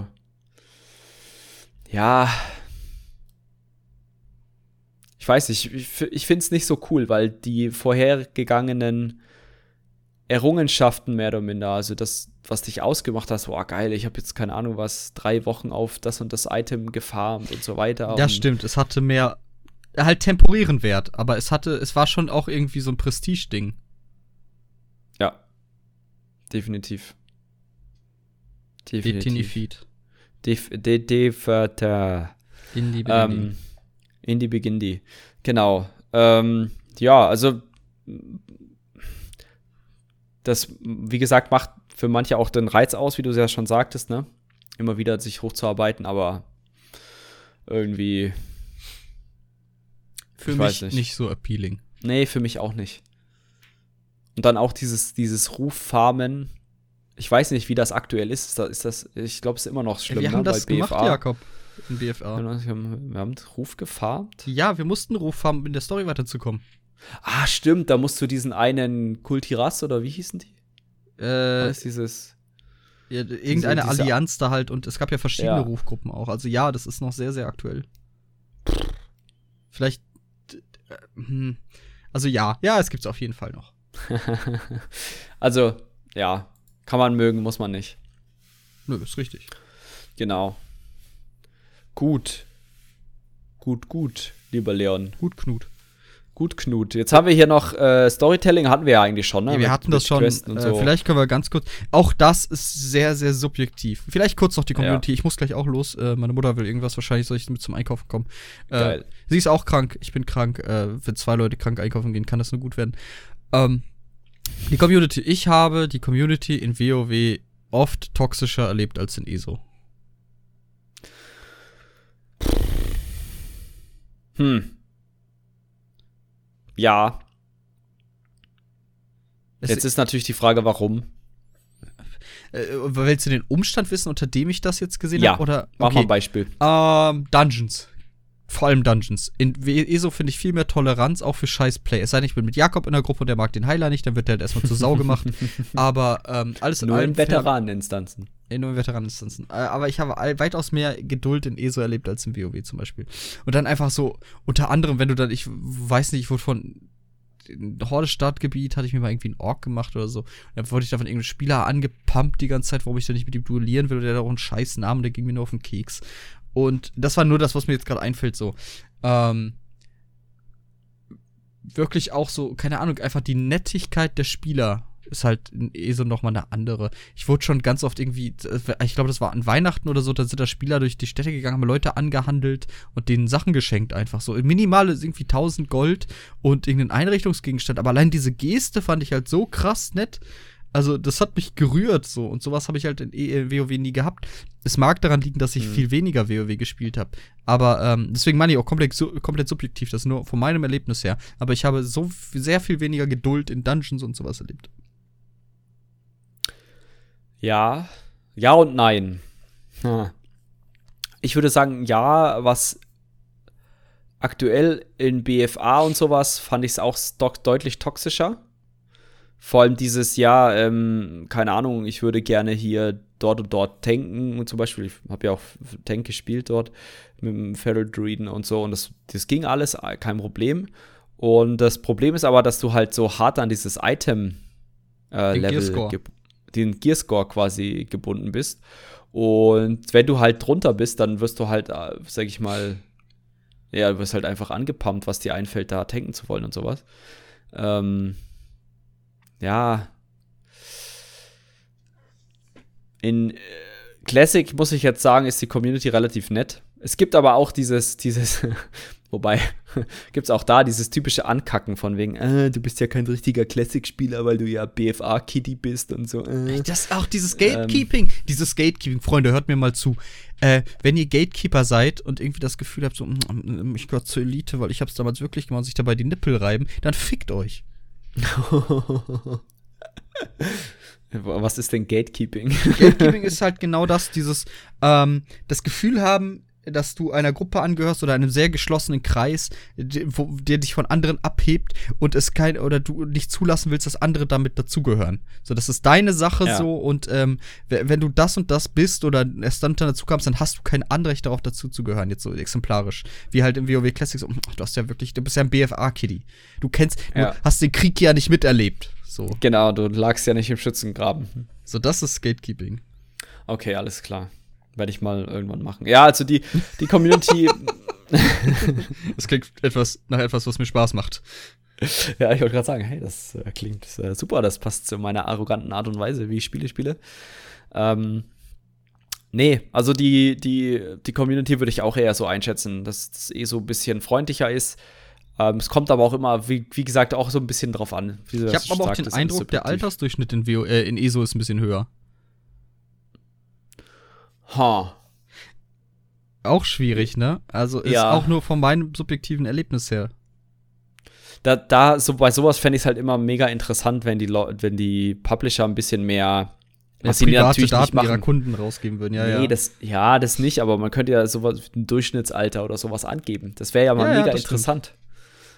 ja. Ich weiß nicht, ich, ich finde es nicht so cool, weil die vorhergegangenen Errungenschaften mehr oder minder, also das, was dich ausgemacht hast, boah, geil, ich habe jetzt keine Ahnung was, drei Wochen auf das und das Item gefarmt und so weiter. Ja, und stimmt. Es hatte mehr halt temporären Wert, aber es hatte, es war schon auch irgendwie so ein Prestige-Ding. Ja, definitiv. Definitiv. Detinifid. Def, de, def, äh, Indie ähm, Indie Begindi. Genau. Ähm, ja, also das, wie gesagt, macht für manche auch den Reiz aus, wie du es ja schon sagtest, ne? Immer wieder sich hochzuarbeiten, aber irgendwie. Für ich mich weiß nicht. nicht. so appealing. Nee, für mich auch nicht. Und dann auch dieses, dieses Ruffarmen. Ich weiß nicht, wie das aktuell ist. Ist das, ist das ich glaube, es ist immer noch schlimm. wir haben ne? das Bei gemacht, B F A. Jakob, in B F A. Wir haben, wir haben Ruf gefarmt. Ja, wir mussten Ruf haben, in der Story weiterzukommen. Ah, stimmt, da musst du diesen einen Kultiras oder wie hießen die? Äh, Was ist dieses? ja, irgendeine diese- Allianz da halt und es gab ja verschiedene Ja. Rufgruppen auch. Also ja, das ist noch sehr, sehr aktuell. Vielleicht, äh, hm. Also ja, ja, es gibt's auf jeden Fall noch. Also, ja, kann man mögen, muss man nicht. Nö, ist richtig. Genau. Gut. Gut, gut, lieber Leon. Gut, Knut. Gut, Knut. Jetzt haben wir hier noch äh, Storytelling, hatten wir ja eigentlich schon, ne? Ja, wir Mit- hatten das mit schon. Questen und Äh, so. Vielleicht können wir ganz kurz. Auch das ist sehr, sehr subjektiv. Vielleicht kurz noch die Community. Ja. Ich muss gleich auch los. Äh, meine Mutter will irgendwas. Wahrscheinlich soll ich mit zum Einkaufen kommen. Äh, Geil. Sie ist auch krank. Ich bin krank. Äh, wenn zwei Leute krank einkaufen gehen, kann das nur gut werden. Ähm, die Community. Ich habe die Community in WoW oft toxischer erlebt als in E S O. Hm. Ja. Es- Jetzt ist natürlich die Frage, warum. Äh, willst du den Umstand wissen, unter dem ich das jetzt gesehen Ja. habe? Oder? Mach mal ein Beispiel. Ähm, Dungeons. Vor allem Dungeons. In E S O finde ich viel mehr Toleranz, auch für scheiß Play. Es sei denn, ich bin mit Jakob in der Gruppe und der mag den Heiler nicht, dann wird der halt erstmal zur Sau gemacht. Aber ähm, alles in Nur allem. in Veteraneninstanzen. In nur in Veteraneninstanzen. Äh, aber ich habe all, weitaus mehr Geduld in E S O erlebt als in WoW zum Beispiel. Und dann einfach so, unter anderem, wenn du dann, ich weiß nicht, ich wurde von Horde-Startgebiet, hatte ich mir mal irgendwie einen Ork gemacht oder so. Und dann wurde ich da von irgendeinem Spieler angepumpt die ganze Zeit, warum ich da nicht mit ihm duellieren will. Und der hat auch einen scheiß Namen, der ging mir nur auf den Keks. Und das war nur das, was mir jetzt gerade einfällt, so. Ähm, wirklich auch so, keine Ahnung, einfach die Nettigkeit der Spieler ist halt in E S O nochmal eine andere. Ich wurde schon ganz oft irgendwie, ich glaube, das war an Weihnachten oder so, da sind da Spieler durch die Städte gegangen, haben Leute angehandelt und denen Sachen geschenkt einfach so. Minimale ist irgendwie tausend Gold und irgendein Einrichtungsgegenstand, aber allein diese Geste fand ich halt so krass nett. Also, das hat mich gerührt so und sowas habe ich halt in e WoW nie gehabt. Es mag daran liegen, dass ich Mhm. viel weniger WoW gespielt habe. Aber ähm, deswegen meine ich auch komplett, su komplett subjektiv, das ist nur von meinem Erlebnis her. Aber ich habe so f- sehr viel weniger Geduld in Dungeons und sowas erlebt. Ja. Ja und nein. Hm. Ich würde sagen, ja, was aktuell in B F A und sowas fand ich es auch stock deutlich toxischer. Vor allem dieses Jahr, ähm, keine Ahnung, ich würde gerne hier dort und dort tanken. Und zum Beispiel, ich habe ja auch Tank gespielt dort mit dem Feral Druiden und so. Und das, das ging alles, äh, kein Problem. Und das Problem ist aber, dass du halt so hart an dieses Item äh, Den Level, Gearscore. ge- den Gearscore quasi gebunden bist. Und wenn du halt drunter bist, dann wirst du halt, äh, sag ich mal, ja, du wirst halt einfach angepumpt, was dir einfällt, da tanken zu wollen und sowas. Ähm, ja. In äh, Classic muss ich jetzt sagen, ist die Community relativ nett. Es gibt aber auch dieses, dieses, wobei, gibt's auch da dieses typische Ankacken von wegen, äh, du bist ja kein richtiger Classic-Spieler, weil du ja B F A-Kitty bist und so. Äh. Das auch dieses Gatekeeping, dieses Gatekeeping, Freunde, hört mir mal zu. Äh, wenn ihr Gatekeeper seid und irgendwie das Gefühl habt, so, mm, ich gehöre zur Elite, weil ich hab's damals wirklich gemacht und sich dabei die Nippel reiben, dann fickt euch. Was ist denn Gatekeeping? Gatekeeping ist halt genau das, dieses, ähm, das Gefühl haben, dass du einer Gruppe angehörst oder einem sehr geschlossenen Kreis, d- wo, der dich von anderen abhebt und es kein, oder du nicht zulassen willst, dass andere damit dazugehören. So, das ist deine Sache Ja. so und ähm, w- wenn du das und das bist oder erst dann dazu kamst, dann hast du kein Anrecht darauf, dazuzugehören, jetzt so exemplarisch. Wie halt im WoW Classic, so, ach, du hast ja wirklich, du bist ja ein B F A-Kitty. Du kennst, Ja. du hast den Krieg ja nicht miterlebt. So. Genau, du lagst ja nicht im Schützengraben. so, das ist Gatekeeping. Okay, alles klar. Werde ich mal irgendwann machen. Ja, also die, die Community. Das klingt etwas nach etwas, was mir Spaß macht. Ja, ich wollte gerade sagen, hey, das äh, klingt äh, super, das passt zu meiner arroganten Art und Weise, wie ich Spiele spiele. Ähm, nee, also die, die, die Community würde ich auch eher so einschätzen, dass es eh so ein bisschen freundlicher ist. Ähm, es kommt aber auch immer, wie, wie gesagt, auch so ein bisschen drauf an. Wie du Ich das habe aber auch sagst, den ist Eindruck, alles der subjektiv. Altersdurchschnitt in, WO, äh, in E S O ist ein bisschen höher. Ha. Auch schwierig, ne? Also ist Ja. auch nur von meinem subjektiven Erlebnis her. Da, da so bei sowas fände ich es halt immer mega interessant, wenn die, Leu- wenn die Publisher ein bisschen mehr, was sie private natürlich nicht Daten ihrer machen. Kunden rausgeben würden, ja, nee, ja. das, ja, das nicht, aber man könnte ja sowas, ein Durchschnittsalter oder sowas angeben. Das wäre ja mal Ja, ja, mega das interessant.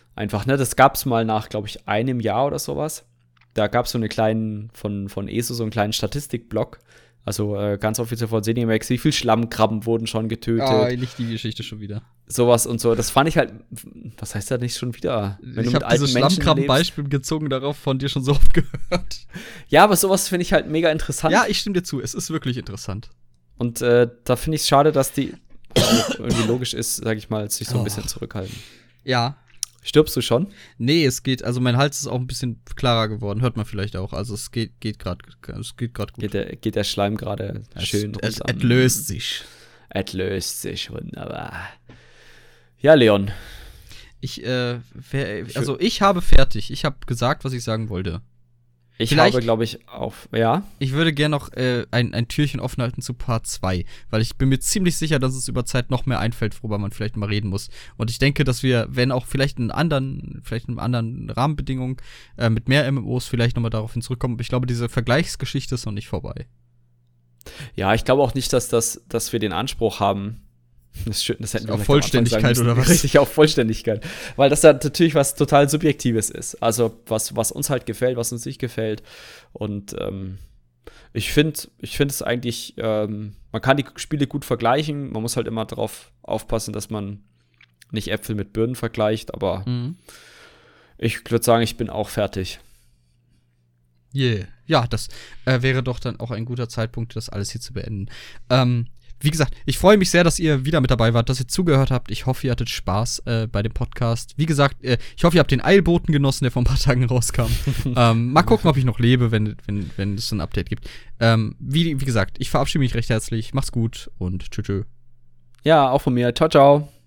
Einfach, ne? Das gab es mal nach, glaube ich, einem Jahr oder sowas. Da gab es so eine kleinen, von, von E S O, so einen kleinen Statistikblock. Also äh, ganz offiziell von Zenimax, wie viele Schlammkrabben wurden schon getötet. Ah, nicht die Geschichte schon wieder. Sowas und so. Das fand ich halt, was heißt das nicht schon wieder? Wenn ich habe dieses Schlammkrabben-Beispiel gezogen darauf von dir schon so oft gehört. Ja, aber sowas finde ich halt mega interessant. Ja, ich stimme dir zu. Es ist wirklich interessant. Und äh, da finde ich es schade, dass die irgendwie logisch ist, sag ich mal, sich so ein bisschen zurückhalten. Ja. Stirbst du schon? Nee, es geht, also mein Hals ist auch ein bisschen klarer geworden, hört man vielleicht auch. Also es geht geht gerade es geht gerade gut. Geht der, geht der Schleim gerade schön runter. Es, es löst sich. Es löst sich, wunderbar. Ja, Leon. Ich, äh, wer, also ich habe fertig. Ich habe gesagt, was ich sagen wollte. Ich Vielleicht, habe, glaube ich, auch, ja. Ich würde gerne noch äh, ein, ein Türchen offen halten zu Part zwei, weil ich bin mir ziemlich sicher, dass es über Zeit noch mehr einfällt, worüber man vielleicht mal reden muss. Und ich denke, dass wir, wenn auch vielleicht in anderen, vielleicht in anderen Rahmenbedingungen, äh, mit mehr M M Os vielleicht nochmal daraufhin zurückkommen. Aber ich glaube, diese Vergleichsgeschichte ist noch nicht vorbei. Ja, ich glaube auch nicht, dass, das, dass wir den Anspruch haben, Das, das hätten wir auf Vollständigkeit oder was? Richtig, auf Vollständigkeit. Weil das ja natürlich was total Subjektives ist. Also was, was uns halt gefällt, was uns nicht gefällt. Und ähm, ich finde ich finde es eigentlich, ähm, man kann die Spiele gut vergleichen. Man muss halt immer darauf aufpassen, dass man nicht Äpfel mit Birnen vergleicht. Aber mhm. ich würde sagen, ich bin auch fertig. Yeah. Ja, das äh, wäre doch dann auch ein guter Zeitpunkt, das alles hier zu beenden. Ähm, Wie gesagt, ich freue mich sehr, dass ihr wieder mit dabei wart, dass ihr zugehört habt. Ich hoffe, ihr hattet Spaß äh, bei dem Podcast. Wie gesagt, äh, ich hoffe, ihr habt den Eilboten genossen, der vor ein paar Tagen rauskam. ähm, mal gucken, ob ich noch lebe, wenn, wenn, wenn es ein Update gibt. Ähm, wie, wie gesagt, ich verabschiede mich recht herzlich. Macht's gut und tschüss. Ja, auch von mir. Ciao, ciao.